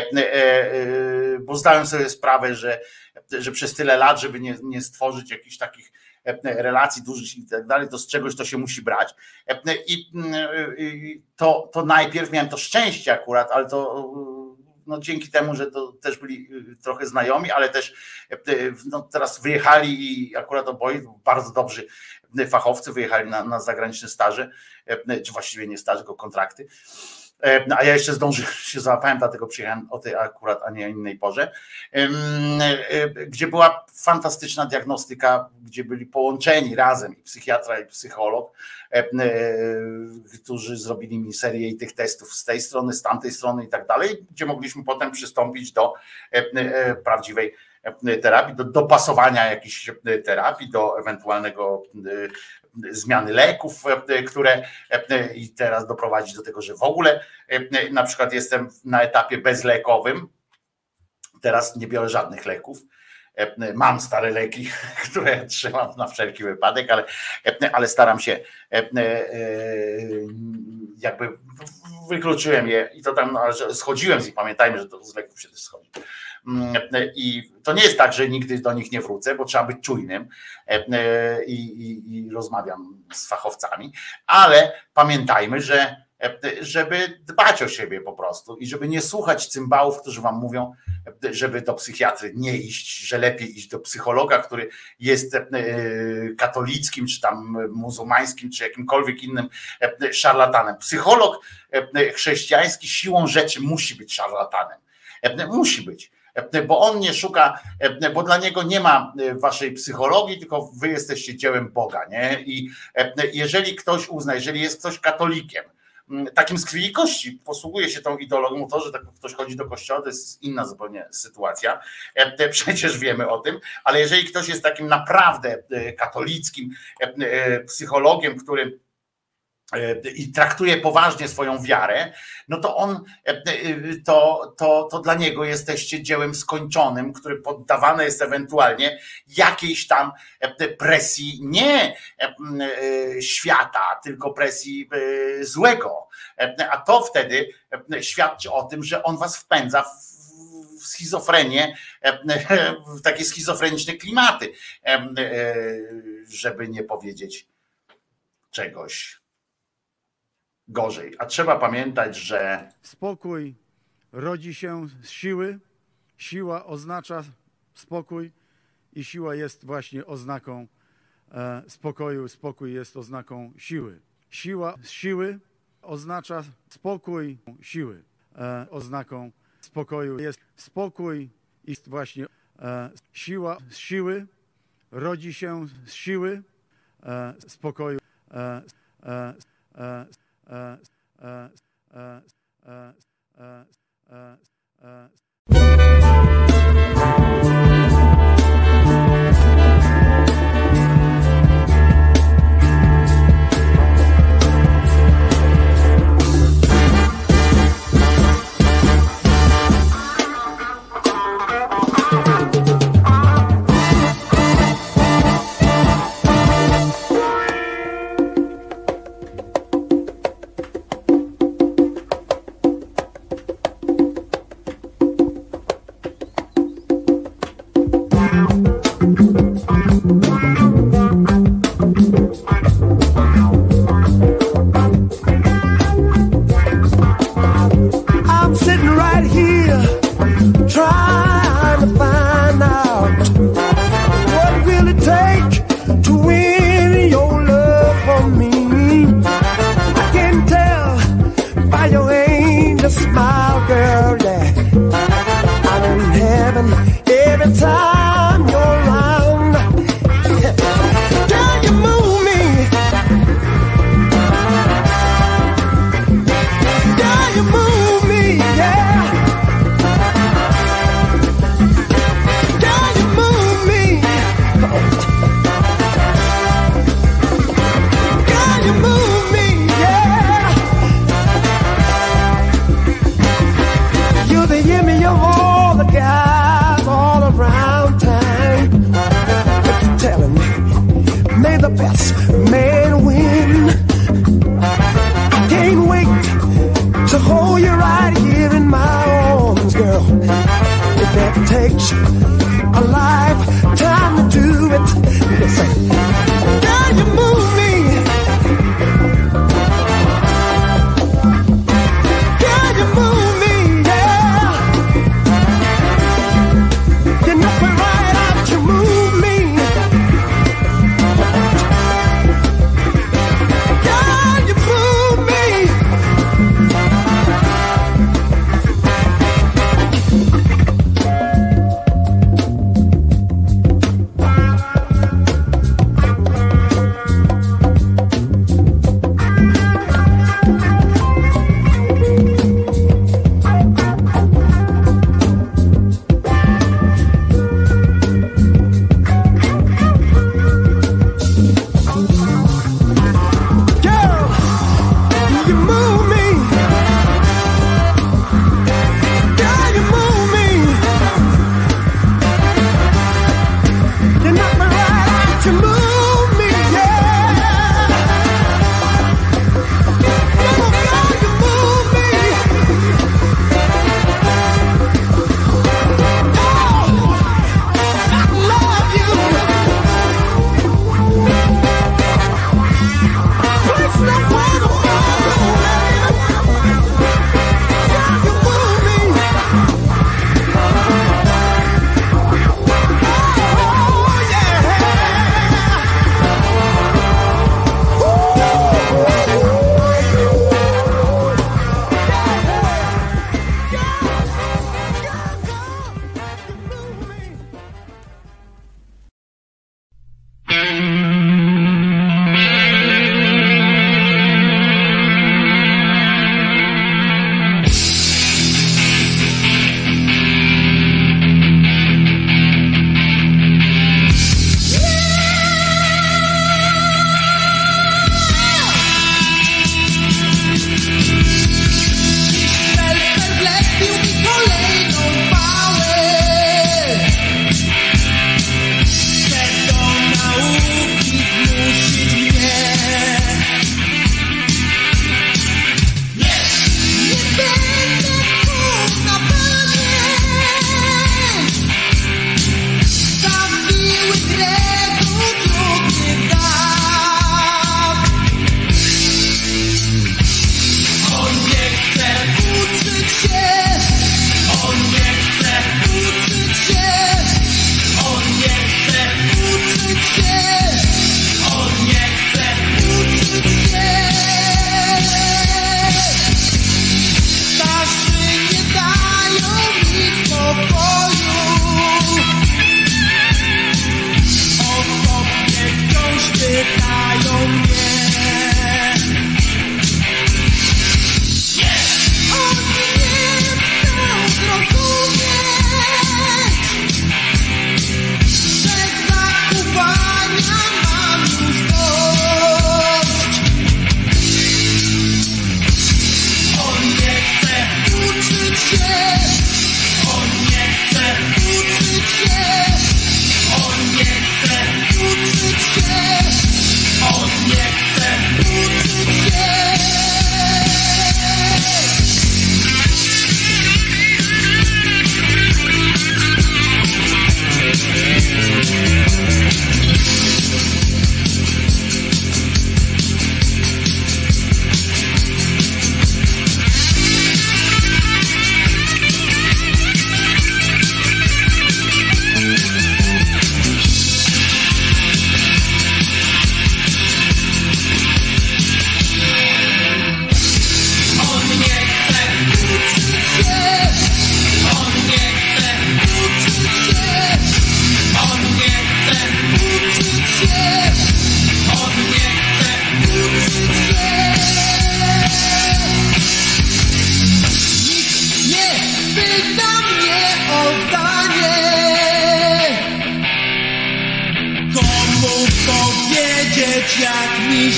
bo zdałem sobie sprawę, że, że przez tyle lat, żeby nie, nie stworzyć jakichś takich relacji dużych i tak dalej, to z czegoś to się musi brać. I to, to najpierw miałem to szczęście akurat, ale to no dzięki temu, że to też byli trochę znajomi, ale też no teraz wyjechali i akurat oboje bardzo dobrzy fachowcy wyjechali na, na zagraniczne staże, czy właściwie nie staże, tylko kontrakty. A ja jeszcze zdążyłem, się załapałem, dlatego przyjechałem o tej akurat, a nie innej porze, gdzie była fantastyczna diagnostyka, gdzie byli połączeni razem i psychiatra, i psycholog, którzy zrobili mi serię tych testów z tej strony, z tamtej strony i tak dalej, gdzie mogliśmy potem przystąpić do prawdziwej terapii, do dopasowania jakiejś terapii, do ewentualnego zmiany leków, które i teraz doprowadzić do tego, że w ogóle na przykład jestem na etapie bezlekowym, teraz nie biorę żadnych leków, mam stare leki, które trzymam na wszelki wypadek, ale, ale staram się, jakby wykluczyłem je i to tam, no, schodziłem z nich, pamiętajmy, że to z leków się też schodzi. I to nie jest tak, że nigdy do nich nie wrócę, bo trzeba być czujnym i, i, i rozmawiam z fachowcami, ale pamiętajmy, że żeby dbać o siebie po prostu i żeby nie słuchać cymbałów, którzy wam mówią, żeby do psychiatry nie iść, że lepiej iść do psychologa, który jest katolickim, czy tam muzułmańskim, czy jakimkolwiek innym szarlatanem. Psycholog chrześcijański siłą rzeczy musi być szarlatanem. Musi być. Bo on nie szuka, bo dla niego nie ma waszej psychologii, tylko wy jesteście dziełem Boga, nie? I jeżeli ktoś uzna, jeżeli jest ktoś katolikiem, takim z krwi i kości, posługuje się tą ideologią, to, że tak ktoś chodzi do kościoła, to jest inna zupełnie sytuacja, przecież wiemy o tym, ale jeżeli ktoś jest takim naprawdę katolickim psychologiem, który i traktuje poważnie swoją wiarę, no to on, to, to, to dla niego jesteście dziełem skończonym, który poddawany jest ewentualnie jakiejś tam presji nie świata, tylko presji złego. A to wtedy świadczy o tym, że on was wpędza w w schizofrenię, w takie schizofreniczne klimaty, żeby nie powiedzieć czegoś gorzej. A trzeba pamiętać, że spokój rodzi się z siły, siła oznacza spokój i siła jest właśnie oznaką e, spokoju, spokój jest oznaką siły. Siła z siły oznacza spokój, siły. E, oznaką spokoju jest spokój i właśnie e, siła z siły rodzi się z siły e, spokoju. E, e, e, e, e, e, e, e, e, e.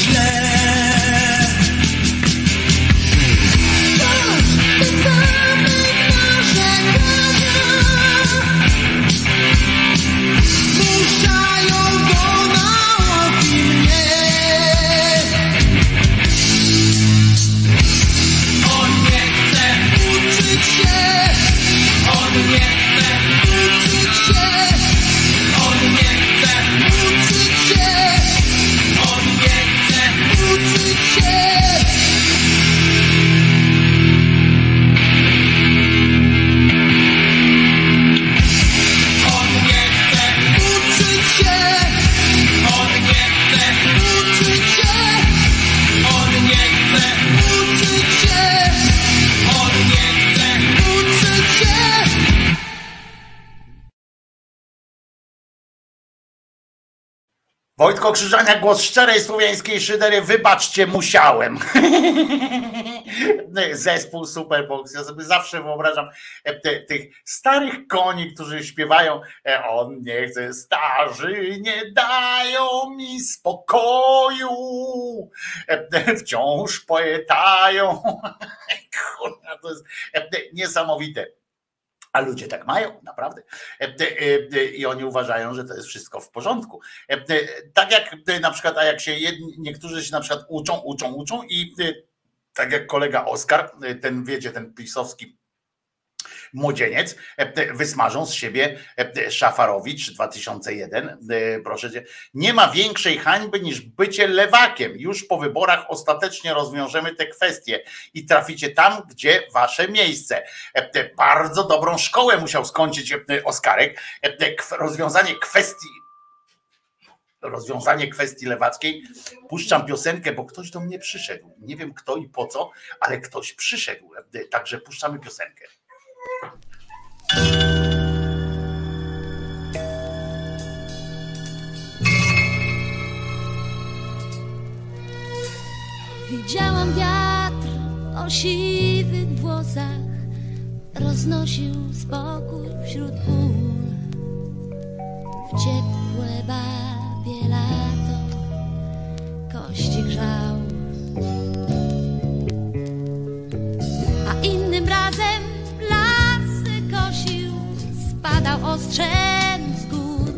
źle. Wciąż te same narzekania zmuszają do nałogi mnie. On nie chce uczyć się, on nie chce uczyć się, on nie chce uczyć się, on nie chce uczyć się. On nie chce uczyć się, on nie chce uczyć się, on nie chce uczyć się, on nie chce uczyć się. Wojtko Krzyżaniak, głos szczerej słowiańskiej szydery. Wybaczcie, musiałem. Zespół Superbox. Ja sobie zawsze wyobrażam te, tych starych koni, którzy śpiewają: on nie chce, starzy nie dają mi spokoju, wciąż poetają. Kurwa, to jest niesamowite. A ludzie tak mają, naprawdę. I oni uważają, że to jest wszystko w porządku. Tak jak na przykład, a jak się jedni, niektórzy się na przykład uczą, uczą, uczą i tak jak kolega Oskar, ten wiecie, ten pisowski młodzieniec, wysmażą z siebie Szafarowicz dwa tysiące jeden, proszę cię, nie ma większej hańby niż bycie lewakiem. Już po wyborach ostatecznie rozwiążemy te kwestie i traficie tam, gdzie wasze miejsce. Bardzo dobrą szkołę musiał skończyć Oskarek. Rozwiązanie kwestii rozwiązanie kwestii lewackiej. Puszczam piosenkę, bo ktoś do mnie przyszedł. Nie wiem kto i po co, ale ktoś przyszedł. Także puszczamy piosenkę. Widziałam wiatr o siwych włosach, roznosił spokój wśród pól. W ciepłe babie lato kości grzał, a innym razem lasy kosił, spadał ostrzem z gór.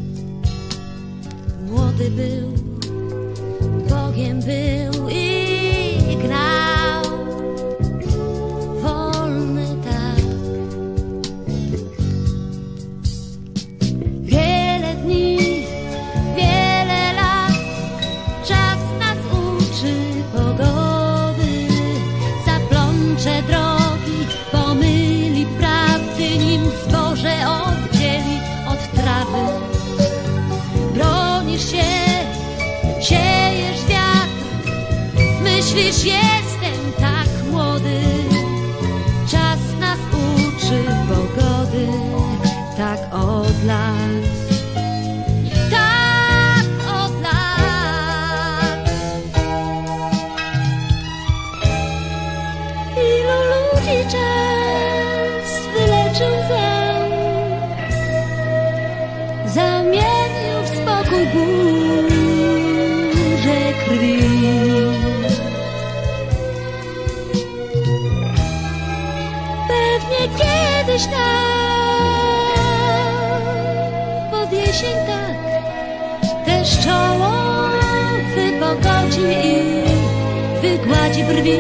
Młody był, Bogiem był i gnał, wolny tak. Wiele dni, wiele lat, czas nas uczy pogody. Zaplącze drogi, pomyli prawdy, nim zboże oddzieli od trawy. Bronisz się, siejesz wiatr, myślisz, jestem tak młody. Czas nas uczy pogody, tak od lat, tak od lat. Ilu ludzi czas wyleczył zęb, zamienił w spokój burzę krwi. Pewnie kiedyś tam pod jesień tak też czoło wypogodzi i wygładzi brwi.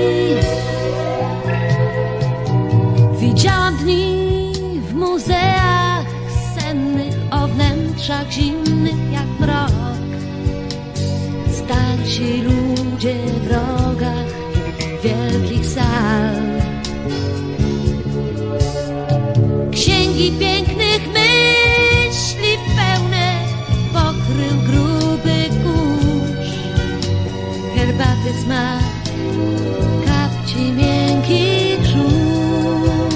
Widziałam dni w muzeach sennych o wnętrzach zimnych jak mrok. Starsi ludzie w rogach wielkich sal. Księgi pięknych myśli pełne pokrył gruby kurz. Herbaty smak, kapci miękkich żółw.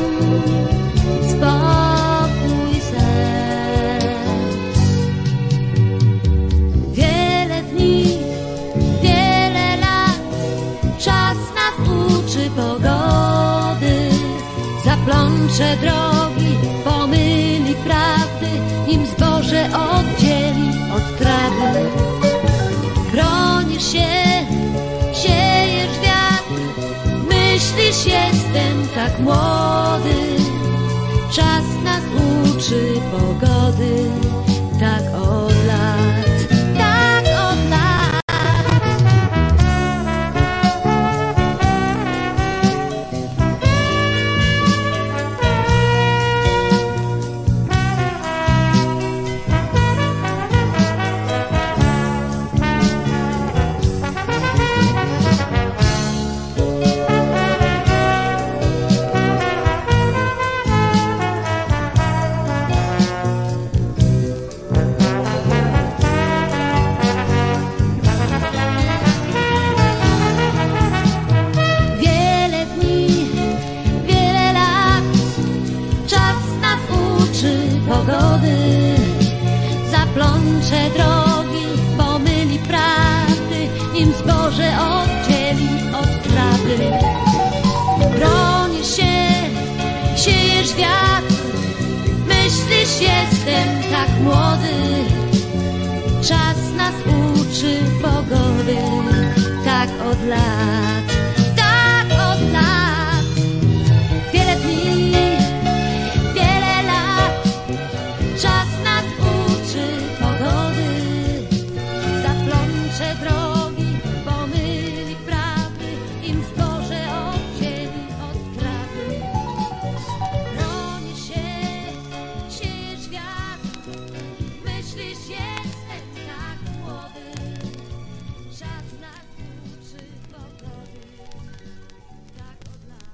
Spokój serc. Wiele dni, wiele lat, czas nas uczy pogody. Zaplącze drogi, pomyli prawdy, nim zboże oddzieli od trawy. Bronisz się, tak młody, czas nas uczy pogody, tak od lat, tak od lat. Zaplącze drogi, pomyli prawdy, nim zboże oddzieli od trawy. Bronisz się, siejesz wiatr, myślisz jestem tak młody. Czas nas uczy pogody, tak od lat, tak od lat. Wiele dni, wiele lat, czas nas uczy pogody. Zaplącze drogi, pomyli prawdy, im zboże oddzieli od trawy. Bronisz się, siejesz wiatr, myślisz jestem tak młody. Czas nas uczy pogody, tak od lat.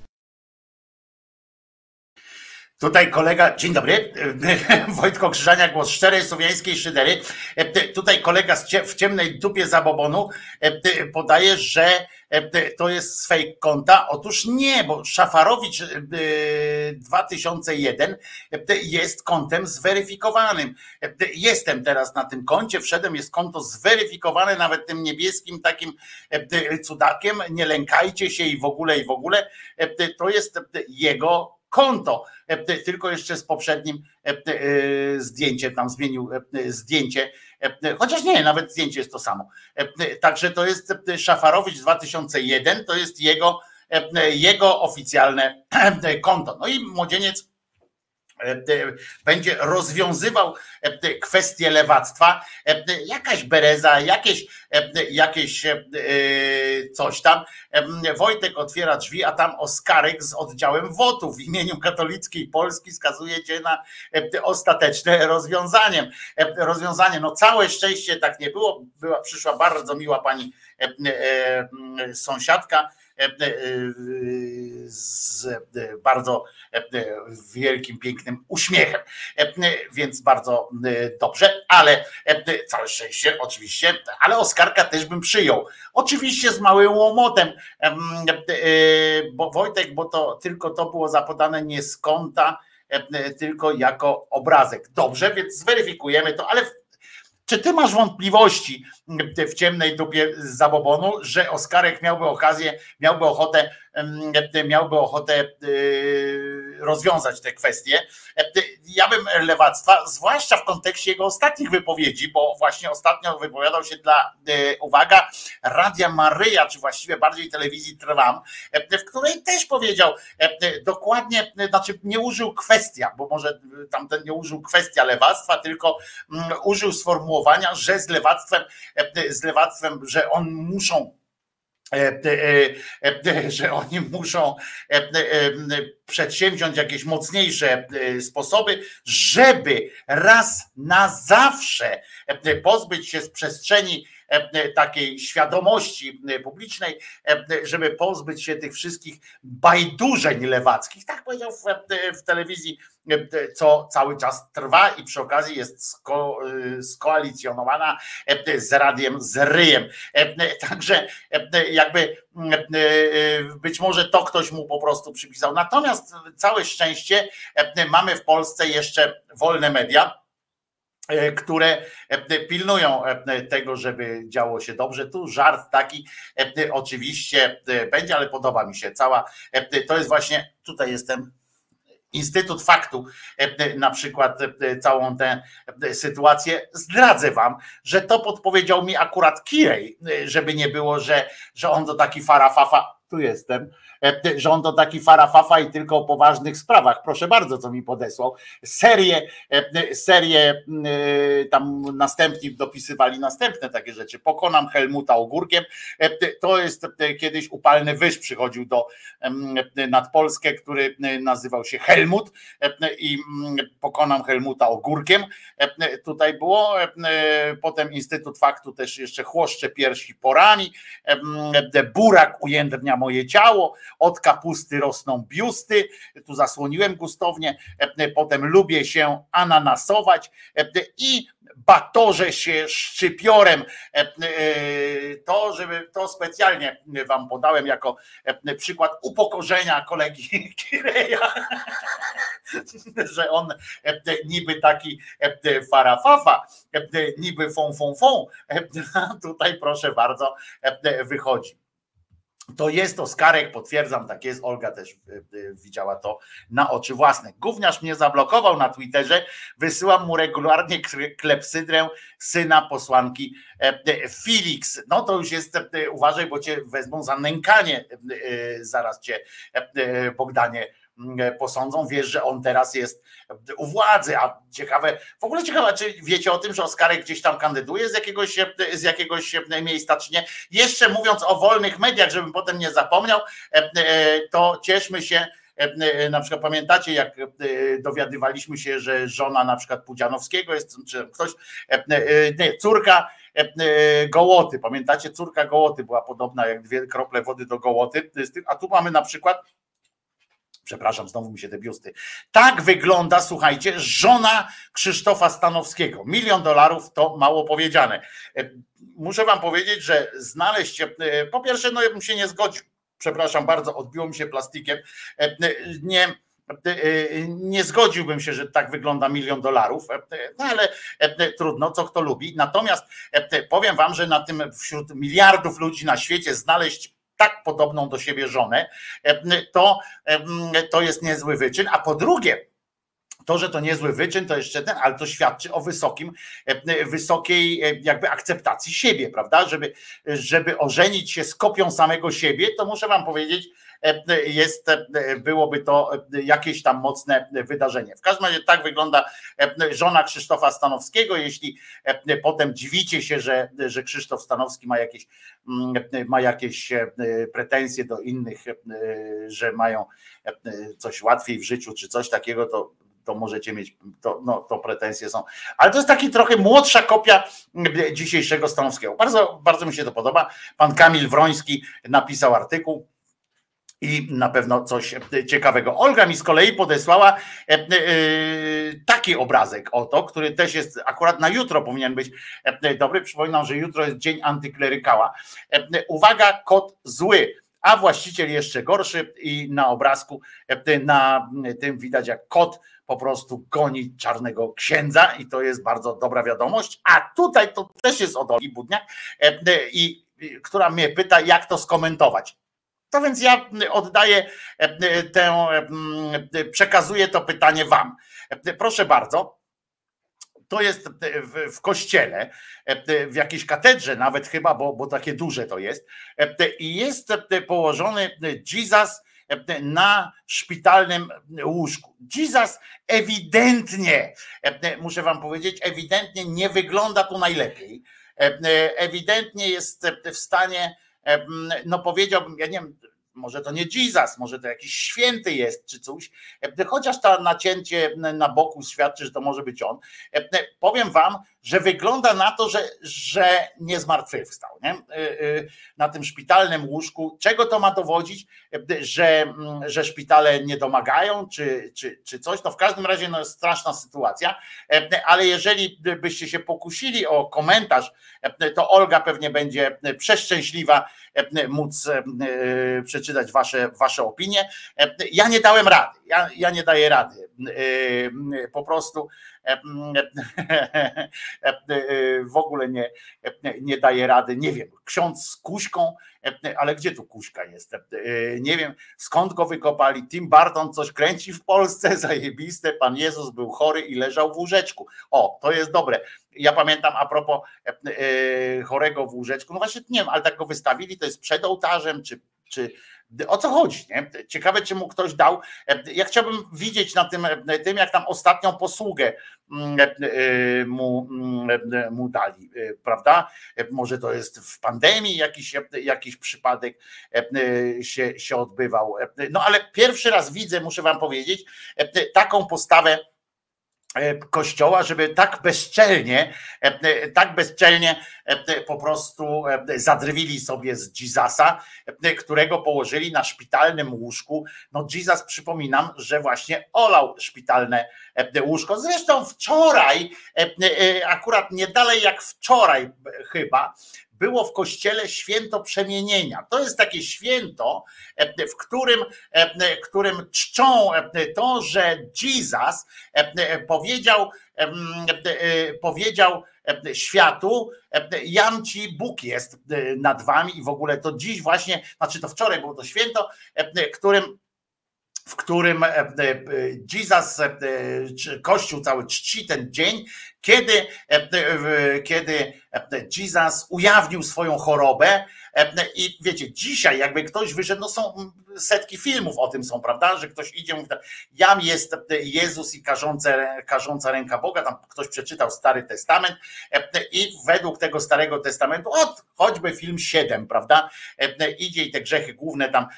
Tutaj kolega, dzień dobry, Wojtko Krzyżania, głos szczerej słowiańskiej szydery. Tutaj kolega w ciemnej dupie zabobonu podaje, że to jest z fake konta. Otóż nie, bo Szafarowicz dwa tysiące jeden jest kontem zweryfikowanym. Jestem teraz na tym koncie, wszedłem, jest konto zweryfikowane nawet tym niebieskim takim cudakiem. Nie lękajcie się i w ogóle, i w ogóle. To jest jego konto, tylko jeszcze z poprzednim zdjęciem, tam zmienił zdjęcie, chociaż nie, nawet zdjęcie jest to samo. Także to jest Szafarowicz dwa tysiące jeden, to jest jego, jego oficjalne konto. No i młodzieniec będzie rozwiązywał kwestie lewactwa, jakaś bereza, jakieś, jakieś coś tam. Wojtek otwiera drzwi, a tam Oskarek z oddziałem W O T-u w imieniu katolickiej Polski skazuje cię na ostateczne rozwiązanie. Rozwiązanie. No całe szczęście tak nie było. Była, przyszła bardzo miła pani sąsiadka z bardzo wielkim, pięknym uśmiechem, więc bardzo dobrze, ale całe szczęście oczywiście, ale Oskarka też bym przyjął. Oczywiście z małym łomotem, bo Wojtek, bo to tylko to było zapodane nie z konta, tylko jako obrazek. Dobrze, więc zweryfikujemy to, ale czy ty masz wątpliwości w ciemnej dupie z zabobonu, że Oskarek miałby okazję, miałby ochotę, miałby ochotę rozwiązać te kwestie? Ja bym lewactwa, zwłaszcza w kontekście jego ostatnich wypowiedzi, bo właśnie ostatnio wypowiadał się dla, uwaga, Radia Maryja, czy właściwie bardziej telewizji Trwam, w której też powiedział dokładnie, znaczy nie użył kwestia, bo może tamten nie użył kwestia lewactwa, tylko użył sformułowania, że z lewactwem, z lewactwem, że on muszą że oni muszą przedsięwziąć jakieś mocniejsze sposoby, żeby raz na zawsze pozbyć się z przestrzeni takiej świadomości publicznej, żeby pozbyć się tych wszystkich bajdurzeń lewackich. Tak powiedział w, w telewizji, co cały czas trwa i przy okazji jest sko, skoalicjonowana z radiem z ryjem. Także jakby być może to ktoś mu po prostu przypisał. Natomiast całe szczęście mamy w Polsce jeszcze wolne media, które pilnują tego, żeby działo się dobrze. Tu żart taki oczywiście będzie, ale podoba mi się cała, to jest właśnie, tutaj jestem, Instytut Faktu, na przykład całą tę sytuację. Zdradzę wam, że to podpowiedział mi akurat Kirej, żeby nie było, że, że on to taki farafafa. tu jestem, że on to taki farafafa i tylko o poważnych sprawach. Proszę bardzo, co mi podesłał. Serię, serię tam następni dopisywali następne takie rzeczy. Pokonam Helmuta ogórkiem. To jest kiedyś upalny wyż przychodził do nad Polskę, który nazywał się Helmut i pokonam Helmuta ogórkiem. Tutaj było. Potem Instytut Faktu też jeszcze chłoszcze piersi porami. Burak ujędrnia moje ciało, od kapusty rosną biusty, tu zasłoniłem gustownie, potem lubię się ananasować i batorzę się szczypiorem. To, żeby to specjalnie wam podałem jako przykład upokorzenia kolegi Kireja, że on niby taki farafafa, niby fon fon fon, tutaj proszę bardzo wychodzi. To jest Oskarek, potwierdzam, tak jest, Olga też widziała to na oczy własne. Gówniarz mnie zablokował na Twitterze, wysyłam mu regularnie klepsydrę syna posłanki Felix. No to już jest, uważaj, bo cię wezmą za nękanie, zaraz cię, Bogdanie, posądzą, wiesz, że on teraz jest u władzy, a ciekawe, w ogóle ciekawe, czy wiecie o tym, że Oskarek gdzieś tam kandyduje z jakiegoś, z jakiegoś miejsca, czy nie? Jeszcze mówiąc o wolnych mediach, żebym potem nie zapomniał, to cieszmy się, na przykład pamiętacie, jak dowiadywaliśmy się, że żona na przykład Pudzianowskiego jest, czy ktoś, nie, córka Gołoty, pamiętacie, córka Gołoty była podobna jak dwie krople wody do Gołoty, a tu mamy na przykład, przepraszam, znowu mi się te biusty. Tak wygląda, słuchajcie, żona Krzysztofa Stanowskiego. Milion dolarów to mało powiedziane. Muszę wam powiedzieć, że znaleźć, po pierwsze, no ja bym się nie zgodził, przepraszam bardzo, odbiło mi się plastikiem, nie, nie zgodziłbym się, że tak wygląda milion dolarów, no ale trudno, co kto lubi. Natomiast powiem wam, że na tym wśród miliardów ludzi na świecie znaleźć tak podobną do siebie żonę, to, to jest niezły wyczyn, a po drugie, to, że to niezły wyczyn, to jeszcze ten, ale to świadczy o wysokim, wysokiej jakby akceptacji siebie, prawda? Żeby, żeby ożenić się z kopią samego siebie, to muszę wam powiedzieć, jest, byłoby to jakieś tam mocne wydarzenie. W każdym razie tak wygląda żona Krzysztofa Stanowskiego. Jeśli potem dziwicie się, że, że Krzysztof Stanowski ma jakieś, ma jakieś pretensje do innych, że mają coś łatwiej w życiu, czy coś takiego, to to możecie mieć, to, no, to pretensje są. Ale to jest taki trochę młodsza kopia dzisiejszego Stanowskiego. Bardzo, bardzo mi się to podoba. Pan Kamil Wroński napisał artykuł i na pewno coś ciekawego. Olga mi z kolei podesłała taki obrazek oto, który też jest akurat na jutro powinien być dobry. Przypominam, że jutro jest dzień antyklerykała. Uwaga, kot zły, a właściciel jeszcze gorszy i na obrazku na tym widać, jak kot po prostu goni czarnego księdza i to jest bardzo dobra wiadomość. A tutaj to też jest od Olgi Budniak, i która mnie pyta, jak to skomentować. To więc ja oddaję tę, przekazuję to pytanie wam. Proszę bardzo, to jest w, w kościele, w jakiejś katedrze nawet chyba, bo, bo takie duże to jest, i jest położony Jesus na szpitalnym łóżku. Jesus ewidentnie, muszę wam powiedzieć, ewidentnie nie wygląda tu najlepiej. Ewidentnie jest w stanie, no powiedziałbym, ja nie wiem, może to nie Jesus, może to jakiś święty jest czy coś, chociaż to nacięcie na boku świadczy, że to może być on. Powiem wam, że wygląda na to, że, że nie zmartwychwstał, nie? Na tym szpitalnym łóżku. Czego to ma dowodzić? Że, że szpitale nie domagają, czy, czy, czy coś? No w każdym razie no jest straszna sytuacja, ale jeżeli byście się pokusili o komentarz, to Olga pewnie będzie przeszczęśliwa móc przeczytać wasze, wasze opinie. Ja nie dałem rady, ja, ja nie daję rady. Po prostu w ogóle nie, nie daje rady, nie wiem, ksiądz z kuśką, ale gdzie tu kuśka jest? Nie wiem, skąd go wykopali. Tim Burton coś kręci w Polsce, zajebiste, Pan Jezus był chory i leżał w łóżeczku. O, to jest dobre. Ja pamiętam a propos chorego w łóżeczku, no właśnie nie wiem, ale tak go wystawili, to jest przed ołtarzem, czy, czy O co chodzi, nie? Ciekawe, czy mu ktoś dał. Ja chciałbym widzieć na tym, tym jak tam ostatnią posługę mu, mu dali, prawda? Może to jest w pandemii jakiś, jakiś przypadek się, się odbywał. No ale pierwszy raz widzę, muszę wam powiedzieć, taką postawę Kościoła, żeby tak bezczelnie, tak bezczelnie po prostu zadrwili sobie z Jezusa, którego położyli na szpitalnym łóżku. No Jesus, przypominam, że właśnie olał szpitalne łóżko. Zresztą wczoraj, akurat nie dalej jak wczoraj chyba, było w kościele święto przemienienia. To jest takie święto, w którym, w którym czczą to, że Jezus powiedział, powiedział światu, jam ci Bóg jest nad wami i w ogóle to dziś właśnie, znaczy to wczoraj było to święto, którym w którym Jezus, Kościół cały czci ten dzień, kiedy, kiedy Jezus ujawnił swoją chorobę i wiecie, dzisiaj jakby ktoś wyszedł, no są setki filmów o tym są, prawda, że ktoś idzie, mówi, jam jest Jezus i karzące, karząca ręka Boga, tam ktoś przeczytał Stary Testament i według tego Starego Testamentu, od choćby film siedem, prawda, idzie i te grzechy główne tam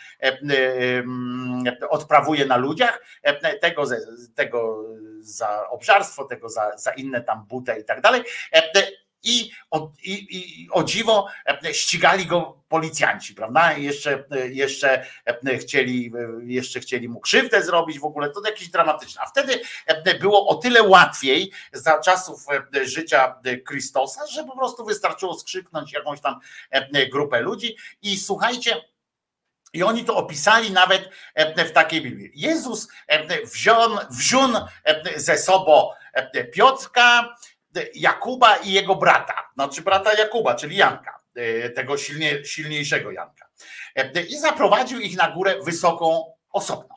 odprawuje na ludziach, tego, tego za obżarstwo, tego za, za inne tam butę i tak dalej. I o, i, i o dziwo ścigali go policjanci, prawda? I jeszcze, jeszcze chcieli, jeszcze chcieli mu krzywdę zrobić w ogóle, to jakieś dramatyczne. A wtedy było o tyle łatwiej za czasów życia Chrystusa, że po prostu wystarczyło skrzyknąć jakąś tam grupę ludzi i słuchajcie, i oni to opisali nawet w takiej Biblii. Jezus wziął, wziął ze sobą Piotrka, Jakuba i jego brata, znaczy brata Jakuba, czyli Janka, tego silnie, silniejszego Janka. I zaprowadził ich na górę wysoką osobną.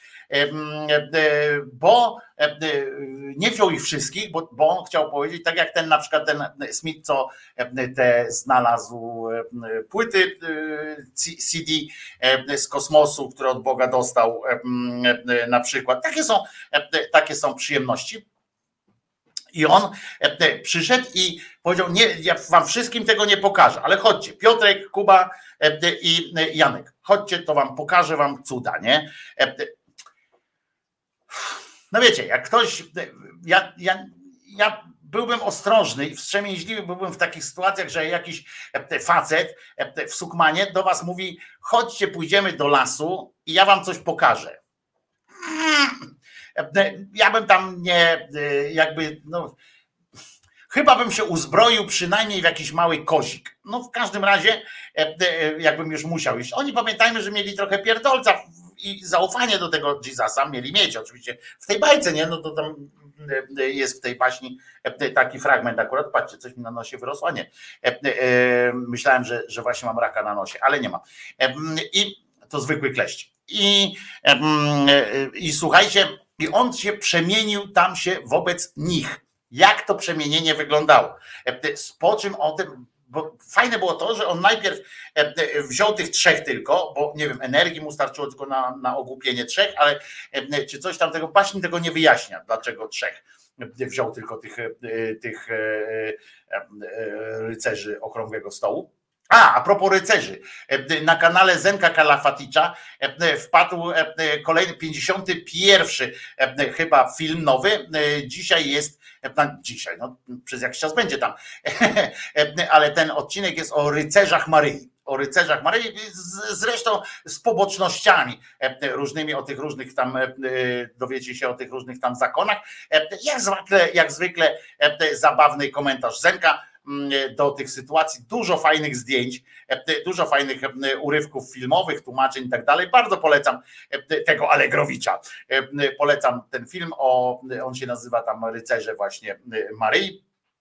Bo nie wziął ich wszystkich, bo, bo on chciał powiedzieć, tak jak ten na przykład ten Smith, co te znalazł płyty C D z kosmosu, które od Boga dostał na przykład. Takie są, takie są przyjemności. I on przyszedł i powiedział, nie, ja wam wszystkim tego nie pokażę, ale chodźcie, Piotrek, Kuba i Janek, chodźcie, to wam pokażę wam cuda, nie? No wiecie, jak ktoś, ja, ja, ja byłbym ostrożny i wstrzemięźliwy byłbym w takich sytuacjach, że jakiś facet w Sukmanie do was mówi, chodźcie, pójdziemy do lasu i ja wam coś pokażę. Ja bym tam nie, jakby, no, chyba bym się uzbroił przynajmniej w jakiś mały kozik. No w każdym razie, jakbym już musiał iść. Oni, pamiętajmy, że mieli trochę pierdolca i zaufanie do tego Jezusa mieli mieć, oczywiście w tej bajce, nie? No to tam jest w tej baśni taki fragment akurat, patrzcie, coś mi na nosie wyrosło, nie. Myślałem, że, że właśnie mam raka na nosie, ale nie mam. I to zwykły kleść. I, i słuchajcie, i on się przemienił tam się wobec nich. Jak to przemienienie wyglądało? Po czym o tym, bo fajne było to, że on najpierw wziął tych trzech tylko, bo nie wiem, energii mu starczyło tylko na, na ogłupienie trzech, ale czy coś tam tego, baśń tego nie wyjaśnia, dlaczego trzech. Wziął tylko tych, tych rycerzy Okrągłego Stołu. A, a propos rycerzy, na kanale Zenka Kalafaticza wpadł kolejny pięćdziesiąty pierwszy chyba film nowy. Dzisiaj jest, dzisiaj, no przez jakiś czas będzie tam, ale ten odcinek jest o rycerzach Maryi. O rycerzach Maryi, zresztą z pobocznościami różnymi, o tych różnych tam, dowiecie się o tych różnych tam zakonach. Jak zwykle, jak zwykle zabawny komentarz Zenka do tych sytuacji, dużo fajnych zdjęć, dużo fajnych urywków filmowych, tłumaczeń i tak dalej. Bardzo polecam tego Allegrowicza. Polecam ten film, o, on się nazywa tam Rycerze właśnie Maryi.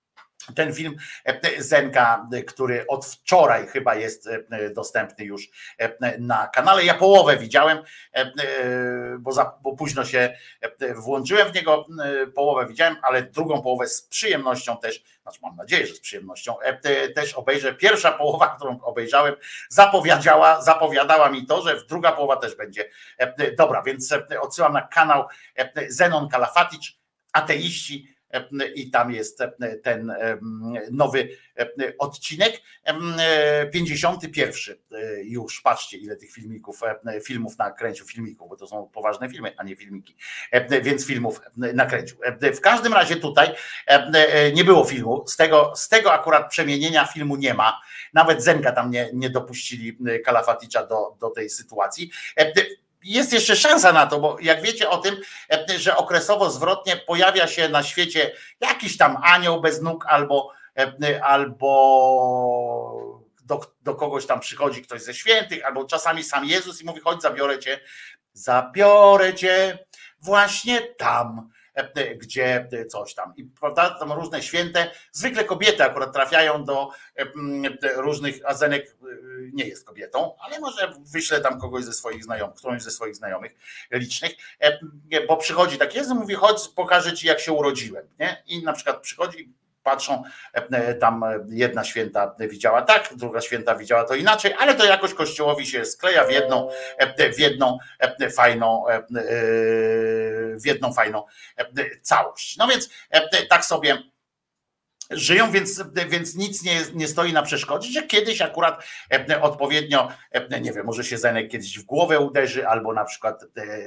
ten film Zenka, który od wczoraj chyba jest dostępny już na kanale. Ja połowę widziałem, bo, za, bo późno się włączyłem w niego, połowę widziałem, ale drugą połowę z przyjemnością też, znaczy mam nadzieję, że z przyjemnością też obejrzę. Pierwsza połowa, którą obejrzałem, zapowiadała, zapowiadała mi to, że druga połowa też będzie dobra, więc odsyłam na kanał Zenon Kalafatycz, ateiści, i tam jest ten nowy odcinek, pięćdziesiąty pierwszy już, patrzcie ile tych filmików, filmów nakręcił, filmików, bo to są poważne filmy, a nie filmiki, więc filmów nakręcił. W każdym razie tutaj nie było filmu, z tego, z tego akurat przemienienia filmu nie ma, nawet Zenka tam nie, nie dopuścili Kalafatycza do, do tej sytuacji. Jest jeszcze szansa na to, bo jak wiecie o tym, że okresowo zwrotnie pojawia się na świecie jakiś tam anioł bez nóg albo, albo do, do kogoś tam przychodzi ktoś ze świętych, albo czasami sam Jezus i mówi: chodź, zabiorę cię, zabiorę cię właśnie tam, gdzie coś tam. I prawda, tam różne święte, zwykle kobiety akurat trafiają do różnych, a Zenek nie jest kobietą, ale może wyślę tam kogoś ze swoich znajomych, którąś ze swoich znajomych licznych, bo przychodzi tak jest, mówi: chodź, pokażę ci, jak się urodziłem, nie? I na przykład przychodzi, patrzą, tam jedna święta widziała tak, druga święta widziała to inaczej, ale to jakoś Kościołowi się skleja w jedną, w jedną fajną, w jedną fajną całość. No więc tak sobie żyją, więc, więc nic nie, nie stoi na przeszkodzie, że kiedyś akurat odpowiednio, nie wiem, może się Zenek kiedyś w głowę uderzy, albo na przykład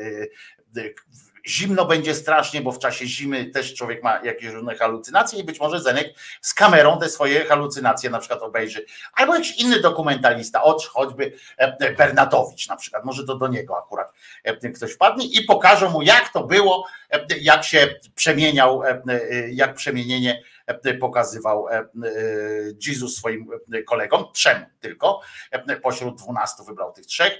zimno będzie strasznie, bo w czasie zimy też człowiek ma jakieś różne halucynacje i być może Zenek z kamerą te swoje halucynacje na przykład obejrzy, albo jakiś inny dokumentalista, choćby Bernatowicz na przykład, może to do niego akurat ktoś wpadnie i pokażą mu, jak to było, jak się przemieniał, jak przemienienie pokazywał Jezus swoim kolegom, trzem tylko, pośród dwunastu wybrał tych trzech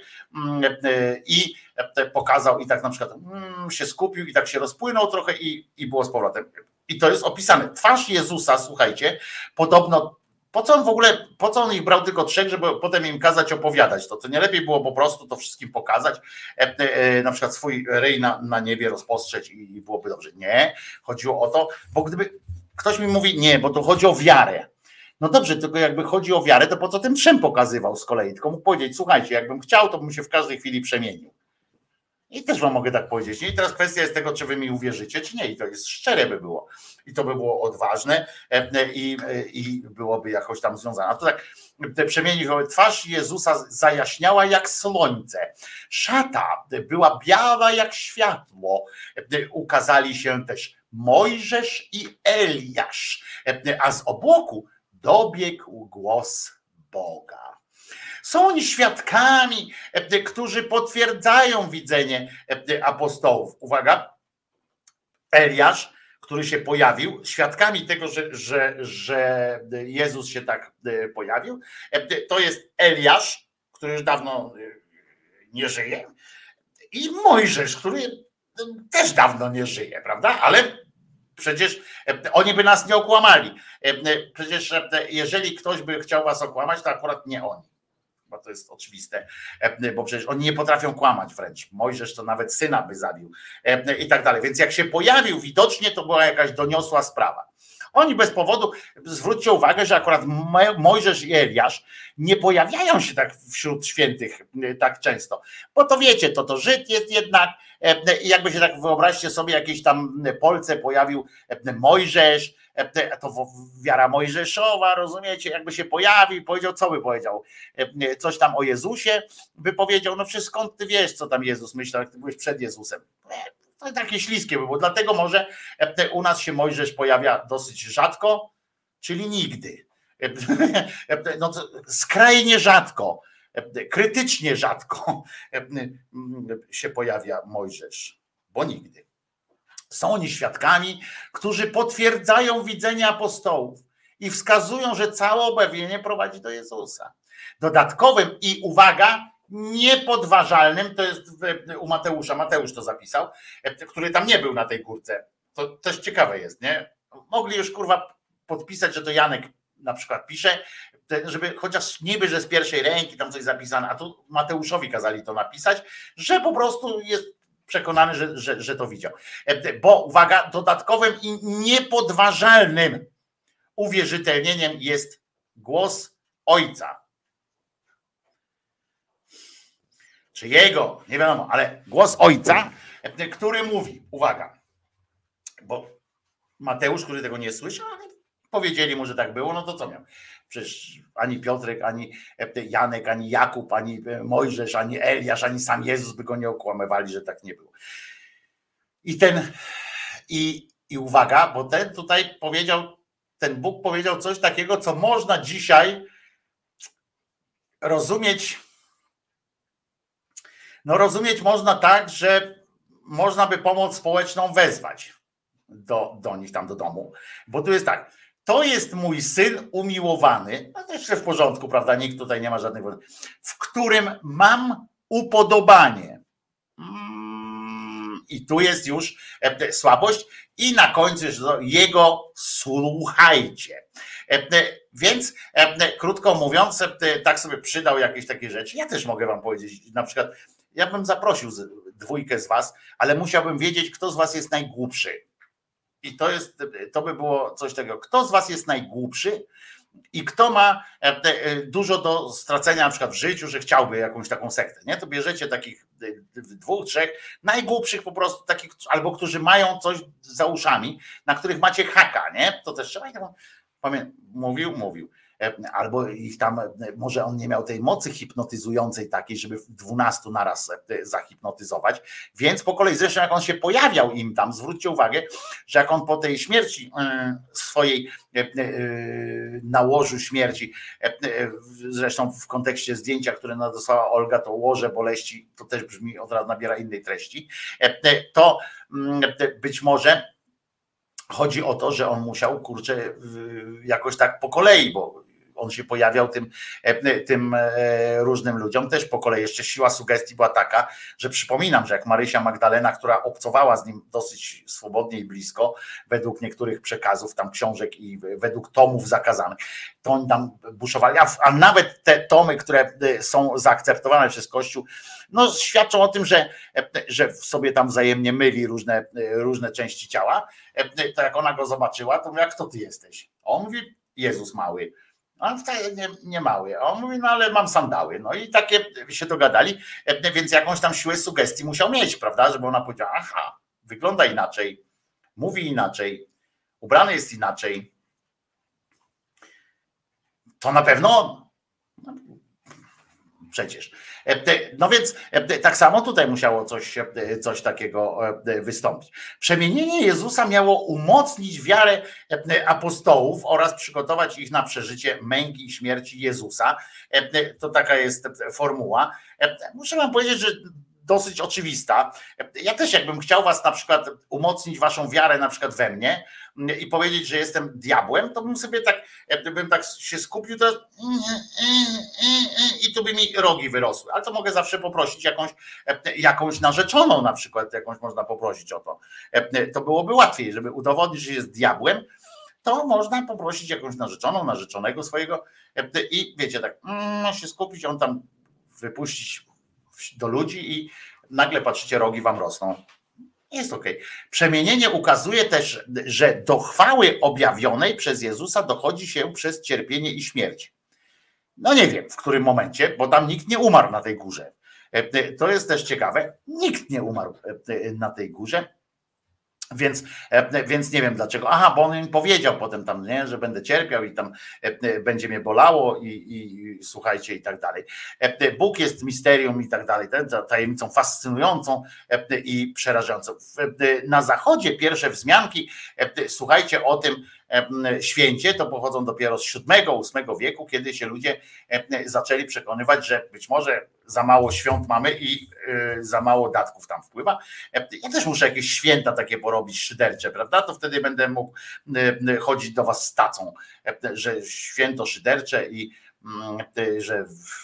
i pokazał i tak na przykład się skupił i tak się rozpłynął trochę i, i było z powrotem. I to jest opisane. Twarz Jezusa, słuchajcie, podobno, po co on w ogóle, po co on ich brał tylko trzech, żeby potem im kazać opowiadać to, to nie lepiej było po prostu to wszystkim pokazać, na przykład swój ryj na, na niebie rozpostrzeć i, i byłoby dobrze. Nie, chodziło o to, bo gdyby ktoś mi mówi, nie, bo to chodzi o wiarę. No dobrze, tylko jakby chodzi o wiarę, to po co tym trzem pokazywał z kolei? Tylko mógł powiedzieć: słuchajcie, jakbym chciał, to bym się w każdej chwili przemienił. I też wam mogę tak powiedzieć. I teraz kwestia jest tego, czy wy mi uwierzycie, czy nie. I to jest szczere by było. I to by było odważne i, i byłoby jakoś tam związane. A to tak, te przemienił, twarz Jezusa zajaśniała jak słońce. Szata była biała jak światło. Ukazali się też Mojżesz i Eliasz, a z obłoku dobiegł głos Boga. Są oni świadkami, którzy potwierdzają widzenie apostołów. Uwaga, Eliasz, który się pojawił, świadkami tego, że, że, że Jezus się tak pojawił, to jest Eliasz, który już dawno nie żyje, i Mojżesz, który też dawno nie żyje, prawda? Ale przecież oni by nas nie okłamali. Przecież jeżeli ktoś by chciał was okłamać, to akurat nie oni. Bo to jest oczywiste, bo przecież oni nie potrafią kłamać wręcz. Mojżesz to nawet syna by zabił i tak dalej. Więc jak się pojawił widocznie, to była jakaś doniosła sprawa. Oni bez powodu, zwróćcie uwagę, że akurat Mojżesz i Eliasz nie pojawiają się tak wśród świętych tak często, bo to wiecie, to to Żyd jest jednak i jakby się tak wyobraźcie sobie, jakiejś tam Polce pojawił Mojżesz, to wiara mojżeszowa, rozumiecie, jakby się pojawił, powiedział, co by powiedział, coś tam o Jezusie by powiedział, no przecież skąd ty wiesz, co tam Jezus myślał, jak ty byłeś przed Jezusem. To takie śliskie by było, dlatego może u nas się Mojżesz pojawia dosyć rzadko, czyli nigdy. No, skrajnie rzadko, krytycznie rzadko się pojawia Mojżesz, bo nigdy. Są oni świadkami, którzy potwierdzają widzenie apostołów i wskazują, że całe objawienie prowadzi do Jezusa. Dodatkowym i uwaga, niepodważalnym, to jest u Mateusza, Mateusz to zapisał, który tam nie był na tej górce. To też ciekawe jest, nie? Mogli już kurwa podpisać, że to Janek na przykład pisze, żeby chociaż niby, że z pierwszej ręki tam coś zapisane, a tu Mateuszowi kazali to napisać, że po prostu jest przekonany, że, że, że to widział. Bo uwaga, dodatkowym i niepodważalnym uwierzytelnieniem jest głos ojca. Czy jego, nie wiadomo, ale głos ojca, który mówi, uwaga, bo Mateusz, który tego nie słyszał, ale powiedzieli mu, że tak było, no to co miał? Przecież ani Piotrek, ani Janek, ani Jakub, ani Mojżesz, ani Eliasz, ani sam Jezus by go nie okłamywali, że tak nie było. I ten, i, i uwaga, bo ten tutaj powiedział, ten Bóg powiedział coś takiego, co można dzisiaj rozumieć. No rozumieć można tak, że można by pomoc społeczną wezwać do, do nich tam do domu, bo tu jest tak, to jest mój syn umiłowany, no to jeszcze w porządku, prawda, nikt tutaj nie ma żadnych, w którym mam upodobanie. I tu jest już słabość i na końcu jego słuchajcie. Więc krótko mówiąc, tak sobie przydał jakieś takie rzeczy. Ja też mogę wam powiedzieć, na przykład ja bym zaprosił dwójkę z was, ale musiałbym wiedzieć, kto z was jest najgłupszy. I to jest, to by było coś takiego. Kto z was jest najgłupszy i kto ma dużo do stracenia na przykład w życiu, że chciałby jakąś taką sektę, nie? To bierzecie takich dwóch, trzech najgłupszych po prostu takich, albo którzy mają coś za uszami, na których macie haka, nie? To też trzeba, pamiętam, mówił, mówił. Albo ich tam, może on nie miał tej mocy hipnotyzującej takiej, żeby dwunastu naraz zahipnotyzować, więc po kolei, zresztą jak on się pojawiał im tam, zwróćcie uwagę, że jak on po tej śmierci swojej, na łożu śmierci, zresztą w kontekście zdjęcia, które nadesłała Olga, to łoże boleści, to też brzmi, od razu nabiera innej treści, to być może chodzi o to, że on musiał, kurczę, jakoś tak po kolei, bo on się pojawiał tym, tym różnym ludziom też po kolei. Jeszcze siła sugestii była taka, że przypominam, że jak Marysia Magdalena, która obcowała z nim dosyć swobodnie i blisko, według niektórych przekazów tam książek i według tomów zakazanych, to oni tam buszowali, a, a nawet te tomy, które są zaakceptowane przez Kościół, no świadczą o tym, że, że sobie tam wzajemnie myli różne, różne części ciała. To jak ona go zobaczyła, to mówi, jak to ty jesteś? A on mówi, Jezus mały. A on wcale nie, nie mały. A on mówi, no ale mam sandały. No i takie się dogadali, więc jakąś tam siłę sugestii musiał mieć, prawda? Żeby ona powiedziała, aha, wygląda inaczej, mówi inaczej, ubrany jest inaczej. To na pewno no, przecież. No więc tak samo tutaj musiało coś, coś takiego wystąpić. Przemienienie Jezusa miało umocnić wiarę apostołów oraz przygotować ich na przeżycie męki i śmierci Jezusa. To taka jest formuła. Muszę wam powiedzieć, że dosyć oczywista. Ja też jakbym chciał was na przykład umocnić waszą wiarę na przykład we mnie i powiedzieć, że jestem diabłem, to bym sobie tak, bym tak się skupił to i tu by mi rogi wyrosły. Ale to mogę zawsze poprosić jakąś, jakąś narzeczoną na przykład, jakąś można poprosić o to. To byłoby łatwiej, żeby udowodnić, że jest diabłem, to można poprosić jakąś narzeczoną, narzeczonego swojego i wiecie tak, się skupić, on tam wypuścić do ludzi i nagle patrzycie, rogi wam rosną. Jest okej. Okay. Przemienienie ukazuje też, że do chwały objawionej przez Jezusa dochodzi się przez cierpienie i śmierć. No nie wiem, w którym momencie, bo tam nikt nie umarł na tej górze. To jest też ciekawe. Nikt nie umarł na tej górze. Więc, więc nie wiem dlaczego. Aha, bo on im powiedział potem tam, nie, że będę cierpiał i tam będzie mnie bolało i, i słuchajcie i tak dalej. Bóg jest misterium i tak dalej, tajemnicą fascynującą i przerażającą. Na zachodzie pierwsze wzmianki, słuchajcie o tym święcie, to pochodzą dopiero z siódmego, ósmego wieku, kiedy się ludzie zaczęli przekonywać, że być może za mało świąt mamy i za mało datków tam wpływa. Ja też muszę jakieś święta takie porobić szydercze, prawda? To wtedy będę mógł chodzić do was z tacą, że święto szydercze i że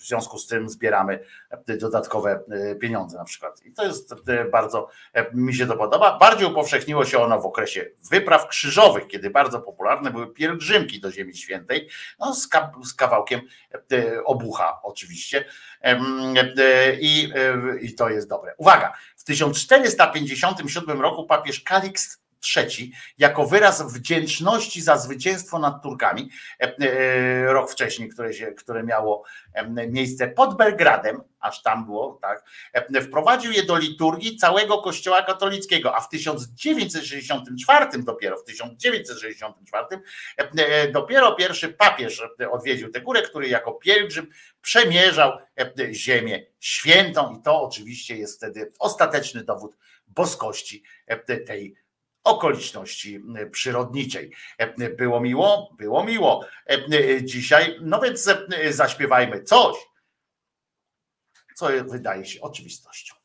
w związku z tym zbieramy dodatkowe pieniądze na przykład. I to jest bardzo, mi się to podoba. Bardziej upowszechniło się ono w okresie wypraw krzyżowych, kiedy bardzo popularne były pielgrzymki do Ziemi Świętej, no z, ka, z kawałkiem obucha oczywiście. I, I to jest dobre. Uwaga, w tysiąc czterysta pięćdziesiątym siódmym roku papież Kalikst trzeci, jako wyraz wdzięczności za zwycięstwo nad Turkami, rok wcześniej, które, się, które miało miejsce pod Belgradem, aż tam było, tak, wprowadził je do liturgii całego Kościoła katolickiego, a w tysiąc dziewięćset sześćdziesiątym czwartym dopiero, w tysiąc dziewięćset sześćdziesiątym czwartym dopiero pierwszy papież odwiedził tę górę, który jako pielgrzym przemierzał Ziemię Świętą i to oczywiście jest wtedy ostateczny dowód boskości tej okoliczności przyrodniczej. Było miło? Było miło dzisiaj, no więc zaśpiewajmy coś, co wydaje się oczywistością.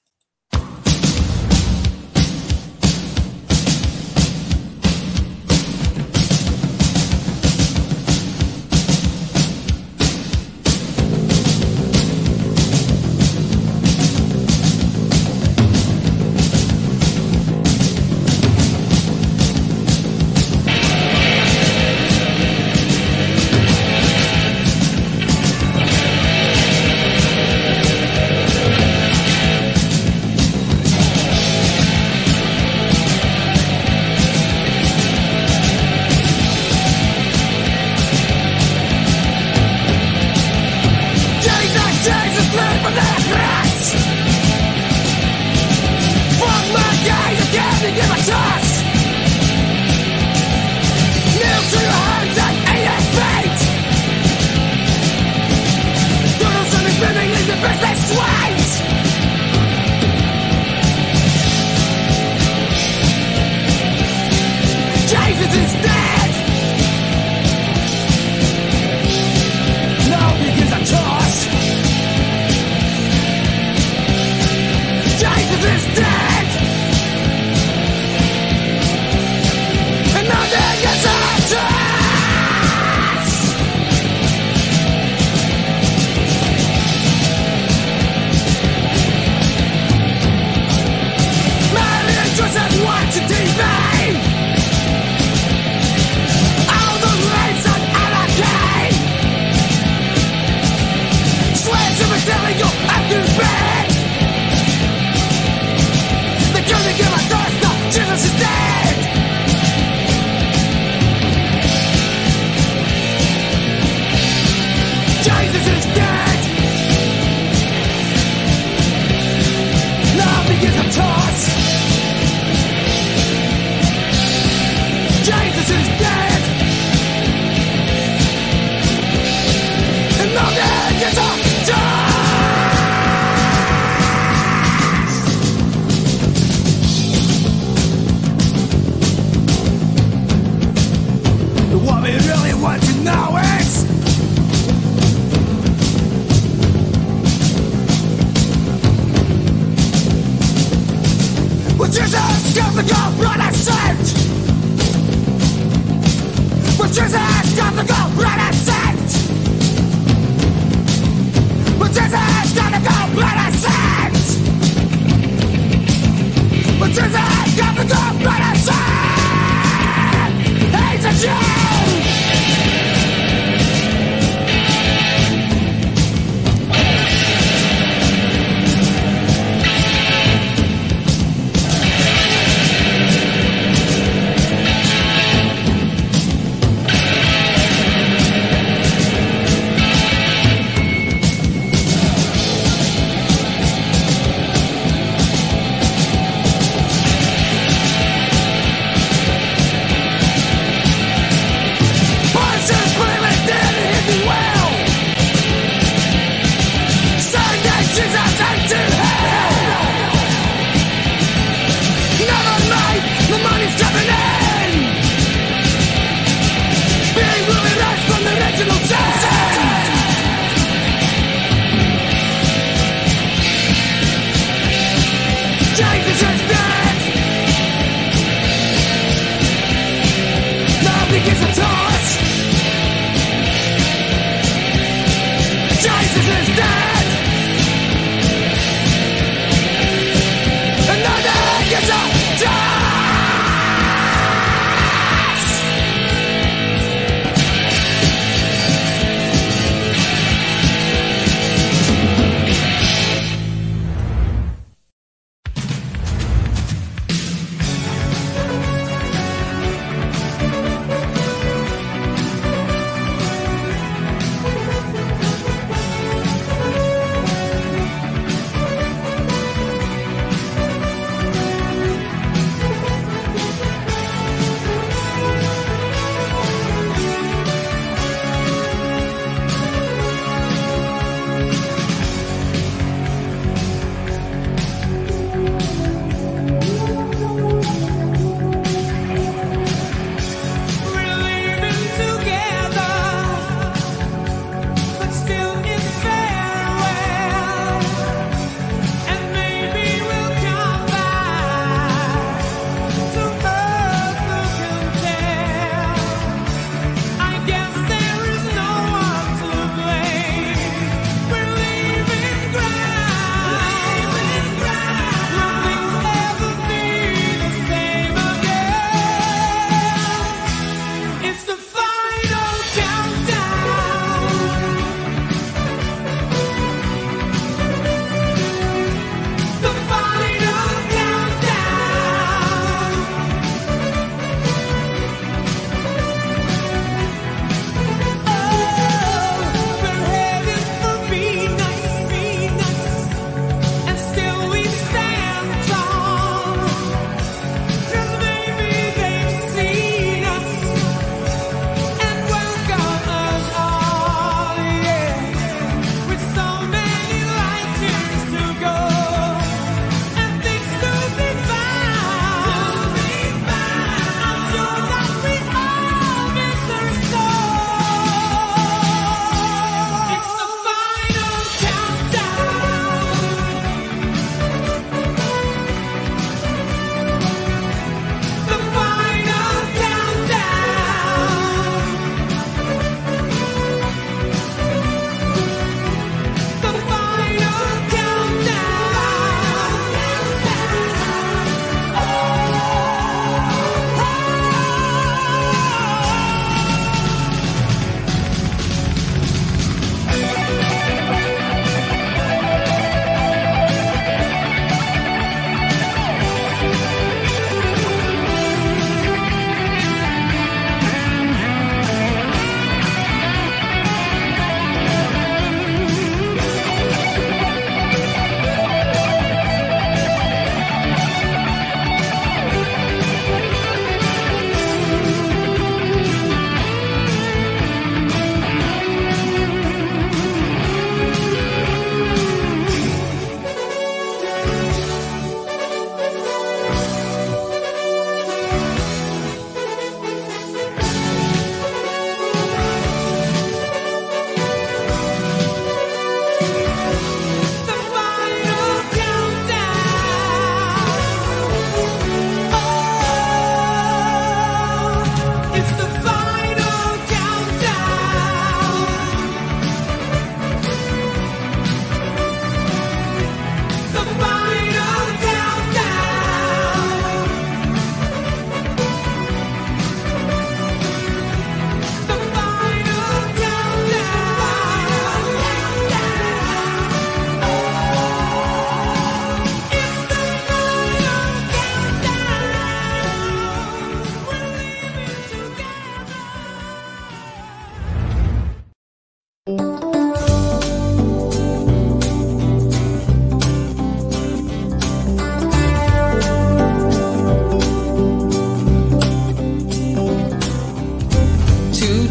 Jesus is dead.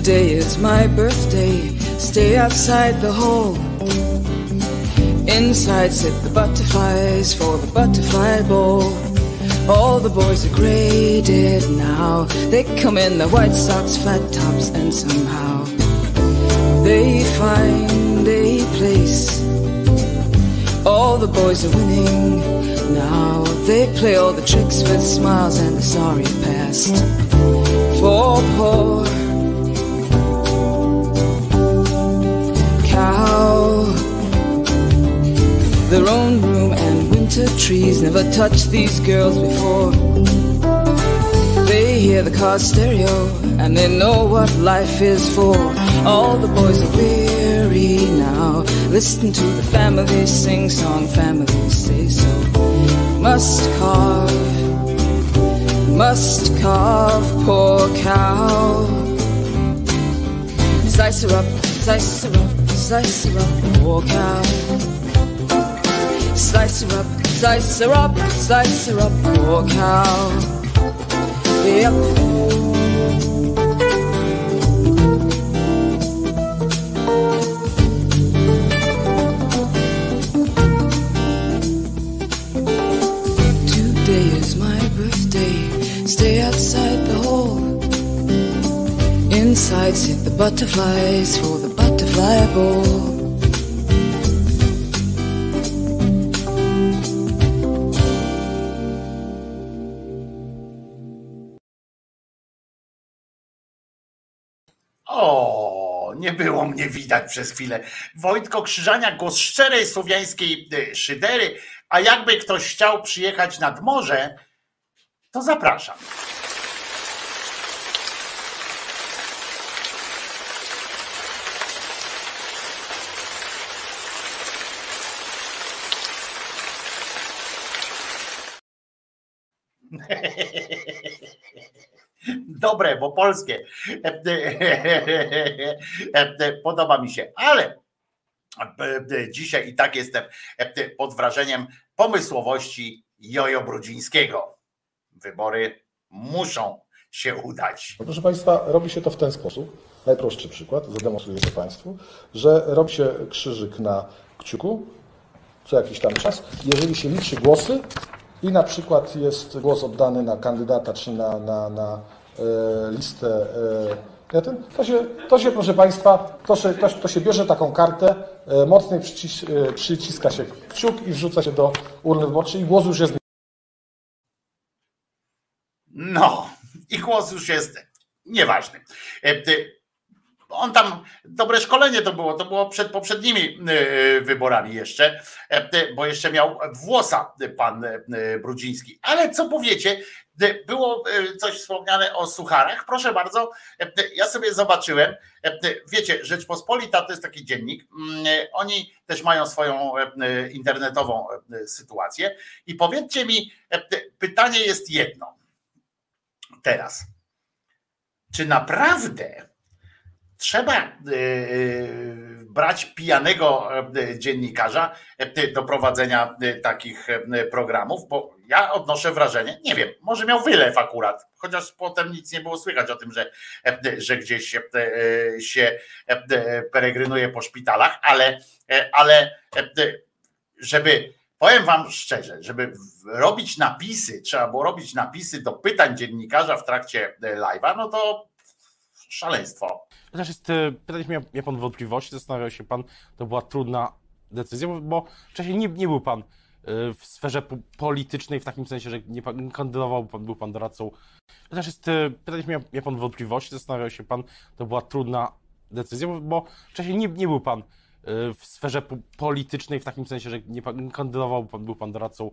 Today is my birthday. Stay outside the hall. Inside sit the butterflies for the butterfly ball. All the boys are graded now. They come in their white socks, flat tops, and somehow they find a place. All the boys are winning now. They play all the tricks with smiles and a sorry past. For poor cow, their own room and winter trees never touched these girls before. They hear the car stereo and they know what life is for. All the boys are weary now. Listen to the families sing song, families say so. Must carve, must carve, poor cow. Slice her up, slice her up, slice her up, poor cow. Slice her up, slice her up, slice her up, poor cow. Yep. Today is my birthday. Stay outside the hall. Inside sit the butterflies for the butterfly ball. O, nie było mnie widać przez chwilę. Wojtko Krzyżania, głos szczerej słowiańskiej szydery, a jakby ktoś chciał przyjechać nad morze, to zapraszam. Dobre, bo polskie. Podoba mi się, ale dzisiaj i tak jestem pod wrażeniem pomysłowości Jojo Brudzińskiego. Wybory muszą się udać. No proszę Państwa, robi się to w ten sposób. Najprostszy przykład, zademonstruję to Państwu, że robi się krzyżyk na kciuku co jakiś tam czas. Jeżeli się liczy głosy i na przykład jest głos oddany na kandydata czy na, na, na e, listę, e, ten, to, się, to się, proszę Państwa, to się, to, to się bierze taką kartę, e, mocniej przycis, e, przyciska się kciuk i wrzuca się do urny wyborczej i głos już jest. No i głos już jest nieważny. On tam, dobre szkolenie to było, to było przed poprzednimi wyborami jeszcze, bo jeszcze miał włosa pan Brudziński. Ale co powiecie, było coś wspomniane o sucharach, proszę bardzo, ja sobie zobaczyłem, wiecie, Rzeczpospolita to jest taki dziennik, oni też mają swoją internetową sytuację i powiedzcie mi, pytanie jest jedno teraz, czy naprawdę trzeba brać pijanego dziennikarza do prowadzenia takich programów, bo ja odnoszę wrażenie, nie wiem, może miał wylew akurat, chociaż potem nic nie było słychać o tym, że, że gdzieś się, się peregrynuje po szpitalach, ale, ale żeby, powiem wam szczerze, żeby robić napisy, trzeba było robić napisy do pytań dziennikarza w trakcie live'a, no to szaleństwo. Chociaż jest, pytanie miał, miał pan wątpliwości, zastanawiał się pan, to była trudna decyzja, bo wcześniej nie, nie był pan w sferze politycznej w takim sensie, że nie pan, kandydował, pan, był pan doradcą. Chociaż jest, pytanie miał, miał pan wątpliwości, zastanawiał się pan, to była trudna decyzja, bo wcześniej nie, nie był pan w sferze politycznej w takim sensie, że nie pan, kandydował, pan, był pan doradcą.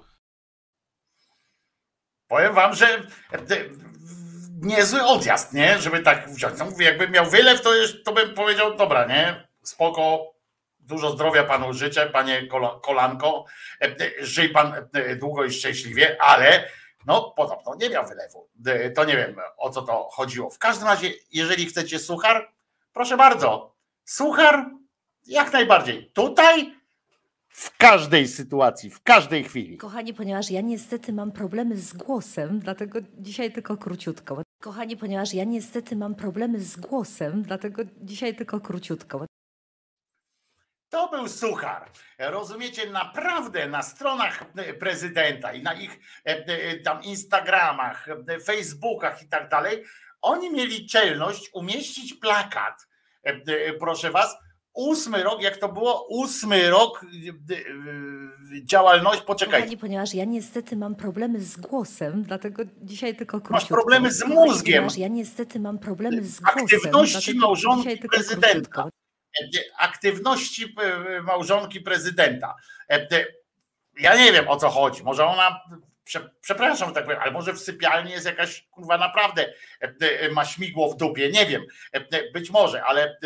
Powiem wam, że niezły odjazd, nie? Żeby tak wziąć. No mówię, jakbym miał wylew, to, już, to bym powiedział, dobra, nie? Spoko, dużo zdrowia panu życzę, panie kolanko, żyj pan długo i szczęśliwie, ale no podobno nie miał wylewu. To nie wiem, o co to chodziło. W każdym razie, jeżeli chcecie suchar, proszę bardzo, suchar jak najbardziej. Tutaj w każdej sytuacji, w każdej chwili. Kochani, ponieważ ja niestety mam problemy z głosem, dlatego dzisiaj tylko króciutko. Kochani, ponieważ ja niestety mam problemy z głosem, dlatego dzisiaj tylko króciutko. To był suchar. Rozumiecie, naprawdę na stronach prezydenta i na ich tam Instagramach, Facebookach i tak dalej, oni mieli czelność umieścić plakat, proszę was, ósmy rok, jak to było, ósmy rok działalności, poczekaj. Kochani, ponieważ ja niestety mam problemy z głosem, dlatego dzisiaj tylko króciutko. Masz problemy z mózgiem. Ponieważ ja niestety mam problemy z głosem. Aktywności małżonki dzisiaj tylko prezydenta. króciutko. Aktywności małżonki prezydenta. Ja nie wiem, o co chodzi. Może ona, przepraszam, tak powiem, ale może w sypialni jest jakaś, kurwa, naprawdę ma śmigło w dupie, nie wiem. Być może, ale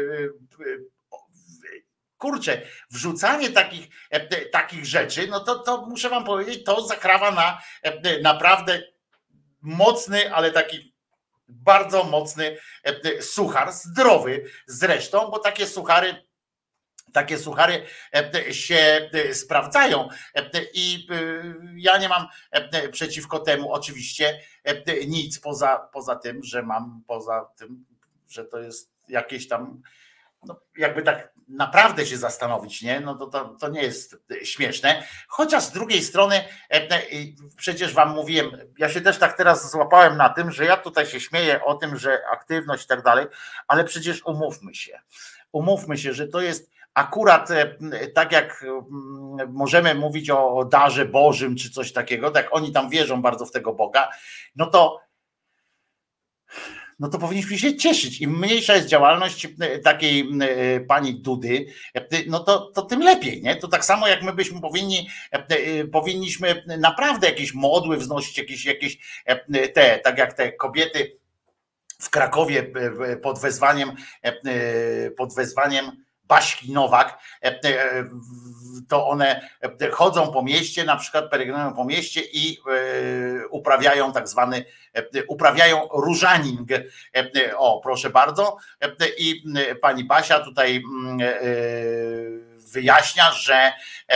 kurczę, wrzucanie takich, takich rzeczy, no to, to muszę wam powiedzieć, to zakrawa na naprawdę mocny, ale taki bardzo mocny suchar, zdrowy zresztą, bo takie suchary, takie suchary się sprawdzają i ja nie mam przeciwko temu oczywiście nic poza, poza tym, że mam poza tym, że to jest jakieś tam, no jakby tak naprawdę się zastanowić, nie? No to, to, to nie jest śmieszne. Chociaż z drugiej strony, przecież wam mówiłem, ja się też tak teraz złapałem na tym, że ja tutaj się śmieję o tym, że aktywność i tak dalej, ale przecież umówmy się, umówmy się, że to jest akurat tak jak możemy mówić o, o darze Bożym czy coś takiego, tak oni tam wierzą bardzo w tego Boga, no to no to powinniśmy się cieszyć. Im mniejsza jest działalność takiej pani Dudy, no to, to tym lepiej, nie? To tak samo jak my byśmy powinni, powinniśmy naprawdę jakieś modły wznosić, jakieś, jakieś te, tak jak te kobiety w Krakowie pod wezwaniem, pod wezwaniem Baśki Nowak, to one chodzą po mieście, na przykład peregrinają po mieście i uprawiają tak zwany, uprawiają różaning. O, proszę bardzo. I pani Basia tutaj wyjaśnia, że,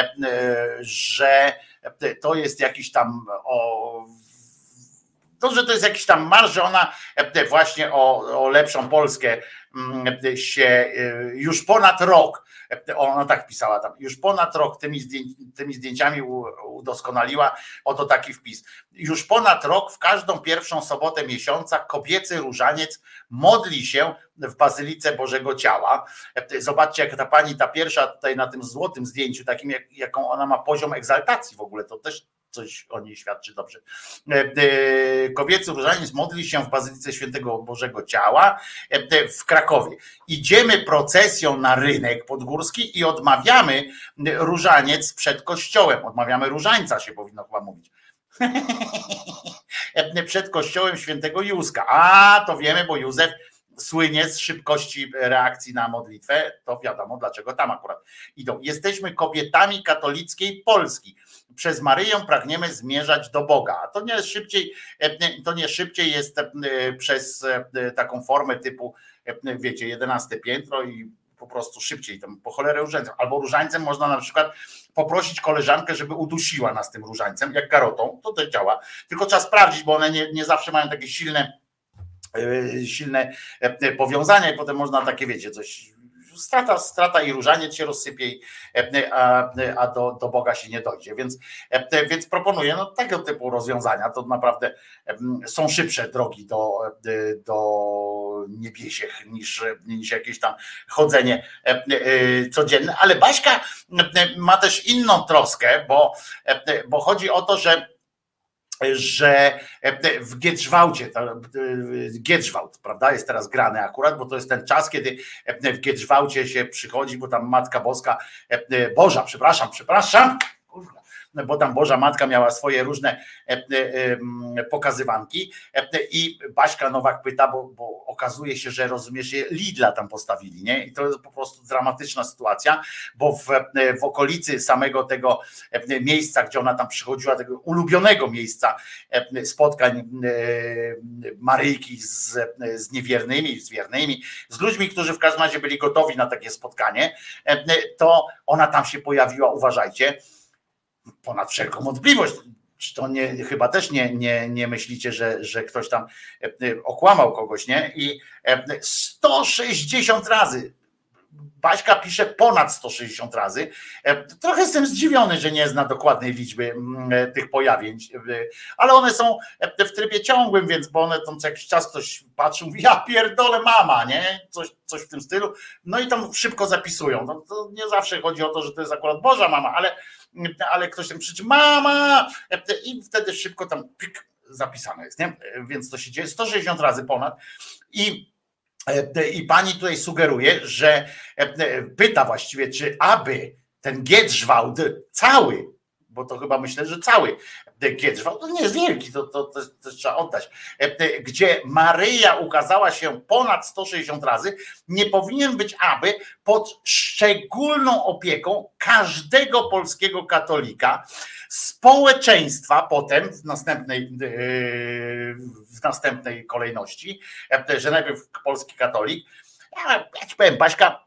że to jest jakiś tam o to, że to jest jakiś tam marsz, że ona właśnie o, o lepszą Polskę się już ponad rok, ona tak pisała tam, już ponad rok tymi, zdjęci, tymi zdjęciami udoskonaliła, oto taki wpis. Już ponad rok w każdą pierwszą sobotę miesiąca kobiecy różaniec modli się w Bazylice Bożego Ciała. Zobaczcie, jak ta pani, ta pierwsza tutaj na tym złotym zdjęciu, takim jak, jaką ona ma poziom egzaltacji w ogóle, to też coś o niej świadczy dobrze. Kobiecy różaniec modli się w Bazylice Świętego Bożego Ciała w Krakowie. Idziemy procesją na rynek podgórski i odmawiamy różaniec przed kościołem. Odmawiamy różańca, się powinno chyba mówić. Przed kościołem Świętego Józka. A, to wiemy, bo Józef słynie z szybkości reakcji na modlitwę, to wiadomo dlaczego tam akurat idą. Jesteśmy kobietami katolickiej Polski. Przez Maryję pragniemy zmierzać do Boga. A to nie szybciej, to nie szybciej jest przez taką formę typu, wiecie, jedenaste piętro i po prostu szybciej tam po cholerę różańcem. Albo różańcem można na przykład poprosić koleżankę, żeby udusiła nas tym różańcem, jak garotą, to to działa. Tylko trzeba sprawdzić, bo one nie, nie zawsze mają takie silne silne powiązania i potem można takie, wiecie, coś, strata, strata i różaniec się rozsypie, a, a do, do Boga się nie dojdzie, więc, więc proponuję no, tego typu rozwiązania, to naprawdę są szybsze drogi do, do niebiesiech niż, niż jakieś tam chodzenie codzienne, ale Baśka ma też inną troskę, bo, bo chodzi o to, że że w Giedrzwałcie, Giedrzwałt, prawda, jest teraz grany akurat, bo to jest ten czas, kiedy w Giedrzwałcie się przychodzi, bo tam Matka Boska, Boża, przepraszam, przepraszam, bo tam Boża Matka miała swoje różne pokazywanki i Baśka Nowak pyta, bo, bo okazuje się, że rozumiesz, Lidla tam postawili, nie? I to jest po prostu dramatyczna sytuacja, bo w, w okolicy samego tego miejsca, gdzie ona tam przychodziła, tego ulubionego miejsca spotkań Maryjki z, z niewiernymi, z wiernymi, z ludźmi, którzy w każdym razie byli gotowi na takie spotkanie, to ona tam się pojawiła, uważajcie, ponad wszelką wątpliwość, Czy to nie, chyba też nie, nie, nie myślicie, że, że ktoś tam okłamał kogoś, nie? I sto sześćdziesiąt razy. Baśka pisze ponad sto sześćdziesiąt razy. Trochę jestem zdziwiony, że nie zna dokładnej liczby tych pojawień, ale one są w trybie ciągłym, więc bo one tam co jakiś czas ktoś patrzy, mówi, ja pierdolę mama, nie? Coś, coś w tym stylu. No i tam szybko zapisują. No, to nie zawsze chodzi o to, że to jest akurat Boża mama, ale, ale ktoś tam krzyczy mama i wtedy szybko tam pik, zapisane jest, nie? Więc to się dzieje sto sześćdziesiąt razy ponad i I pani tutaj sugeruje, że pyta właściwie, czy aby ten Giedrzwałd cały, bo to chyba myślę, że cały Giedrzwałd, to nie jest wielki, to, to, to, to trzeba oddać, gdzie Maryja ukazała się ponad sto sześćdziesiąt razy, nie powinien być aby pod szczególną opieką każdego polskiego katolika, społeczeństwa potem w następnej, w następnej kolejności, że najpierw polski katolik. Ja, ja ci powiem, Baśka,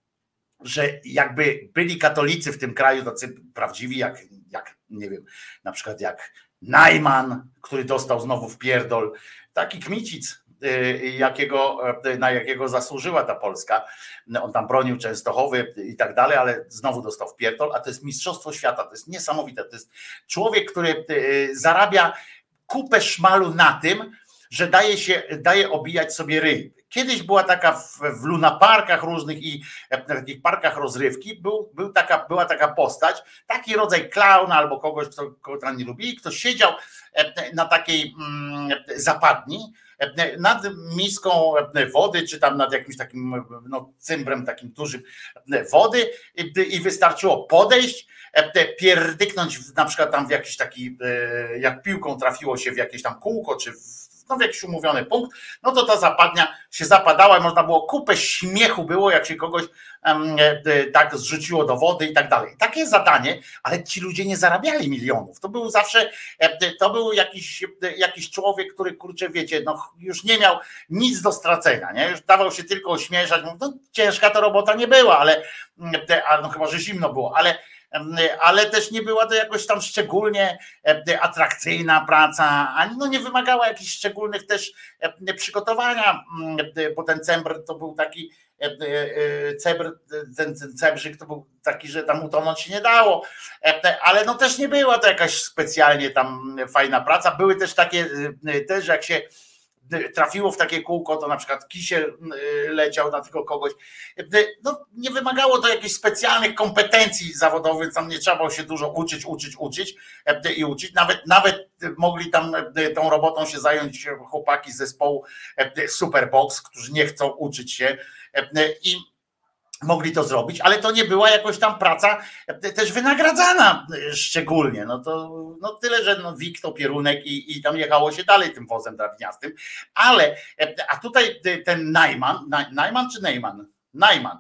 że jakby byli katolicy w tym kraju tacy prawdziwi, jak, jak nie wiem, na przykład jak Najman, który dostał znowu w pierdol, taki Kmicic, jakiego, na jakiego zasłużyła ta Polska. On tam bronił Częstochowy i tak dalej, ale znowu dostał w pierdol, a to jest mistrzostwo świata, to jest niesamowite. To jest człowiek, który zarabia kupę szmalu na tym, że daje się, daje obijać sobie ryj. Kiedyś była taka w, w lunaparkach różnych i w takich parkach rozrywki, był, był taka, była taka postać, taki rodzaj klauna albo kogoś, kto, kogo tam nie lubi, kto siedział na takiej mm, zapadni, nad miską wody, czy tam nad jakimś takim no, cymbrem takim dużym wody i wystarczyło podejść, pierdyknąć na przykład tam w jakiś taki, jak piłką trafiło się w jakieś tam kółko, czy w, no, w jakiś umówiony punkt, no to ta zapadnia się zapadała i można było kupę śmiechu było, jak się kogoś um, tak zrzuciło do wody i tak dalej. Takie zadanie, ale ci ludzie nie zarabiali milionów. To był zawsze, to był jakiś, jakiś człowiek, który kurczę, wiecie, no już nie miał nic do stracenia, nie? Już dawał się tylko ośmieszać, no ciężka to robota nie była, ale, no chyba, że zimno było, ale ale też nie była to jakoś tam szczególnie atrakcyjna praca, ani no nie wymagała jakichś szczególnych też przygotowania, bo ten cembr to był taki cebr, ten, ten cebrzyk to był taki, że tam utonąć się nie dało, ale no też nie była to jakaś specjalnie tam fajna praca. Były też takie też, jak się trafiło w takie kółko, to na przykład kisiel leciał na tylko kogoś. No, nie wymagało to jakichś specjalnych kompetencji zawodowych, więc tam nie trzeba było się dużo uczyć, uczyć, uczyć i uczyć. Nawet, nawet mogli tam tą robotą się zająć chłopaki z zespołu Superbox, którzy nie chcą uczyć się i mogli to zrobić, ale to nie była jakoś tam praca też wynagradzana szczególnie. No to no tyle, że no wik to pierunek i, i tam jechało się dalej tym wozem drabiniastym. Ale, a tutaj ten Najman, Najman czy Nejman? Najman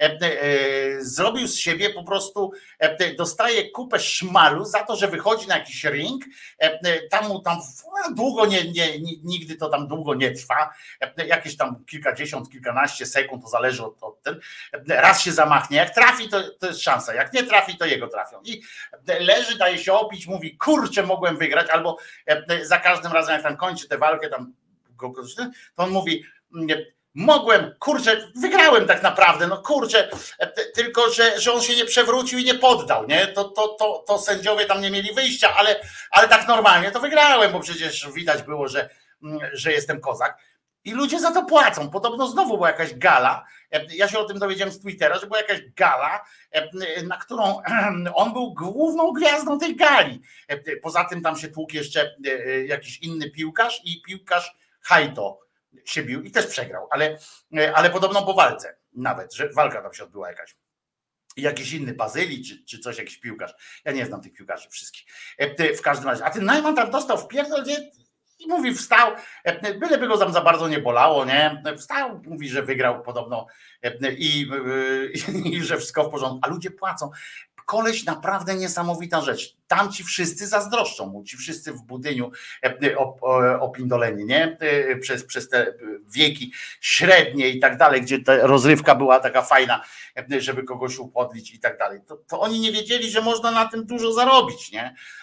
zrobił z siebie po prostu, dostaje kupę szmalu za to, że wychodzi na jakiś ring, tam mu tam długo nie, nie, nigdy to tam długo nie trwa, jakieś tam kilkadziesiąt, kilkanaście sekund, to zależy od, od ten, raz się zamachnie, jak trafi to, to jest szansa, jak nie trafi to jego trafią i leży, daje się opić, mówi kurczę mogłem wygrać, albo za każdym razem jak tam kończy tę walkę, tam to on mówi mogłem, kurczę, wygrałem tak naprawdę, no kurczę, tylko że, że on się nie przewrócił i nie poddał, nie? To, to, to, to sędziowie tam nie mieli wyjścia, ale, ale tak normalnie to wygrałem, bo przecież widać było, że, że jestem kozak. I ludzie za to płacą. Podobno znowu była jakaś gala, ja się o tym dowiedziałem z Twittera, że była jakaś gala, na którą on był główną gwiazdą tej gali. Poza tym tam się tłukł jeszcze jakiś inny piłkarz i piłkarz Hajto się bił i też przegrał, ale, ale podobno po walce nawet, że walka tam się odbyła jakaś. Jakiś inny Bazyli, czy, czy coś, jakiś piłkarz. Ja nie znam tych piłkarzy wszystkich. W każdym razie, a ten Najman tam dostał w pierdol, i mówi, wstał, byleby go tam za bardzo nie bolało, nie? Wstał, mówi, że wygrał podobno i, i, i że wszystko w porządku, a ludzie płacą. Koleś naprawdę niesamowita rzecz. Tam ci wszyscy zazdroszczą mu, ci wszyscy w budyniu opindoleni, nie? Przez, przez te wieki średnie i tak dalej, gdzie ta rozrywka była taka fajna, żeby kogoś upodlić i tak dalej. To, to oni nie wiedzieli, że można na tym dużo zarobić, nie?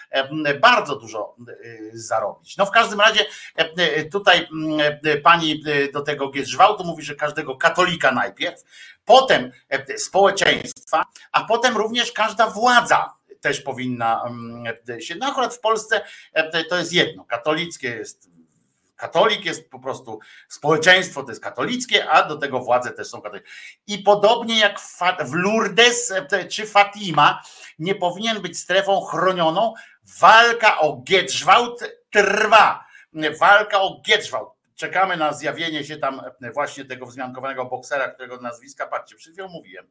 bardzo dużo zarobić. No w każdym razie tutaj pani do tego Giedrzwałtu mówi, że każdego katolika najpierw, potem społeczeństwa, a potem również każda władza też powinna się, no akurat w Polsce to jest jedno, katolickie jest, katolik jest po prostu, społeczeństwo to jest katolickie, a do tego władze też są katolickie. I podobnie jak w Lourdes czy Fatima nie powinien być strefą chronioną, walka o Giedrzwałt trwa, walka o Giedrzwałt. Czekamy na zjawienie się tam właśnie tego wzmiankowanego boksera, którego nazwiska, patrzcie, przed chwilą mówiłem.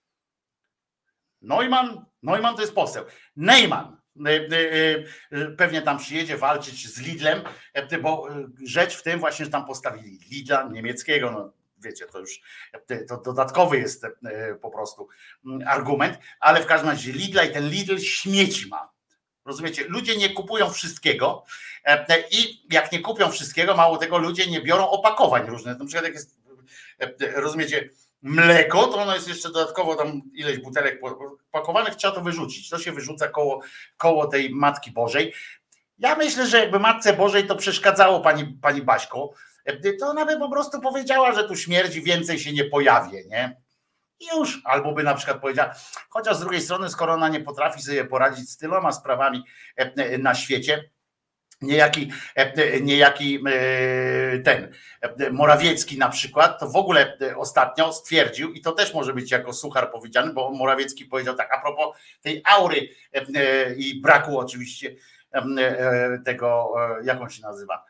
Neumann, Neumann to jest poseł. Neumann pewnie tam przyjedzie walczyć z Lidlem, bo rzecz w tym właśnie, że tam postawili Lidla niemieckiego, no wiecie, to już to dodatkowy jest po prostu argument, ale w każdym razie Lidla i ten Lidl śmieci ma. Rozumiecie, ludzie nie kupują wszystkiego i jak nie kupią wszystkiego, mało tego, ludzie nie biorą opakowań różnych. Na przykład jak jest, rozumiecie, mleko, to ono jest jeszcze dodatkowo tam ileś butelek pakowanych, trzeba to wyrzucić. To się wyrzuca koło, koło tej Matki Bożej. Ja myślę, że jakby Matce Bożej to przeszkadzało pani, pani Baśko, to ona by po prostu powiedziała, że tu śmierdzi, więcej się nie pojawi, nie? I już, albo by na przykład powiedziała, chociaż z drugiej strony, skoro ona nie potrafi sobie poradzić z tyloma sprawami na świecie, niejaki, niejaki ten Morawiecki na przykład, to w ogóle ostatnio stwierdził, i to też może być jako suchar powiedziany, bo Morawiecki powiedział tak a propos tej aury i braku oczywiście tego, jak on się nazywa,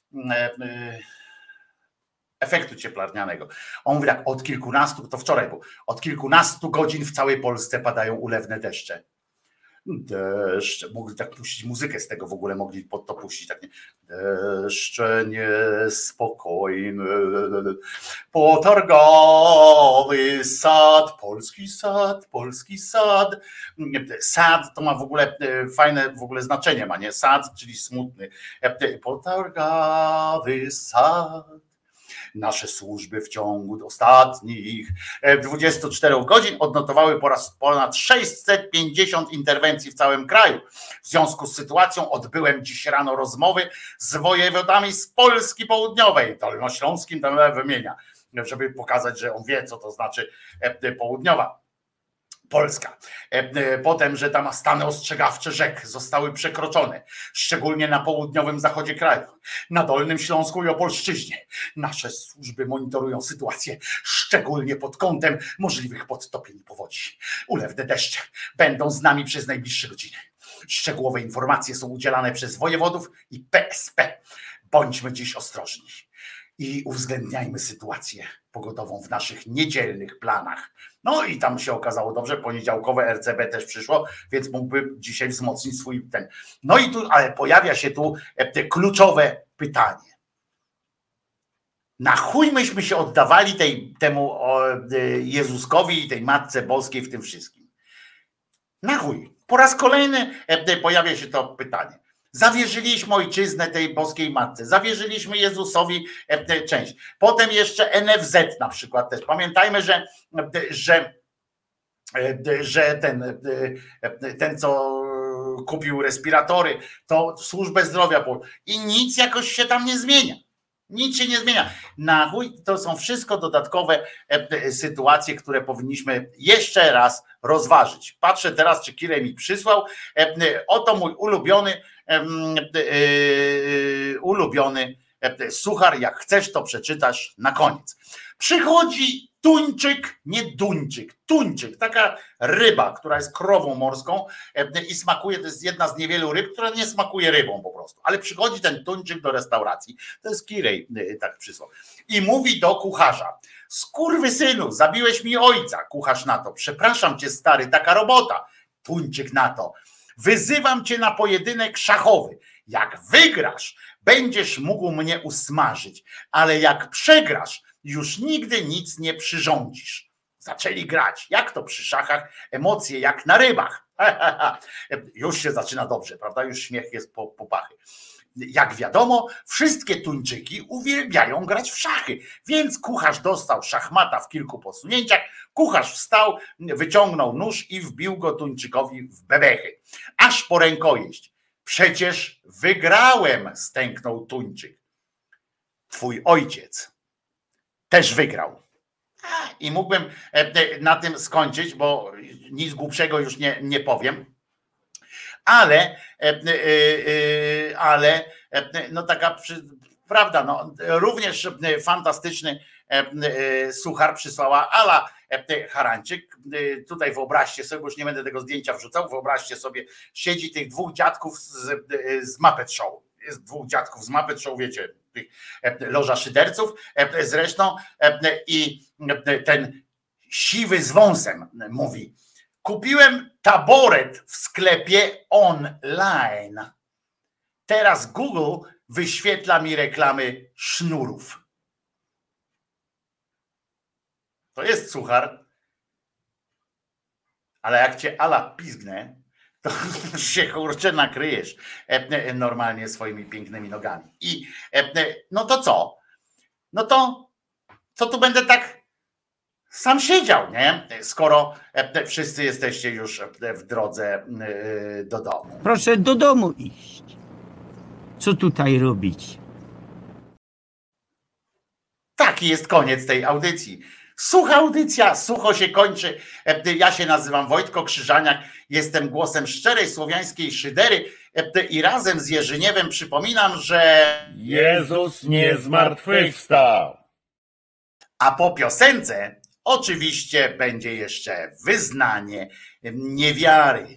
efektu cieplarnianego. On mówi tak, od kilkunastu, to wczoraj był, od kilkunastu godzin w całej Polsce padają ulewne deszcze. Deszcze, mogli tak puścić muzykę z tego w ogóle, mogli pod to puścić, tak nie. Deszcze niespokojne, potargowy sad, polski sad, polski sad. Sad to ma w ogóle fajne w ogóle znaczenie, ma nie? Sad, czyli smutny. Potargowy sad. Nasze służby w ciągu ostatnich dwudziestu czterech godzin odnotowały po raz ponad sześćset pięćdziesiąt interwencji w całym kraju. W związku z sytuacją odbyłem dziś rano rozmowy z wojewodami z Polski Południowej, Dolnośląskim, tam wymienia, żeby pokazać, że on wie, co to znaczy południowa Polska. Potem, że tam stany ostrzegawcze rzek zostały przekroczone, szczególnie na południowym zachodzie kraju, na Dolnym Śląsku i Opolszczyźnie. Nasze służby monitorują sytuację, szczególnie pod kątem możliwych podtopień i powodzi. Ulewne deszcze będą z nami przez najbliższe godziny. Szczegółowe informacje są udzielane przez wojewodów i P S P. Bądźmy dziś ostrożni i uwzględniajmy sytuację pogodową w naszych niedzielnych planach. No i tam się okazało dobrze, poniedziałkowe R C B też przyszło, więc mógłby dzisiaj wzmocnić swój ten. No i tu, ale pojawia się tu te kluczowe pytanie. Na chuj myśmy się oddawali tej, temu Jezuskowi i tej Matce Boskiej w tym wszystkim? Na chuj. Po raz kolejny pojawia się to pytanie. Zawierzyliśmy ojczyznę tej boskiej matce, zawierzyliśmy Jezusowi część. Potem jeszcze N F Z na przykład też. Pamiętajmy, że, że, że ten, ten, co kupił respiratory, to służbę zdrowia i nic jakoś się tam nie zmienia. Nic się nie zmienia. Na chuj, to są wszystko dodatkowe sytuacje, które powinniśmy jeszcze raz rozważyć. Patrzę teraz, czy Kirej mi przysłał. Oto mój ulubiony ulubiony suchar. Jak chcesz, to przeczytasz na koniec. Przychodzi tuńczyk, nie duńczyk, tuńczyk, taka ryba, która jest krową morską i smakuje, to jest jedna z niewielu ryb, która nie smakuje rybą po prostu, ale przychodzi ten tuńczyk do restauracji, to jest Kirej tak przysłał, i mówi do kucharza: skurwysynu, zabiłeś mi ojca. Kucharz na to: przepraszam cię stary, taka robota. Tuńczyk na to: wyzywam cię na pojedynek szachowy. Jak wygrasz, będziesz mógł mnie usmażyć, ale jak przegrasz, już nigdy nic nie przyrządzisz. Zaczęli grać. Jak to przy szachach? Emocje jak na rybach. Już się zaczyna dobrze, prawda? Już śmiech jest po, po pachy. Jak wiadomo, wszystkie Tuńczyki uwielbiają grać w szachy, więc kucharz dostał szachmata w kilku posunięciach. Kucharz wstał, wyciągnął nóż i wbił go Tuńczykowi w bebechy, aż po rękojeść. Przecież wygrałem, stęknął Tuńczyk. Twój ojciec też wygrał. I mógłbym na tym skończyć, bo nic głupszego już nie, nie powiem. Ale, ale no taka prawda, no, również fantastyczny suchar przysłała Ala Harańczyk. Tutaj wyobraźcie sobie, bo już nie będę tego zdjęcia wrzucał, wyobraźcie sobie, siedzi tych dwóch dziadków z, z Muppet Show. Jest dwóch dziadków z Muppet Show, wiecie, tych loża szyderców zresztą, i ten siwy z wąsem mówi: kupiłem taboret w sklepie online. Teraz Google wyświetla mi reklamy sznurów. To jest suchar, ale jak cię Ala pizgnę, to się kurczę nakryjesz normalnie swoimi pięknymi nogami. I no to co? No to co tu będę tak sam siedział, nie? Skoro wszyscy jesteście już w drodze do domu. Proszę do domu iść. Co tutaj robić? Taki jest koniec tej audycji. Sucha audycja, sucho się kończy. Ja się nazywam Wojtko Krzyżaniak, jestem głosem szczerej słowiańskiej szydery i razem z Jerzyniewem przypominam, że Jezus nie zmartwychwstał. A po piosence oczywiście będzie jeszcze wyznanie niewiary.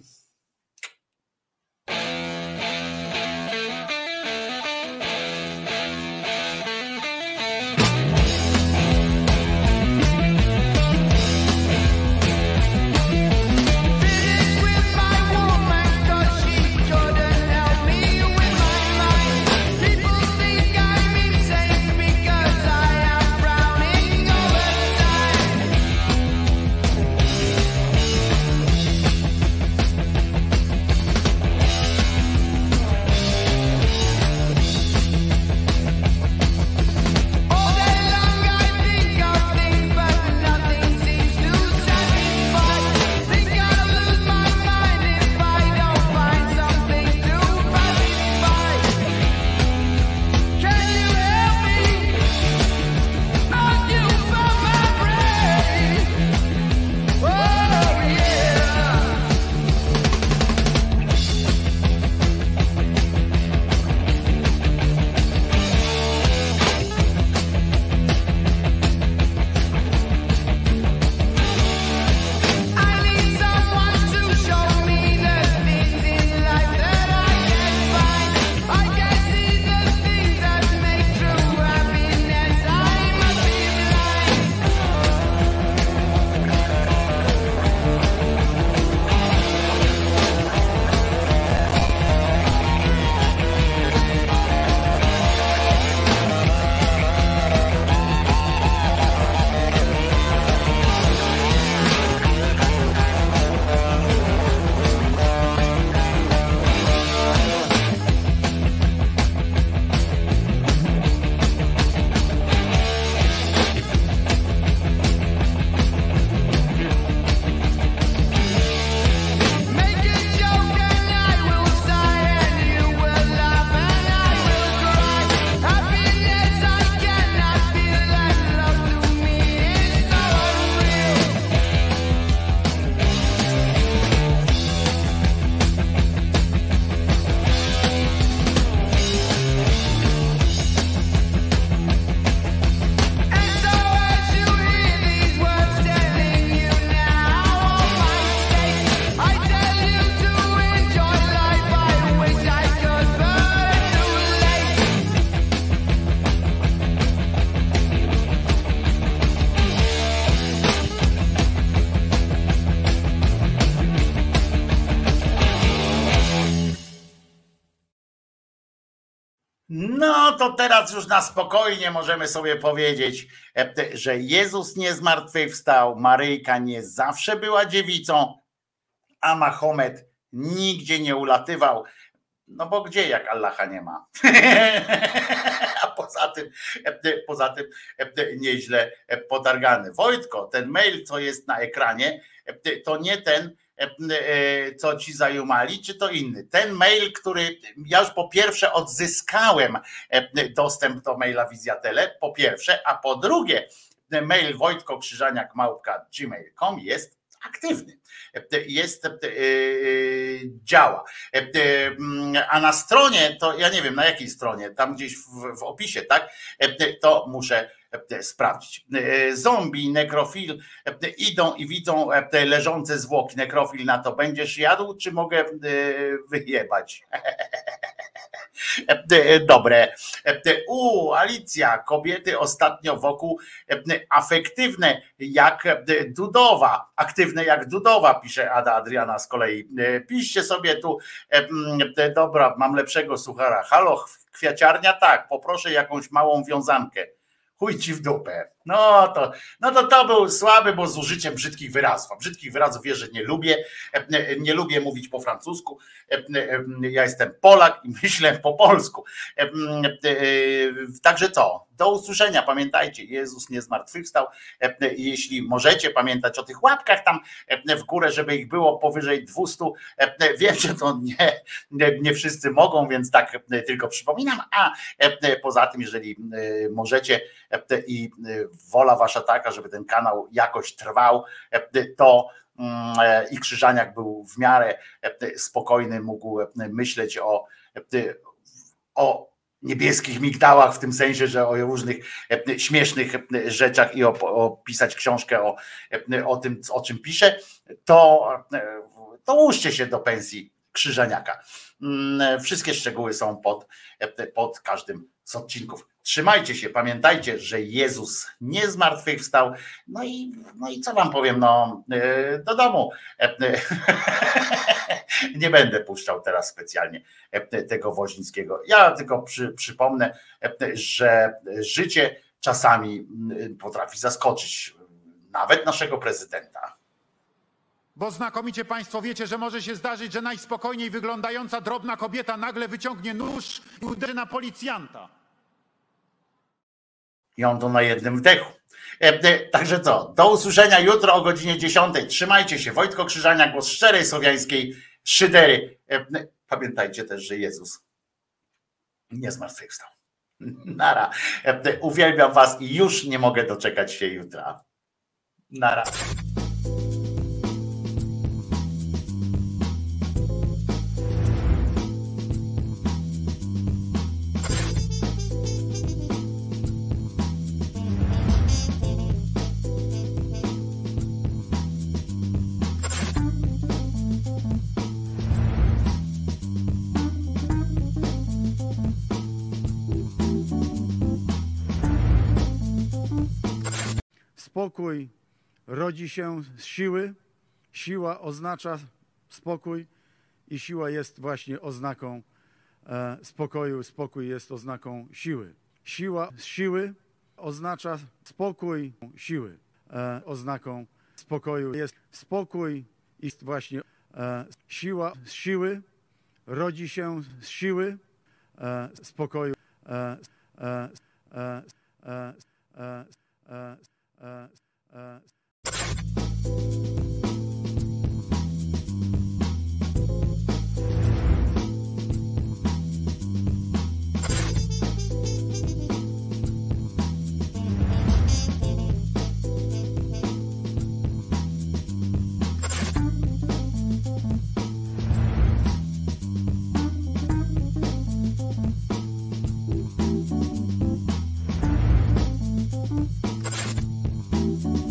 No to teraz już na spokojnie możemy sobie powiedzieć, że Jezus nie zmartwychwstał, Maryjka nie zawsze była dziewicą, a Mahomet nigdzie nie ulatywał. No bo gdzie, jak Allaha nie ma? A poza tym, poza tym nieźle potargany. Wojtko, ten mail, co jest na ekranie, to nie ten, co ci zajumali, czy to inny? Ten mail, który ja już po pierwsze odzyskałem dostęp do maila Wizjatele, po pierwsze, a po drugie mail wojtko krzyżaniak małpka gmail kropka com jest aktywny, jest, działa. A na stronie, to ja nie wiem na jakiej stronie, tam gdzieś w, w opisie, tak, to muszę sprawdzić. Zombie, nekrofil idą i widzą leżące zwłoki. Nekrofil na to: będziesz jadł, czy mogę wyjebać? Dobre. U, Alicja, kobiety ostatnio wokół afektywne jak Dudowa, aktywne jak Dudowa, pisze Ada Adriana z kolei. Piszcie sobie tu, dobra, mam lepszego suchara. Halo, kwiaciarnia? Tak, poproszę jakąś małą wiązankę. Chuj ci w dupę. No to, no to to był słaby, bo z użyciem brzydkich wyrazów. Brzydkich wyrazów wiesz, że nie lubię. Nie lubię mówić po francusku. Ja jestem Polak i myślę po polsku. Także co? Do usłyszenia. Pamiętajcie, Jezus nie zmartwychwstał. Jeśli możecie pamiętać o tych łapkach tam w górę, żeby ich było powyżej dwustu. Wiem, że to nie, nie wszyscy mogą, więc tak tylko przypominam. A poza tym, jeżeli możecie i wola wasza taka, żeby ten kanał jakoś trwał, to i Krzyżaniak był w miarę spokojny, mógł myśleć o, o niebieskich migdałach, w tym sensie, że o różnych śmiesznych rzeczach i opisać książkę o, o tym, o czym pisze, to, to łóżcie się do pensji Krzyżaniaka. Wszystkie szczegóły są pod, pod każdym z odcinków. Trzymajcie się, pamiętajcie, że Jezus nie zmartwychwstał. No i, no i co wam powiem, no do domu. Nie będę puszczał teraz specjalnie tego Woźnickiego. Ja tylko przy, przypomnę, że życie czasami potrafi zaskoczyć nawet naszego prezydenta. Bo znakomicie państwo wiecie, że może się zdarzyć, że najspokojniej wyglądająca drobna kobieta nagle wyciągnie nóż i uderzy na policjanta. I on to na jednym wdechu. Także co, do usłyszenia jutro o godzinie dziesiątej. Trzymajcie się. Wojtko Krzyżania, głos szczerej słowiańskiej szydery. Pamiętajcie też, że Jezus nie zmartwychwstał. Nara. Uwielbiam was i już nie mogę doczekać się jutra. Nara. Spokój rodzi się z siły, siła oznacza spokój i siła jest właśnie oznaką e, spokoju, spokój jest oznaką siły. Siła z siły oznacza spokój, siły e, oznaką spokoju jest spokój i jest właśnie e, siła z siły rodzi się z siły e, spokoju e, e, e, e, e, e, Uh, uh,